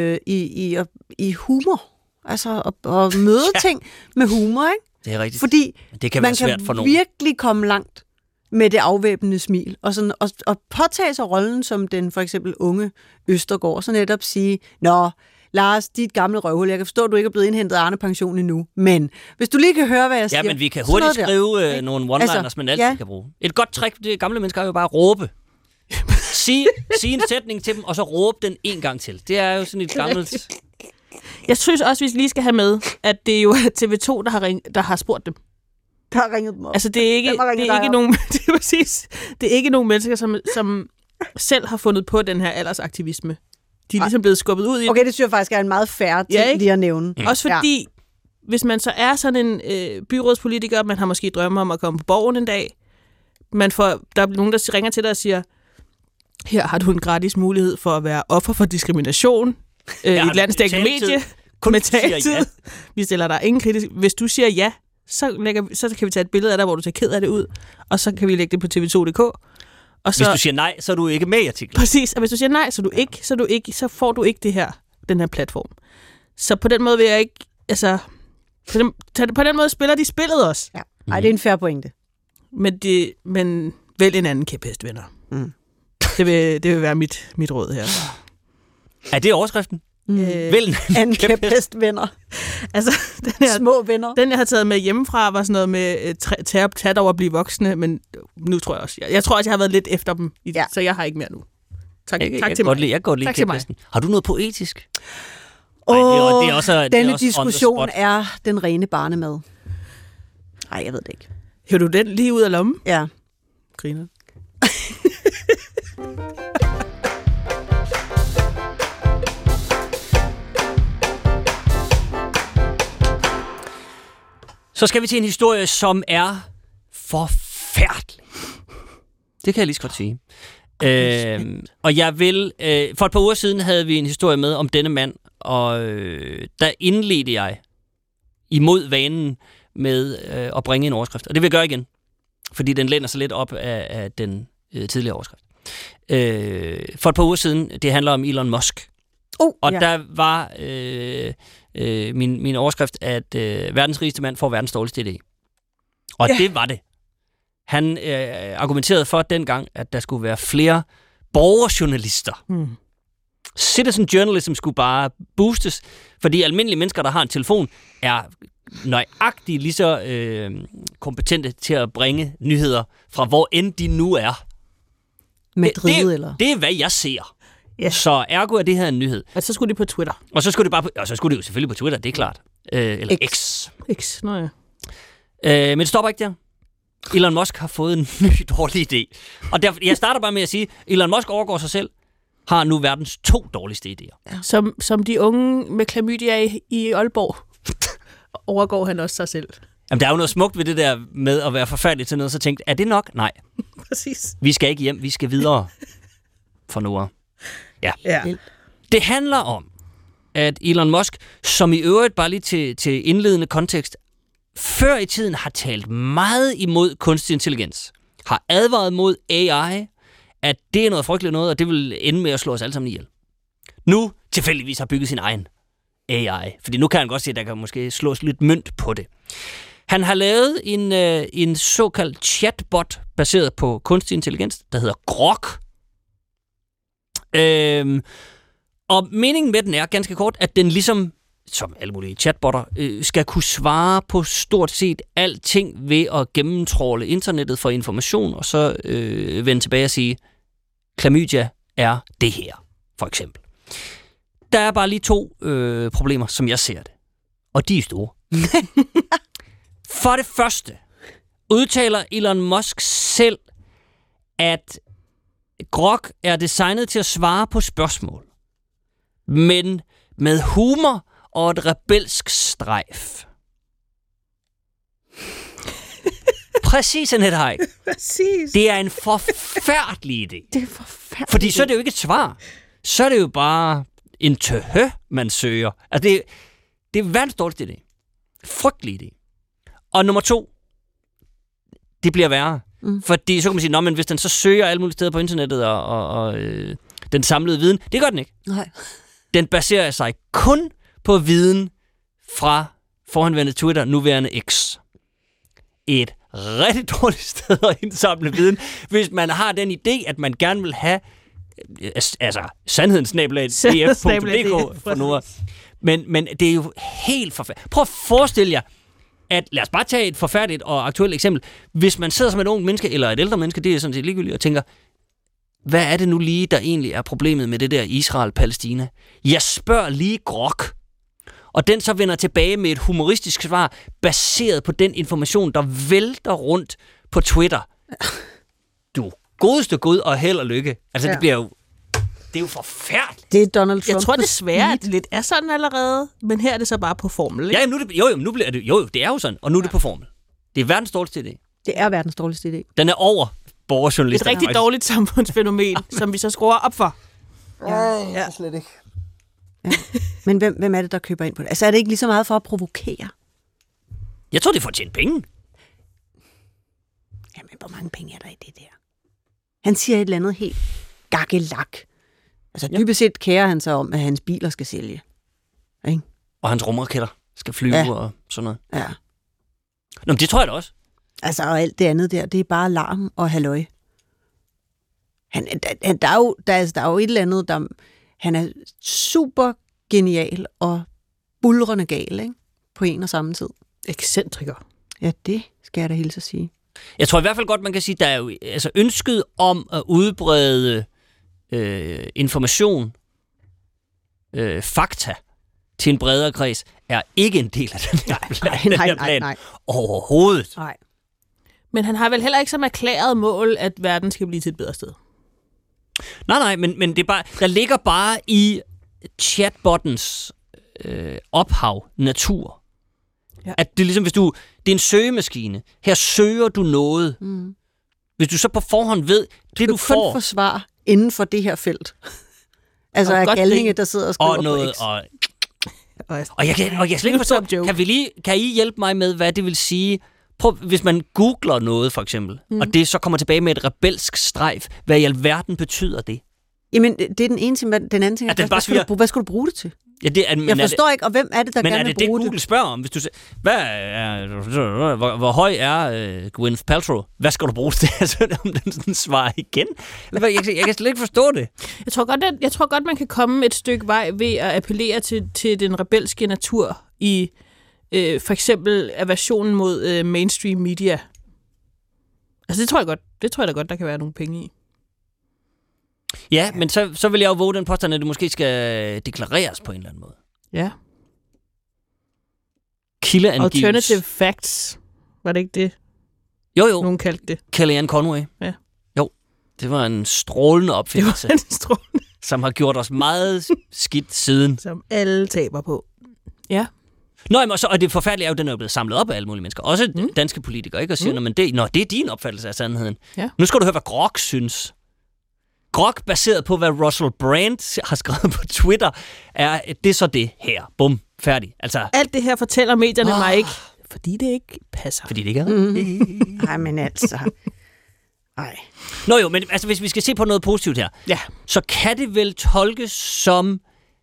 Speaker 1: i humor. Altså at møde ting med humor, ikke?
Speaker 2: Det er rigtigt.
Speaker 1: Fordi
Speaker 2: det kan
Speaker 1: man
Speaker 2: være svært for nogen.
Speaker 1: Virkelig komme langt med det afvæbnende smil, og, sådan, og påtage sig rollen som den for eksempel unge Østergaard, så netop sige, nå, Lars, dit gamle røvhul, jeg kan forstå, at du ikke er blevet indhentet Arne-pension endnu, men hvis du lige kan høre, hvad jeg siger...
Speaker 2: Ja, men vi kan hurtigt skrive nogle one-liners, man altid kan bruge. Et godt trick, det gamle mennesker er jo bare at råbe. Sige en sætning til dem, og så råbe den en gang til. Det er jo sådan et gammelt...
Speaker 3: Jeg synes også, vi lige skal have med, at det er jo TV2, der har spurgt dem.
Speaker 1: Der har ringet dem op.
Speaker 3: Altså, det er ikke nogen... Det er præcis. Det er ikke nogen mennesker, som selv har fundet på den her aldersaktivisme. De er ligesom blevet skubbet ud i...
Speaker 1: Okay, det synes jeg faktisk er en meget fair ting lige at nævne.
Speaker 3: Også fordi, hvis man så er sådan en byrådspolitiker, man har måske drømmer om at komme på Borgen en dag, der er nogen, der ringer til dig og siger, her har du en gratis mulighed for at være offer for diskrimination i et landsdækkende medie. Med taletid. Ja. Vi stiller dig ingen kritisk. Hvis du siger ja, så kan vi tage et billede af dig, hvor du tager ked af det ud, og så kan vi lægge det på tv2.dk. Og så,
Speaker 2: hvis du siger nej, så er du ikke med i artiklen.
Speaker 3: Præcis, og hvis du siger nej, så får du ikke den her platform. Så på den måde vil jeg ikke, altså, på den måde spiller de spillet også.
Speaker 1: Ja. Ej, det er en fair pointe.
Speaker 3: Men vælg en anden kæphest, venner. Mm. Det vil være mit råd her.
Speaker 2: Er det overskriften?
Speaker 1: Vælg en anden kæphest, venner.
Speaker 3: Altså,
Speaker 1: små venner.
Speaker 3: Den, jeg har taget med hjemmefra, var sådan noget med tag over at blive voksne, men nu tror jeg også, jeg tror også, jeg har været lidt efter dem, så jeg har ikke mere nu. Tak til mig.
Speaker 2: Jeg kan godt lide kæphesten. Har du noget poetisk?
Speaker 1: Denne diskussion er den rene barnemad. Nej, jeg ved det ikke.
Speaker 3: Hører du den lige ud af lommen?
Speaker 1: Ja.
Speaker 3: Griner.
Speaker 2: Så skal vi til en historie, som er forfærdelig. Det kan jeg lige så godt sige. Og jeg vil... for et par uger siden havde vi en historie med om denne mand, og der indledte jeg imod vanen med at bringe en overskrift. Og det vil jeg gøre igen, fordi den læner sig lidt op af den tidligere overskrift. For et par uger siden, det handler om Elon Musk. Der var min overskrift, at verdens rigeste mand får verdens dårligste idé. Og det var det. Han argumenterede for dengang, at der skulle være flere borgerjournalister. Citizen journalism skulle bare boostes, fordi almindelige mennesker, der har en telefon, er nøjagtigt lige så kompetente til at bringe nyheder fra hvor end de nu er.
Speaker 1: Madrid, eller?
Speaker 2: Det er, hvad jeg ser. Yeah. Så ergo er det her en nyhed.
Speaker 3: Og så skulle de på Twitter.
Speaker 2: Og så skulle det jo selvfølgelig på Twitter, det er klart. Eller X.
Speaker 3: Nå ja.
Speaker 2: Men det stopper ikke der. Elon Musk har fået en ny dårlig idé. Og jeg starter bare med at sige, Elon Musk overgår sig selv, har nu verdens 2 dårligste idéer.
Speaker 3: Ja. Som de unge med klamydia i Aalborg overgår han også sig selv.
Speaker 2: Jamen, der er jo noget smukt ved det der med at være forfærdelig til noget, så tænkte, er det nok? Nej.
Speaker 3: Præcis.
Speaker 2: Vi skal ikke hjem, vi skal videre for nu. Ja. Det handler om, at Elon Musk, som i øvrigt bare lige til indledende kontekst, før i tiden har talt meget imod kunstig intelligens, har advaret mod AI, at det er noget frygteligt noget, og det vil ende med at slå os alle sammen ihjel. Nu tilfældigvis har bygget sin egen AI, fordi nu kan han godt se, at der kan måske slås lidt mønt på det. Han har lavet en såkaldt chatbot, baseret på kunstig intelligens, der hedder Grok. Og meningen med den er ganske kort, at den ligesom, som alle mulige chatbotter, skal kunne svare på stort set alting ved at gennemtråle internettet for information, og så vende tilbage og sige, klamydia er det her, for eksempel. Der er bare lige 2 problemer, som jeg ser det. Og de er store. For det første udtaler Elon Musk selv, at Grok er designet til at svare på spørgsmål, men med humor og et rebelsk strejf. Præcis, Annette Heick.
Speaker 3: Præcis.
Speaker 2: Det er en forfærdelig idé.
Speaker 3: Det er forfærdeligt.
Speaker 2: Fordi så er det jo ikke et svar. Så er det jo bare en tøhø, man søger. Altså, det er verdens dårligste idé. Frygtelig idé. Og nummer 2, det bliver værre. Fordi så kan man sige, men hvis den så søger alle mulige steder på internettet og den samlede viden, det gør den ikke.
Speaker 1: Nej.
Speaker 2: Den baserer sig kun på viden fra forhenværende Twitter, nuværende X. Et rigtig dårligt sted at indsamle viden, hvis man har den idé, at man gerne vil have sandheden@df.dk for noget. Men det er jo helt forfærdeligt. Prøv at forestille jer, at lad os bare tage et forfærdeligt og aktuelt eksempel. Hvis man sidder som et ungt menneske, eller et ældre menneske, det er sådan set ligegyldigt, og tænker, hvad er det nu lige, der egentlig er problemet med det der Israel-Palæstina? Jeg spørger lige Grok. Og den så vender tilbage med et humoristisk svar, baseret på den information, der vælter rundt på Twitter. Du godeste Gud og held og lykke. Altså, det bliver jo... Det er jo forfærdeligt.
Speaker 1: Det er Donald Trump.
Speaker 3: Jeg tror desværre, at det lidt er sådan allerede, men her er det så bare på formel, ikke?
Speaker 2: Ja, jamen, nu bliver det... Jo, det er jo sådan, og nu er det på formel. Det er verdens dårligste idé.
Speaker 1: Det er verdens dårligste idé.
Speaker 2: Den er over borgerjournalister.
Speaker 3: Et rigtig dårligt samfundsfænomen, som vi så skruer op for.
Speaker 1: Ja, slet ikke. Ja. Men hvem er det, der køber ind på det? Altså, er det ikke lige så meget for at provokere?
Speaker 2: Jeg tror, det er for at tjene penge.
Speaker 1: Jamen, hvor mange penge er der i det der? Han siger et eller andet helt gakkelak. Altså, dybest set kærer han sig om, at hans biler skal sælge. Ikke?
Speaker 2: Og hans rumraketter skal flyve og sådan noget.
Speaker 1: Ja.
Speaker 2: Nå, men det tror jeg da også.
Speaker 1: Altså, og alt det andet der, det er bare larm og halløj. Der er jo et eller andet, der... Han er super genial og bulrende gal, ikke? På en og samme tid.
Speaker 3: Excentriker.
Speaker 1: Ja, det skal jeg da hilse at sige.
Speaker 2: Jeg tror i hvert fald godt, man kan sige, der er jo altså ønsket om at udbrede information, fakta til en bredere kreds, er ikke en del af den her plan.
Speaker 1: Nej.
Speaker 2: Overhovedet.
Speaker 1: Nej.
Speaker 3: Men han har vel heller ikke som erklæret mål, at verden skal blive til et bedre sted.
Speaker 2: Nej, men det er bare, der ligger bare i chatbottens ophav, natur. Ja. At det er ligesom, hvis det er en søgemaskine. Her søger du noget. Mm. Hvis du så på forhånd ved, det du får...
Speaker 1: Du kan kun få svar inden for det her felt. Altså af Gallinge, der sidder og skriver
Speaker 2: og noget, og jeg kan slet ikke forstå, kan I hjælpe mig med, hvad det vil sige? Prøv, hvis man googler noget, for eksempel, og det så kommer tilbage med et rebelsk strejf, hvad i alverden betyder det?
Speaker 1: Jamen, det er den ene ting. Den anden ting er, hvad skal du bruge det til?
Speaker 2: Ja,
Speaker 1: jeg forstår ikke, og hvem er det, der gerne vil bruge det?
Speaker 2: Men er det Google spørger om? Hvis du siger, hvor høj er Gwyneth Paltrow? Hvad skal du bruge det til? Om den sådan svarer igen? Jeg kan slet ikke forstå det.
Speaker 3: Jeg tror godt, man kan komme et stykke vej ved at appellere til den rebelske natur i for eksempel aversionen mod mainstream media. Altså det tror jeg da godt, der kan være nogle penge i.
Speaker 2: Ja, men så vil jeg jo våge den påstand, at det måske skal deklareres på en eller anden måde.
Speaker 3: Ja.
Speaker 2: Kildeangivelse.
Speaker 3: Alternative facts. Var det ikke det?
Speaker 2: Jo.
Speaker 3: Nogen kaldte det.
Speaker 2: Kellyanne Conway.
Speaker 3: Ja.
Speaker 2: Jo, det var en strålende opfindelse. Som har gjort os meget skidt siden.
Speaker 3: Som alle taber på. Ja.
Speaker 2: Nå, og det forfærdelige er jo, at den er blevet samlet op af alle mulige mennesker. Også danske politikere, ikke? Og siger, men det er din opfattelse af sandheden. Ja. Nu skal du høre, hvad Grok synes. Grok, baseret på, hvad Russell Brand har skrevet på Twitter, det er så det her. Bum, færdig. Altså,
Speaker 3: alt det her fortæller medierne mig ikke, fordi det ikke passer.
Speaker 2: Fordi det ikke er.
Speaker 1: Nej, men altså... Nej.
Speaker 2: Nå jo, men altså, hvis vi skal se på noget positivt her, så kan det vel tolkes som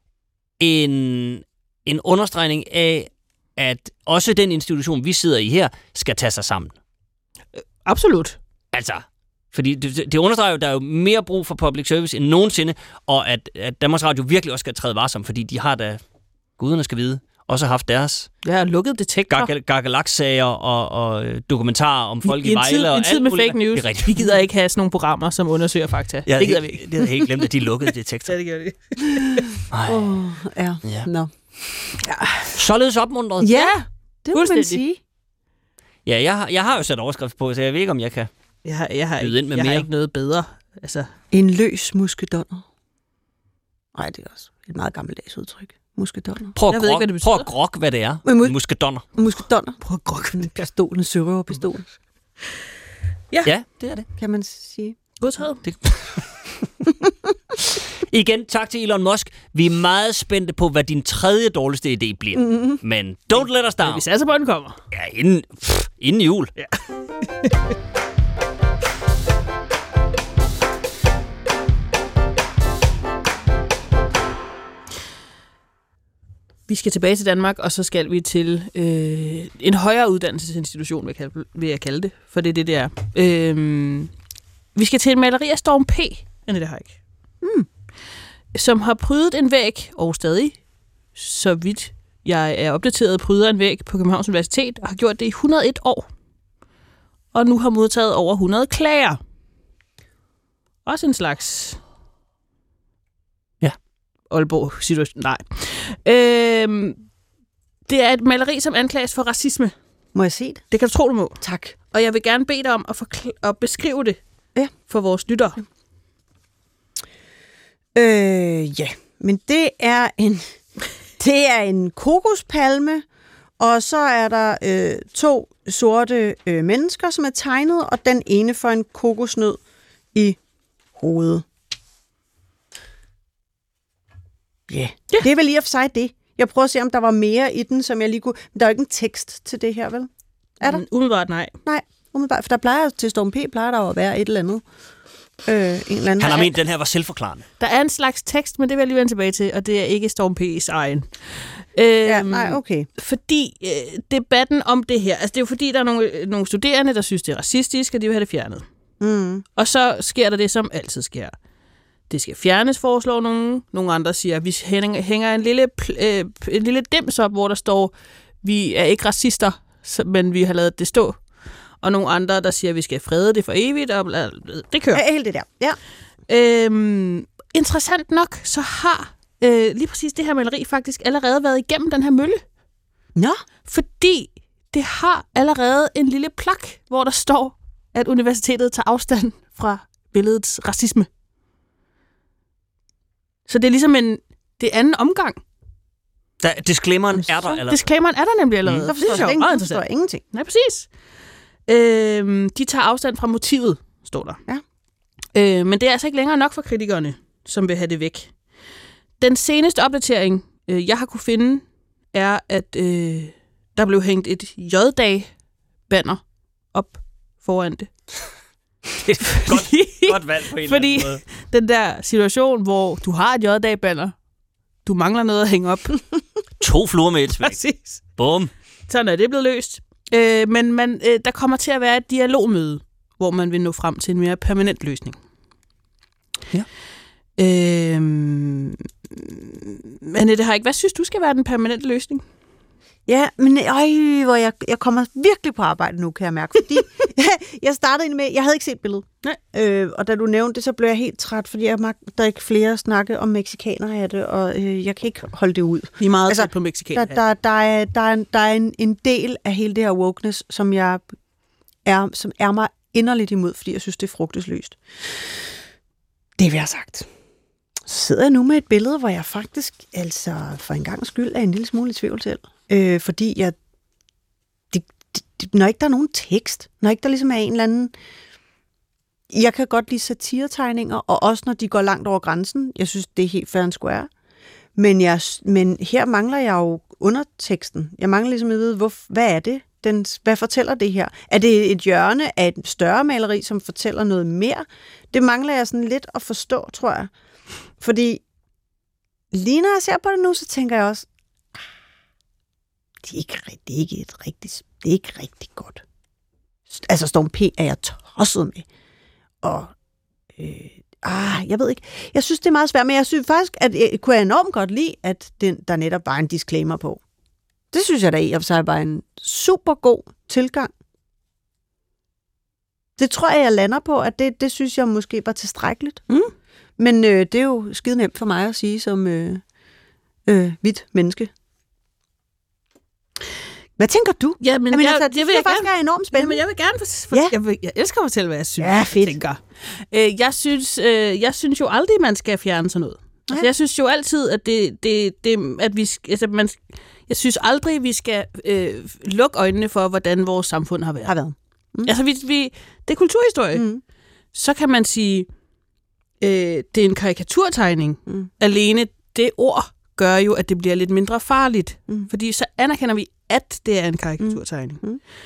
Speaker 2: en understregning af, at også den institution, vi sidder i her, skal tage sig sammen.
Speaker 3: Absolut.
Speaker 2: Altså... Fordi det understreger jo, at der er jo mere brug for public service end nogensinde, og at Danmarks Radio virkelig også skal træde varsom, fordi de har da, guderne skal vide, også haft deres
Speaker 3: lukket detektor.
Speaker 2: Gakkelaks-sager og dokumentarer om folk i Vejle.
Speaker 3: En tid med fake news. Vi gider ikke have sådan nogle programmer, som undersøger fakta.
Speaker 2: Ja, det gider vi ikke. Det havde jeg helt glemt, at de lukkede detektor.
Speaker 3: Ja, det gør de.
Speaker 1: Ja. Nå.
Speaker 2: Ja. Således opmuntret.
Speaker 1: Ja, det må man sige.
Speaker 2: Ja, jeg har jo sat overskrift på, så jeg ved ikke, om jeg kan...
Speaker 3: Jeg har ikke noget bedre. Altså.
Speaker 1: En løs muskedonner. Nej, det er også et meget gammeldags udtryk. Muskedonner.
Speaker 2: Prøv at grok, hvad det er. Muskedonner.
Speaker 1: Muskedonner.
Speaker 3: Prøv at grok.
Speaker 1: Pistolen, sørøverpistol.
Speaker 2: Ja, det er det.
Speaker 1: Kan man sige.
Speaker 3: Godtaget.
Speaker 2: Igen, tak til Elon Musk. Vi er meget spændte på, hvad din tredje dårligste idé bliver. Mm-hmm. Men don't let us down.
Speaker 3: Vi satser på, at den kommer.
Speaker 2: Ja, inden jul. Ja.
Speaker 3: Vi skal tilbage til Danmark, og så skal vi til en højere uddannelsesinstitution, vil jeg kalde det, for det er det, det er. Vi skal til en maleri af Storm P. Annette Heick, som har prydet en væg, og stadig, så vidt jeg er opdateret, pryder en væg på Københavns Universitet, og har gjort det i 101 år. Og nu har modtaget over 100 klager. Også en slags... Aalborg-situation. Nej. Det er et maleri, som anklages for racisme.
Speaker 1: Må jeg se det?
Speaker 3: Det kan du tro, du må.
Speaker 1: Tak.
Speaker 3: Og jeg vil gerne bede dig om at beskrive det for vores lyttere.
Speaker 1: Ja, men det er en kokospalme, og så er der 2 sorte mennesker, som er tegnet, og den ene får en kokosnød i hovedet. Yeah. Ja, det er vel i og for sig det. Jeg prøver at se, om der var mere i den, som jeg lige kunne... Men der er jo ikke en tekst til det her, vel? Er der?
Speaker 3: Umiddelbart nej.
Speaker 1: Nej, umiddelbart. For der plejer til Storm P. plejer der at være et eller andet. En eller anden.
Speaker 2: Han har ment, den her var selvforklarende.
Speaker 3: Der er en slags tekst, men det vil jeg lige vende tilbage til, og det er ikke Storm P.'s egen.
Speaker 1: Nej, okay.
Speaker 3: Fordi debatten om det her... Altså, det er jo fordi, der er nogle studerende, der synes, det er racistisk, og de vil have det fjernet. Og så sker der det, som altid sker. Det skal fjernes, foreslår nogen. Nogle andre siger, at vi hænger en lille dims op, hvor der står, vi er ikke racister, men vi har lavet det stå. Og nogle andre, der siger, at vi skal frede det for evigt, og det kører.
Speaker 1: Ja, helt det der. Ja.
Speaker 3: Interessant nok, så har lige præcis det her maleri faktisk allerede været igennem den her mølle.
Speaker 1: Nå.
Speaker 3: Fordi det har allerede en lille plak, hvor der står, at universitetet tager afstand fra billedets racisme. Så det er ligesom det anden omgang.
Speaker 2: Disclaimeren er der allerede.
Speaker 3: Disclaimeren er der nemlig allerede.
Speaker 1: Det forstår jeg ingenting.
Speaker 3: Nej, præcis. De tager afstand fra motivet, står der.
Speaker 1: Ja.
Speaker 3: Men det er altså ikke længere nok for kritikerne, som vil have det væk. Den seneste opdatering, jeg har kunne finde, er, at der blev hængt et J-dag-banner op foran det.
Speaker 2: Det er godt valg på en eller anden måde.
Speaker 3: Fordi den der situation, hvor du har et J-dag-banner, du mangler noget at hænge op.
Speaker 2: 2 fluer med et smæk.
Speaker 3: Præcis.
Speaker 2: Bum.
Speaker 3: Sådan er det blevet løst. Men der kommer til at være et dialogmøde, hvor man vil nå frem til en mere permanent løsning.
Speaker 1: Ja.
Speaker 3: Annette Heick, hvad synes du skal være den permanente løsning?
Speaker 1: Ja, men hvor jeg kommer virkelig på arbejde nu, kan jeg mærke. Fordi jeg startede med, jeg havde ikke set billedet.
Speaker 3: Nej.
Speaker 1: Og da du nævnte det, så blev jeg helt træt, fordi der er ikke flere snakke om mexikanere af det, og jeg kan ikke holde det ud.
Speaker 3: Vi er meget tæt på mexikanere.
Speaker 1: Der er en del af hele det her wokeness, som er mig inderligt imod, fordi jeg synes, det er frugtesløst. Det vil jeg sagt. Så sidder jeg nu med et billede, hvor jeg faktisk, altså for en gang skyld, er en lille smule i tvivl til. Fordi når ikke der er nogen tekst, når ikke der ligesom er en eller anden... Jeg kan godt lide satiretegninger, og også når de går langt over grænsen. Jeg synes, det er helt fair and square. Men her mangler jeg jo underteksten. Jeg mangler ligesom at vide, hvad er det? Hvad fortæller det her? Er det et hjørne af et større maleri, som fortæller noget mere? Det mangler jeg sådan lidt at forstå, tror jeg. Fordi lige når jeg ser på det nu, så tænker jeg også, det er ikke rigtig godt. Altså Storm P. er jeg tosset med. Og jeg ved ikke. Jeg synes, det er meget svært, men jeg synes faktisk, at jeg kunne enormt godt lide, at der netop var en disclaimer på. Det synes jeg da i og for sig var en super god tilgang. Det tror jeg lander på, at det synes jeg måske var tilstrækkeligt. Men det er jo skide nemt for mig at sige som hvidt menneske. Hvad tænker du?
Speaker 3: Ja, men
Speaker 1: jeg faktisk er enormt spændende.
Speaker 3: Men jeg vil gerne jeg elsker at fortælle, hvad jeg synes.
Speaker 1: Ja, fedt.
Speaker 3: Tænker. Jeg synes jo aldrig, man skal fjerne sådan noget. Ja. Altså, jeg synes jo altid, at jeg synes aldrig, vi skal lukke øjnene for, hvordan vores samfund har været. Altså, det er kulturhistorie. Så kan man sige, det er en karikaturtegning. Alene det ord gør jo, at det bliver lidt mindre farligt. Fordi så anerkender vi, at det er en karikaturtegning.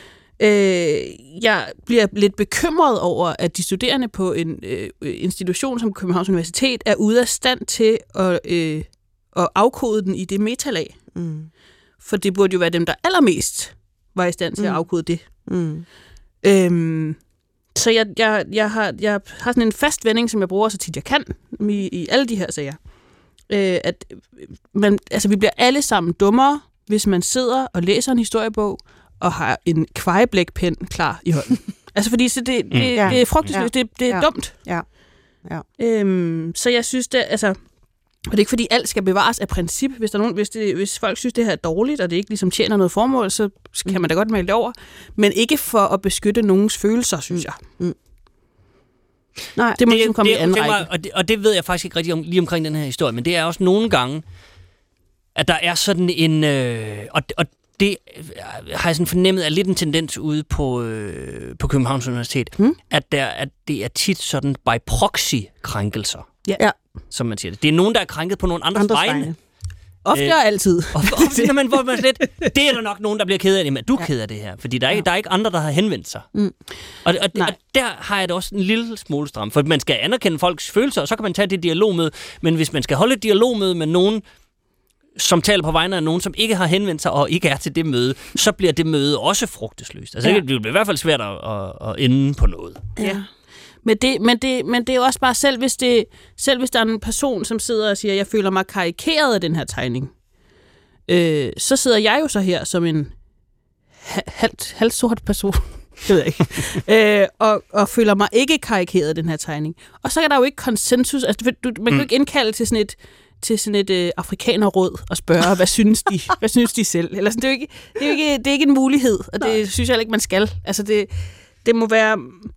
Speaker 3: Jeg bliver lidt bekymret over, at de studerende på en institution som Københavns Universitet er ude af stand til at afkode den i det metalag. For det burde jo være dem, der allermest var i stand til at afkode det. Så jeg har sådan en fast vending, som jeg bruger så tit jeg kan i alle de her sager. At vi bliver alle sammen dummere, hvis man sidder og læser en historiebog og har en kvejeblækpen klar i hånden. Altså fordi så det er frugtesløst, det er dumt.
Speaker 1: Ja.
Speaker 3: Så jeg synes det, altså, og det er ikke fordi alt skal bevares af princip. Hvis folk synes det her er dårligt, og det ikke ligesom tjener noget formål, så kan man da godt melde det over. Men ikke for at beskytte nogens følelser, synes jeg.
Speaker 1: Nej,
Speaker 3: det må ligesom komme i anden række.
Speaker 2: Og det ved jeg faktisk ikke rigtig lige omkring den her historie, men det er også nogle gange, at der er sådan en... Og det har jeg sådan fornemmet er lidt en tendens ude på Københavns Universitet, at det er tit sådan by proxy-krænkelser, som man siger det. Det er nogen, der er krænket på nogle andres vegne.
Speaker 3: Ofte og altid.
Speaker 2: Ofte, men hvor man slet, det er der nok nogen, der bliver ked af det, men du er ked af det her, fordi der er ikke andre, der har henvendt sig. Og der har jeg det også en lille smule stram, for man skal anerkende folks følelser, og så kan man tage det dialogmøde, men hvis man skal holde et dialogmøde med nogen, som taler på vegne af nogen, som ikke har henvendt sig og ikke er til det møde, så bliver det møde også frugtesløst. Altså det bliver i hvert fald svært at ende på noget.
Speaker 3: Ja. Men det er jo også bare, selv hvis der er en person, som sidder og siger, jeg føler mig karikeret af den her tegning, så sidder jeg jo så her som en halvt sort person, det ved jeg ikke, og føler mig ikke karikeret af den her tegning. Og så er der jo ikke konsensus, altså man kan jo ikke indkalde til sådan et afrikanerråd og spørge, hvad synes de selv? Eller sådan, det er ikke en mulighed, og det synes jeg ikke, man skal. Altså det må være...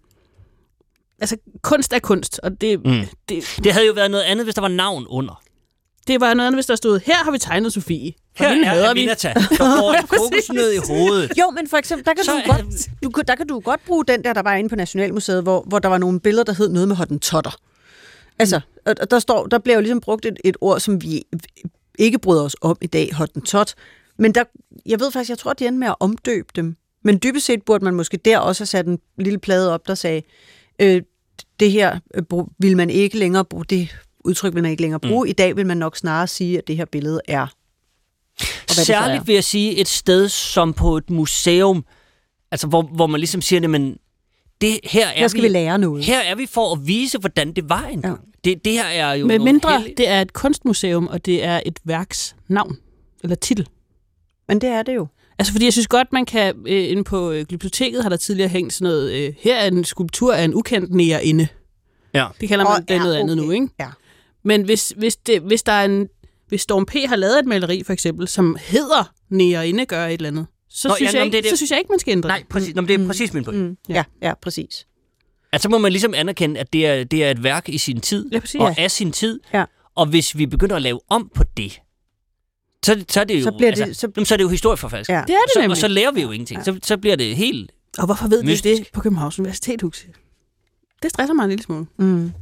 Speaker 3: Altså, kunst er kunst, og
Speaker 2: det havde jo været noget andet, hvis der var navn under.
Speaker 3: Det var noget andet, hvis der stod, her har vi tegnet Sofie.
Speaker 2: Her er Aminata, der får en kokosnød i hovedet.
Speaker 1: Jo, men for eksempel, der kan du godt bruge den der var inde på Nationalmuseet, hvor der var nogle billeder, der hed noget med hottentotter. Altså, der bliver jo ligesom brugt et ord, som vi ikke bryder os om i dag, hottentot. Men jeg tror, at de endte med at omdøbe dem. Men dybest set burde man måske der også have sat en lille plade op, der sagde, det her vil man ikke længere bruge, det udtryk vil man ikke længere bruge. I dag vil man nok snarere sige, at det her billede er.
Speaker 2: Særligt vil jeg sige et sted som på et museum, altså hvor man ligesom siger det, men her
Speaker 1: skal vi lære noget.
Speaker 2: Her er vi for at vise, hvordan det var engang. Ja. Det her er jo
Speaker 3: med mindre det er et kunstmuseum, og det er et værks navn eller titel.
Speaker 1: Men det er det jo.
Speaker 3: Altså, fordi jeg synes godt, man kan... inde på biblioteket har der tidligere hængt sådan noget... her er en skulptur af en ukendt nærinde.
Speaker 2: Ja.
Speaker 3: Det kalder man det noget andet nu, ikke?
Speaker 1: Ja.
Speaker 3: Men hvis Storm P. har lavet et maleri, for eksempel, som hedder nærinde gør et eller andet, så synes jeg ikke, man skal ændre.
Speaker 2: Nej, præcis. Det er præcis min point.
Speaker 1: Ja, præcis.
Speaker 2: Altså må man ligesom anerkende, at det er et værk i sin tid, og af sin tid. Ja. Og hvis vi begynder at lave om på det, så er det jo historieforfalsk.
Speaker 3: Ja. Det er det nemlig.
Speaker 2: Og så lærer vi jo ingenting. Ja. Så bliver det helt
Speaker 3: Og hvorfor ved
Speaker 2: mystisk.
Speaker 3: vi det på Københavns Universitet, Huxi? Det stresser mig en lille smule.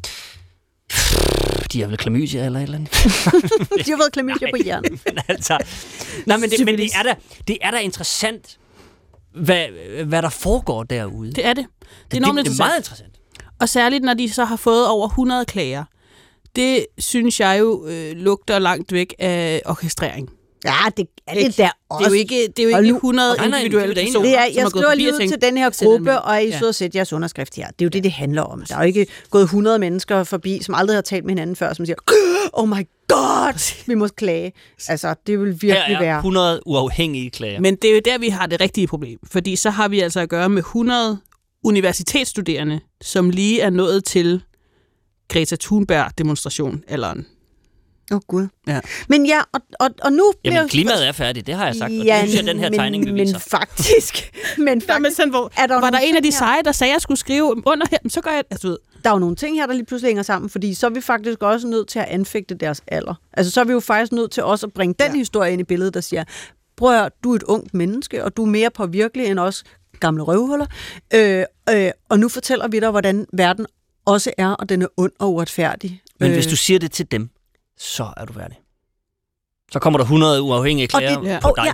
Speaker 2: De har vel klamydia eller et eller andet.
Speaker 1: De har været klamydia på hjernen.
Speaker 2: Men det er da interessant, hvad der foregår derude.
Speaker 3: Det er det. Det er enormt
Speaker 2: meget interessant.
Speaker 3: Og særligt, når de så har fået over 100 klager. Det synes jeg jo lugter langt væk af orkestrering.
Speaker 1: Ja, det er det der også.
Speaker 3: Det er jo ikke 100 individuelle personer,
Speaker 1: jeg skriver lige ud til den her gruppe, og I så sætte jeres underskrift her. Det er jo det handler om. Der er jo ikke gået 100 mennesker forbi, som aldrig har talt med hinanden før, som siger, oh my god, vi må klage. Altså, det vil virkelig være...
Speaker 2: 100 uafhængige klager.
Speaker 3: Men det er jo der, vi har det rigtige problem. Fordi så har vi altså at gøre med 100 universitetsstuderende, som lige er nået til Greta Thunberg-demonstration-alderen.
Speaker 1: Gud. Ja. Men ja, og nu bliver...
Speaker 2: Jamen, klimaet er færdigt, det har jeg sagt. Ja, og det synes jeg, den her tegning beviser.
Speaker 1: Men faktisk...
Speaker 3: var der en af de seje, der sagde, at jeg skulle skrive under her, så gør jeg... Altså,
Speaker 1: der er jo nogle ting her, der lige pludselig hænger sammen, fordi så er vi faktisk også nødt til at anfægte deres alder. Altså, så er vi jo faktisk nødt til også at bringe den historie ind i billedet, der siger, prøv at høre, du er et ungt menneske, og du er mere påvirkelig end os gamle røvhuller. Og nu fortæller vi dig, hvordan verden også er, og den er ond og uretfærdig.
Speaker 2: Men hvis du siger det til dem, så er du værdig. Så kommer der 100 uafhængige klager på dig.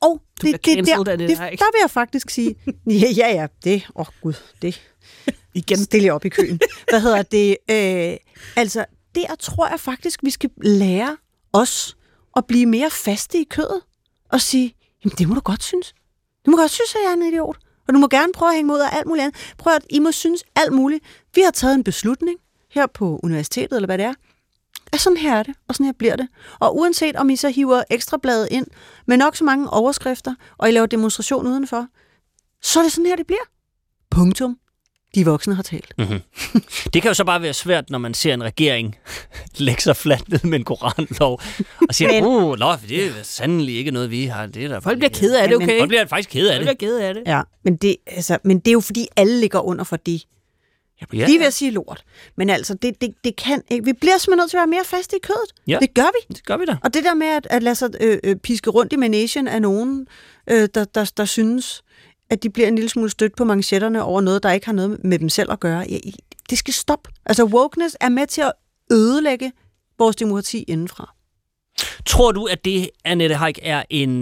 Speaker 1: Der vil jeg faktisk sige, ja, det, gud, det igen stille op i køen. Hvad hedder det? Altså, der tror jeg faktisk, vi skal lære os at blive mere faste i kødet og sige, jamen det må du godt synes. Du må godt synes, at jeg er en idiot. Og du må gerne prøve at hænge mod af alt muligt andet. Prøv at I må synes alt muligt. Vi har taget en beslutning her på universitetet, eller hvad det er. At sådan her er det, og sådan her bliver det. Og uanset om I så hiver Ekstrabladet ind med nok så mange overskrifter, og I laver demonstration udenfor, så er det sådan her, det bliver. Punktum. De voksne har talt.
Speaker 2: Mm-hmm. Det kan jo så bare være svært, når man ser en regering lægge sig fladt ned med en koranlov og siger, det er sandelig ikke noget, vi har. Det er der
Speaker 3: folk bliver ked af det, okay?
Speaker 2: Folk bliver faktisk ked af det.
Speaker 1: Ja, men det er jo fordi, alle ligger under for det. Jeg bliver lige ved at sige lort. Men altså, det kan ikke. Vi bliver simpelthen nødt til at være mere faste i kødet.
Speaker 2: Ja,
Speaker 1: det gør vi.
Speaker 2: Det gør vi da.
Speaker 1: Og det der med at lade sig piske rundt i managen af nogen, der synes, at de bliver en lille smule stødt på manchetterne over noget, der ikke har noget med dem selv at gøre. Ja, det skal stoppe. Altså, wokeness er med til at ødelægge vores demokrati indenfra.
Speaker 2: Tror du, at det, Annette Heick, er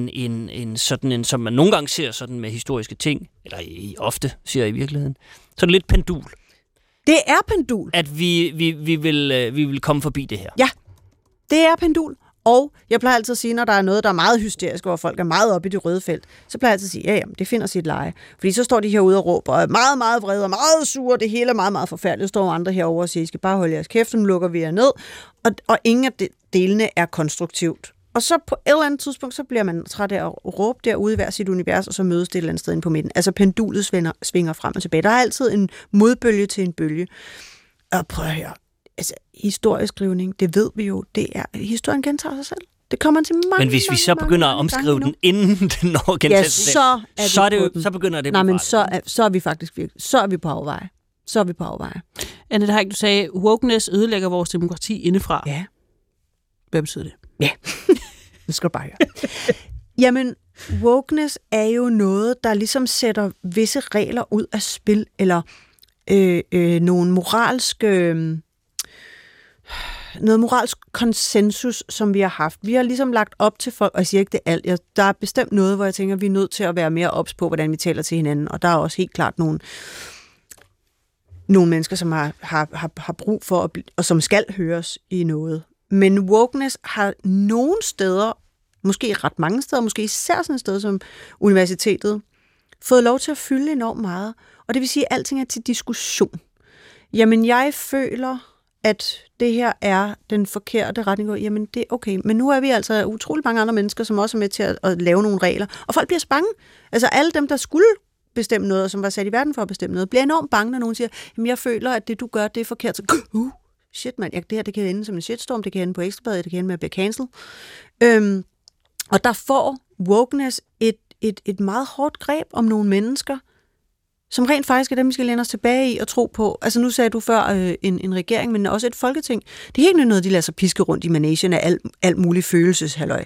Speaker 2: en sådan en, som man nogle gange ser sådan med historiske ting, eller ofte siger i virkeligheden, så er det lidt pendul?
Speaker 1: Det er pendul.
Speaker 2: At vi vil komme forbi det her.
Speaker 1: Ja, det er pendul. Og jeg plejer altid at sige, når der er noget, der er meget hysterisk, hvor folk er meget oppe i det røde felt, så plejer jeg altid at sige, ja, det finder sit leje. Fordi så står de herude og råber, og er meget, meget vrede og meget sure, det hele er meget, meget forfærdeligt. Så står andre herovre og siger, I skal bare holde jeres kæft, nu lukker vi jer ned. Og ingen af delene er konstruktivt. Og så på et eller andet tidspunkt, så bliver man træt af at råbe derude i hver sit univers, og så mødes det et eller andet sted inde på midten. Altså pendulet svinger frem og tilbage. Der er altid en modbølge til en bølge. Og prøv at høre. Altså, historieskrivning, det ved vi jo, det er, historien gentager sig selv. Det kommer til mange.
Speaker 2: Men hvis vi så begynder at omskrive den, inden den når gentager sig selv, så begynder det.
Speaker 1: Nej, men så er vi faktisk så er vi på afveje. Så er vi på afveje.
Speaker 3: Annette Heick, du sagde, wokeness ødelægger vores demokrati indefra.
Speaker 1: Ja.
Speaker 3: Hvad betyder det?
Speaker 1: Ja, det skal du bare høre. Jamen, wokeness er jo noget, der ligesom sætter visse regler ud af spil, eller nogle noget moralsk konsensus, som vi har haft. Vi har ligesom lagt op til folk, og jeg siger ikke det alt. Der er bestemt noget, hvor jeg tænker, vi er nødt til at være mere ops på, hvordan vi taler til hinanden, og der er også helt klart nogle mennesker, som har brug for, og som skal høres i noget. Men wokeness har nogle steder, måske ret mange steder, måske især sådan et sted som universitetet, fået lov til at fylde enormt meget. Og det vil sige, at alting er til diskussion. Jamen, jeg føler, at det her er den forkerte retning. Jamen, det er okay. Men nu er vi altså utrolig mange andre mennesker, som også er med til at lave nogle regler. Og folk bliver så bange. Altså, alle dem, der skulle bestemme noget, og som var sat i verden for at bestemme noget, bliver enormt bange, når nogen siger, jamen, jeg føler, at det, du gør, det er forkert. Så, shit, mand. Det her, det kan ende som en shitstorm. Det kan ende på Ekstrabladet. Det kan ende med at blive cancelled. Og der får wokeness et meget hårdt greb om nogle mennesker, som rent faktisk er dem, vi skal læne os tilbage i og tro på. Altså nu sagde du før en regering, men også et folketing. Det er ikke noget, de lader sig piske rundt i managen af alt muligt følelseshalløj.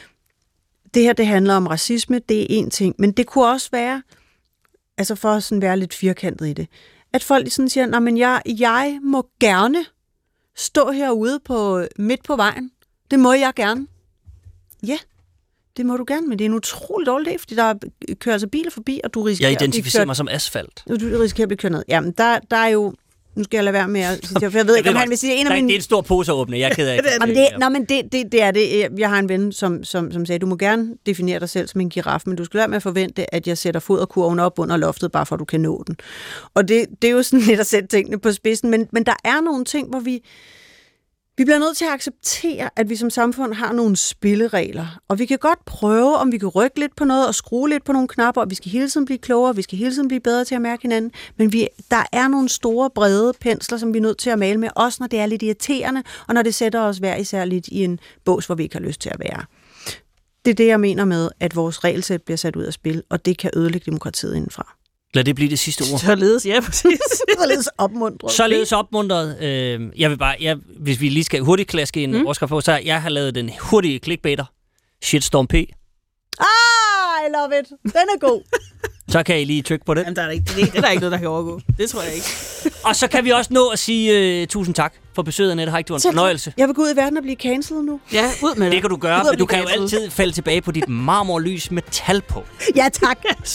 Speaker 1: Det her, det handler om racisme, det er en ting, men det kunne også være, altså for at sådan være lidt firkantet i det, at folk sådan siger, nej, men jeg må gerne stå herude midt på vejen. Det må jeg gerne. Ja, det må du gerne, men det er en utrolig dårlig idé, fordi der kører altså biler forbi, og du risikerer...
Speaker 2: Jeg identificerer mig som asfalt.
Speaker 1: Du risikerer at blive kørt ned. Jamen, der er jo... Nu skal jeg lade være med at... For jeg ved ikke, om han vil sige...
Speaker 2: Det er en stor pose at åbne, jeg er ked af det.
Speaker 1: Det er det. Jeg har en ven, som sagde, du må gerne definere dig selv som en giraf, men du skal lade med at forvente, at jeg sætter foderkurven op under loftet, bare for at du kan nå den. Og det er jo sådan lidt at sætte tingene på spidsen, men der er nogle ting, hvor vi bliver nødt til at acceptere, at vi som samfund har nogle spilleregler. Og vi kan godt prøve, om vi kan rykke lidt på noget og skrue lidt på nogle knapper, og vi skal hele tiden blive klogere, vi skal hele tiden blive bedre til at mærke hinanden. Men der er nogle store, brede pensler, som vi er nødt til at male med, også når det er lidt irriterende, og når det sætter os hver især lidt i en bås, hvor vi ikke har lyst til at være. Det er det, jeg mener med, at vores regelsæt bliver sat ud af spil, og det kan ødelægge demokratiet indenfra.
Speaker 2: Lad det blive det sidste ord.
Speaker 3: Således, ja, præcis.
Speaker 1: Således
Speaker 2: opmuntret. Jeg vil bare, hvis vi lige skal hurtigt klaske en overskrift på, så jeg har lavet den hurtige clickbaiter. Shitstorm P.
Speaker 1: I love it. Den er god.
Speaker 2: Så kan I lige trykke på det.
Speaker 3: Jamen, det er der ikke noget, der kan overgå. Det tror jeg ikke.
Speaker 2: Og så kan vi også nå at sige tusind tak for besøget, Annette Heick. Det var en fornøjelse.
Speaker 1: Jeg vil gå ud i verden og blive cancelled nu.
Speaker 3: Ja, ud med det.
Speaker 2: Det kan du gøre, men du kan jo altid falde tilbage på dit marmorlys med tal på.
Speaker 1: Ja, tak.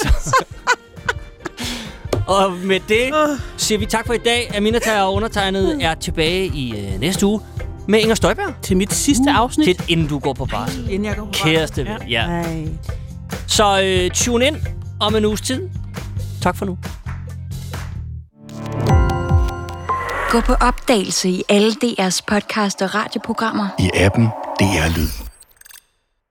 Speaker 2: Og med det siger vi tak for i dag. Aminata og undertegnet er tilbage i næste uge. med Inger Støjberg.
Speaker 3: Til mit sidste afsnit.
Speaker 2: Inden du går på barsel.
Speaker 3: Inden jeg går på barsel.
Speaker 2: Kæreste ven, ja. Så tune ind om en uges tid. Tak for nu.
Speaker 11: Gå på opdagelse i alle DR's podcast og radioprogrammer.
Speaker 12: I appen DR Lyd.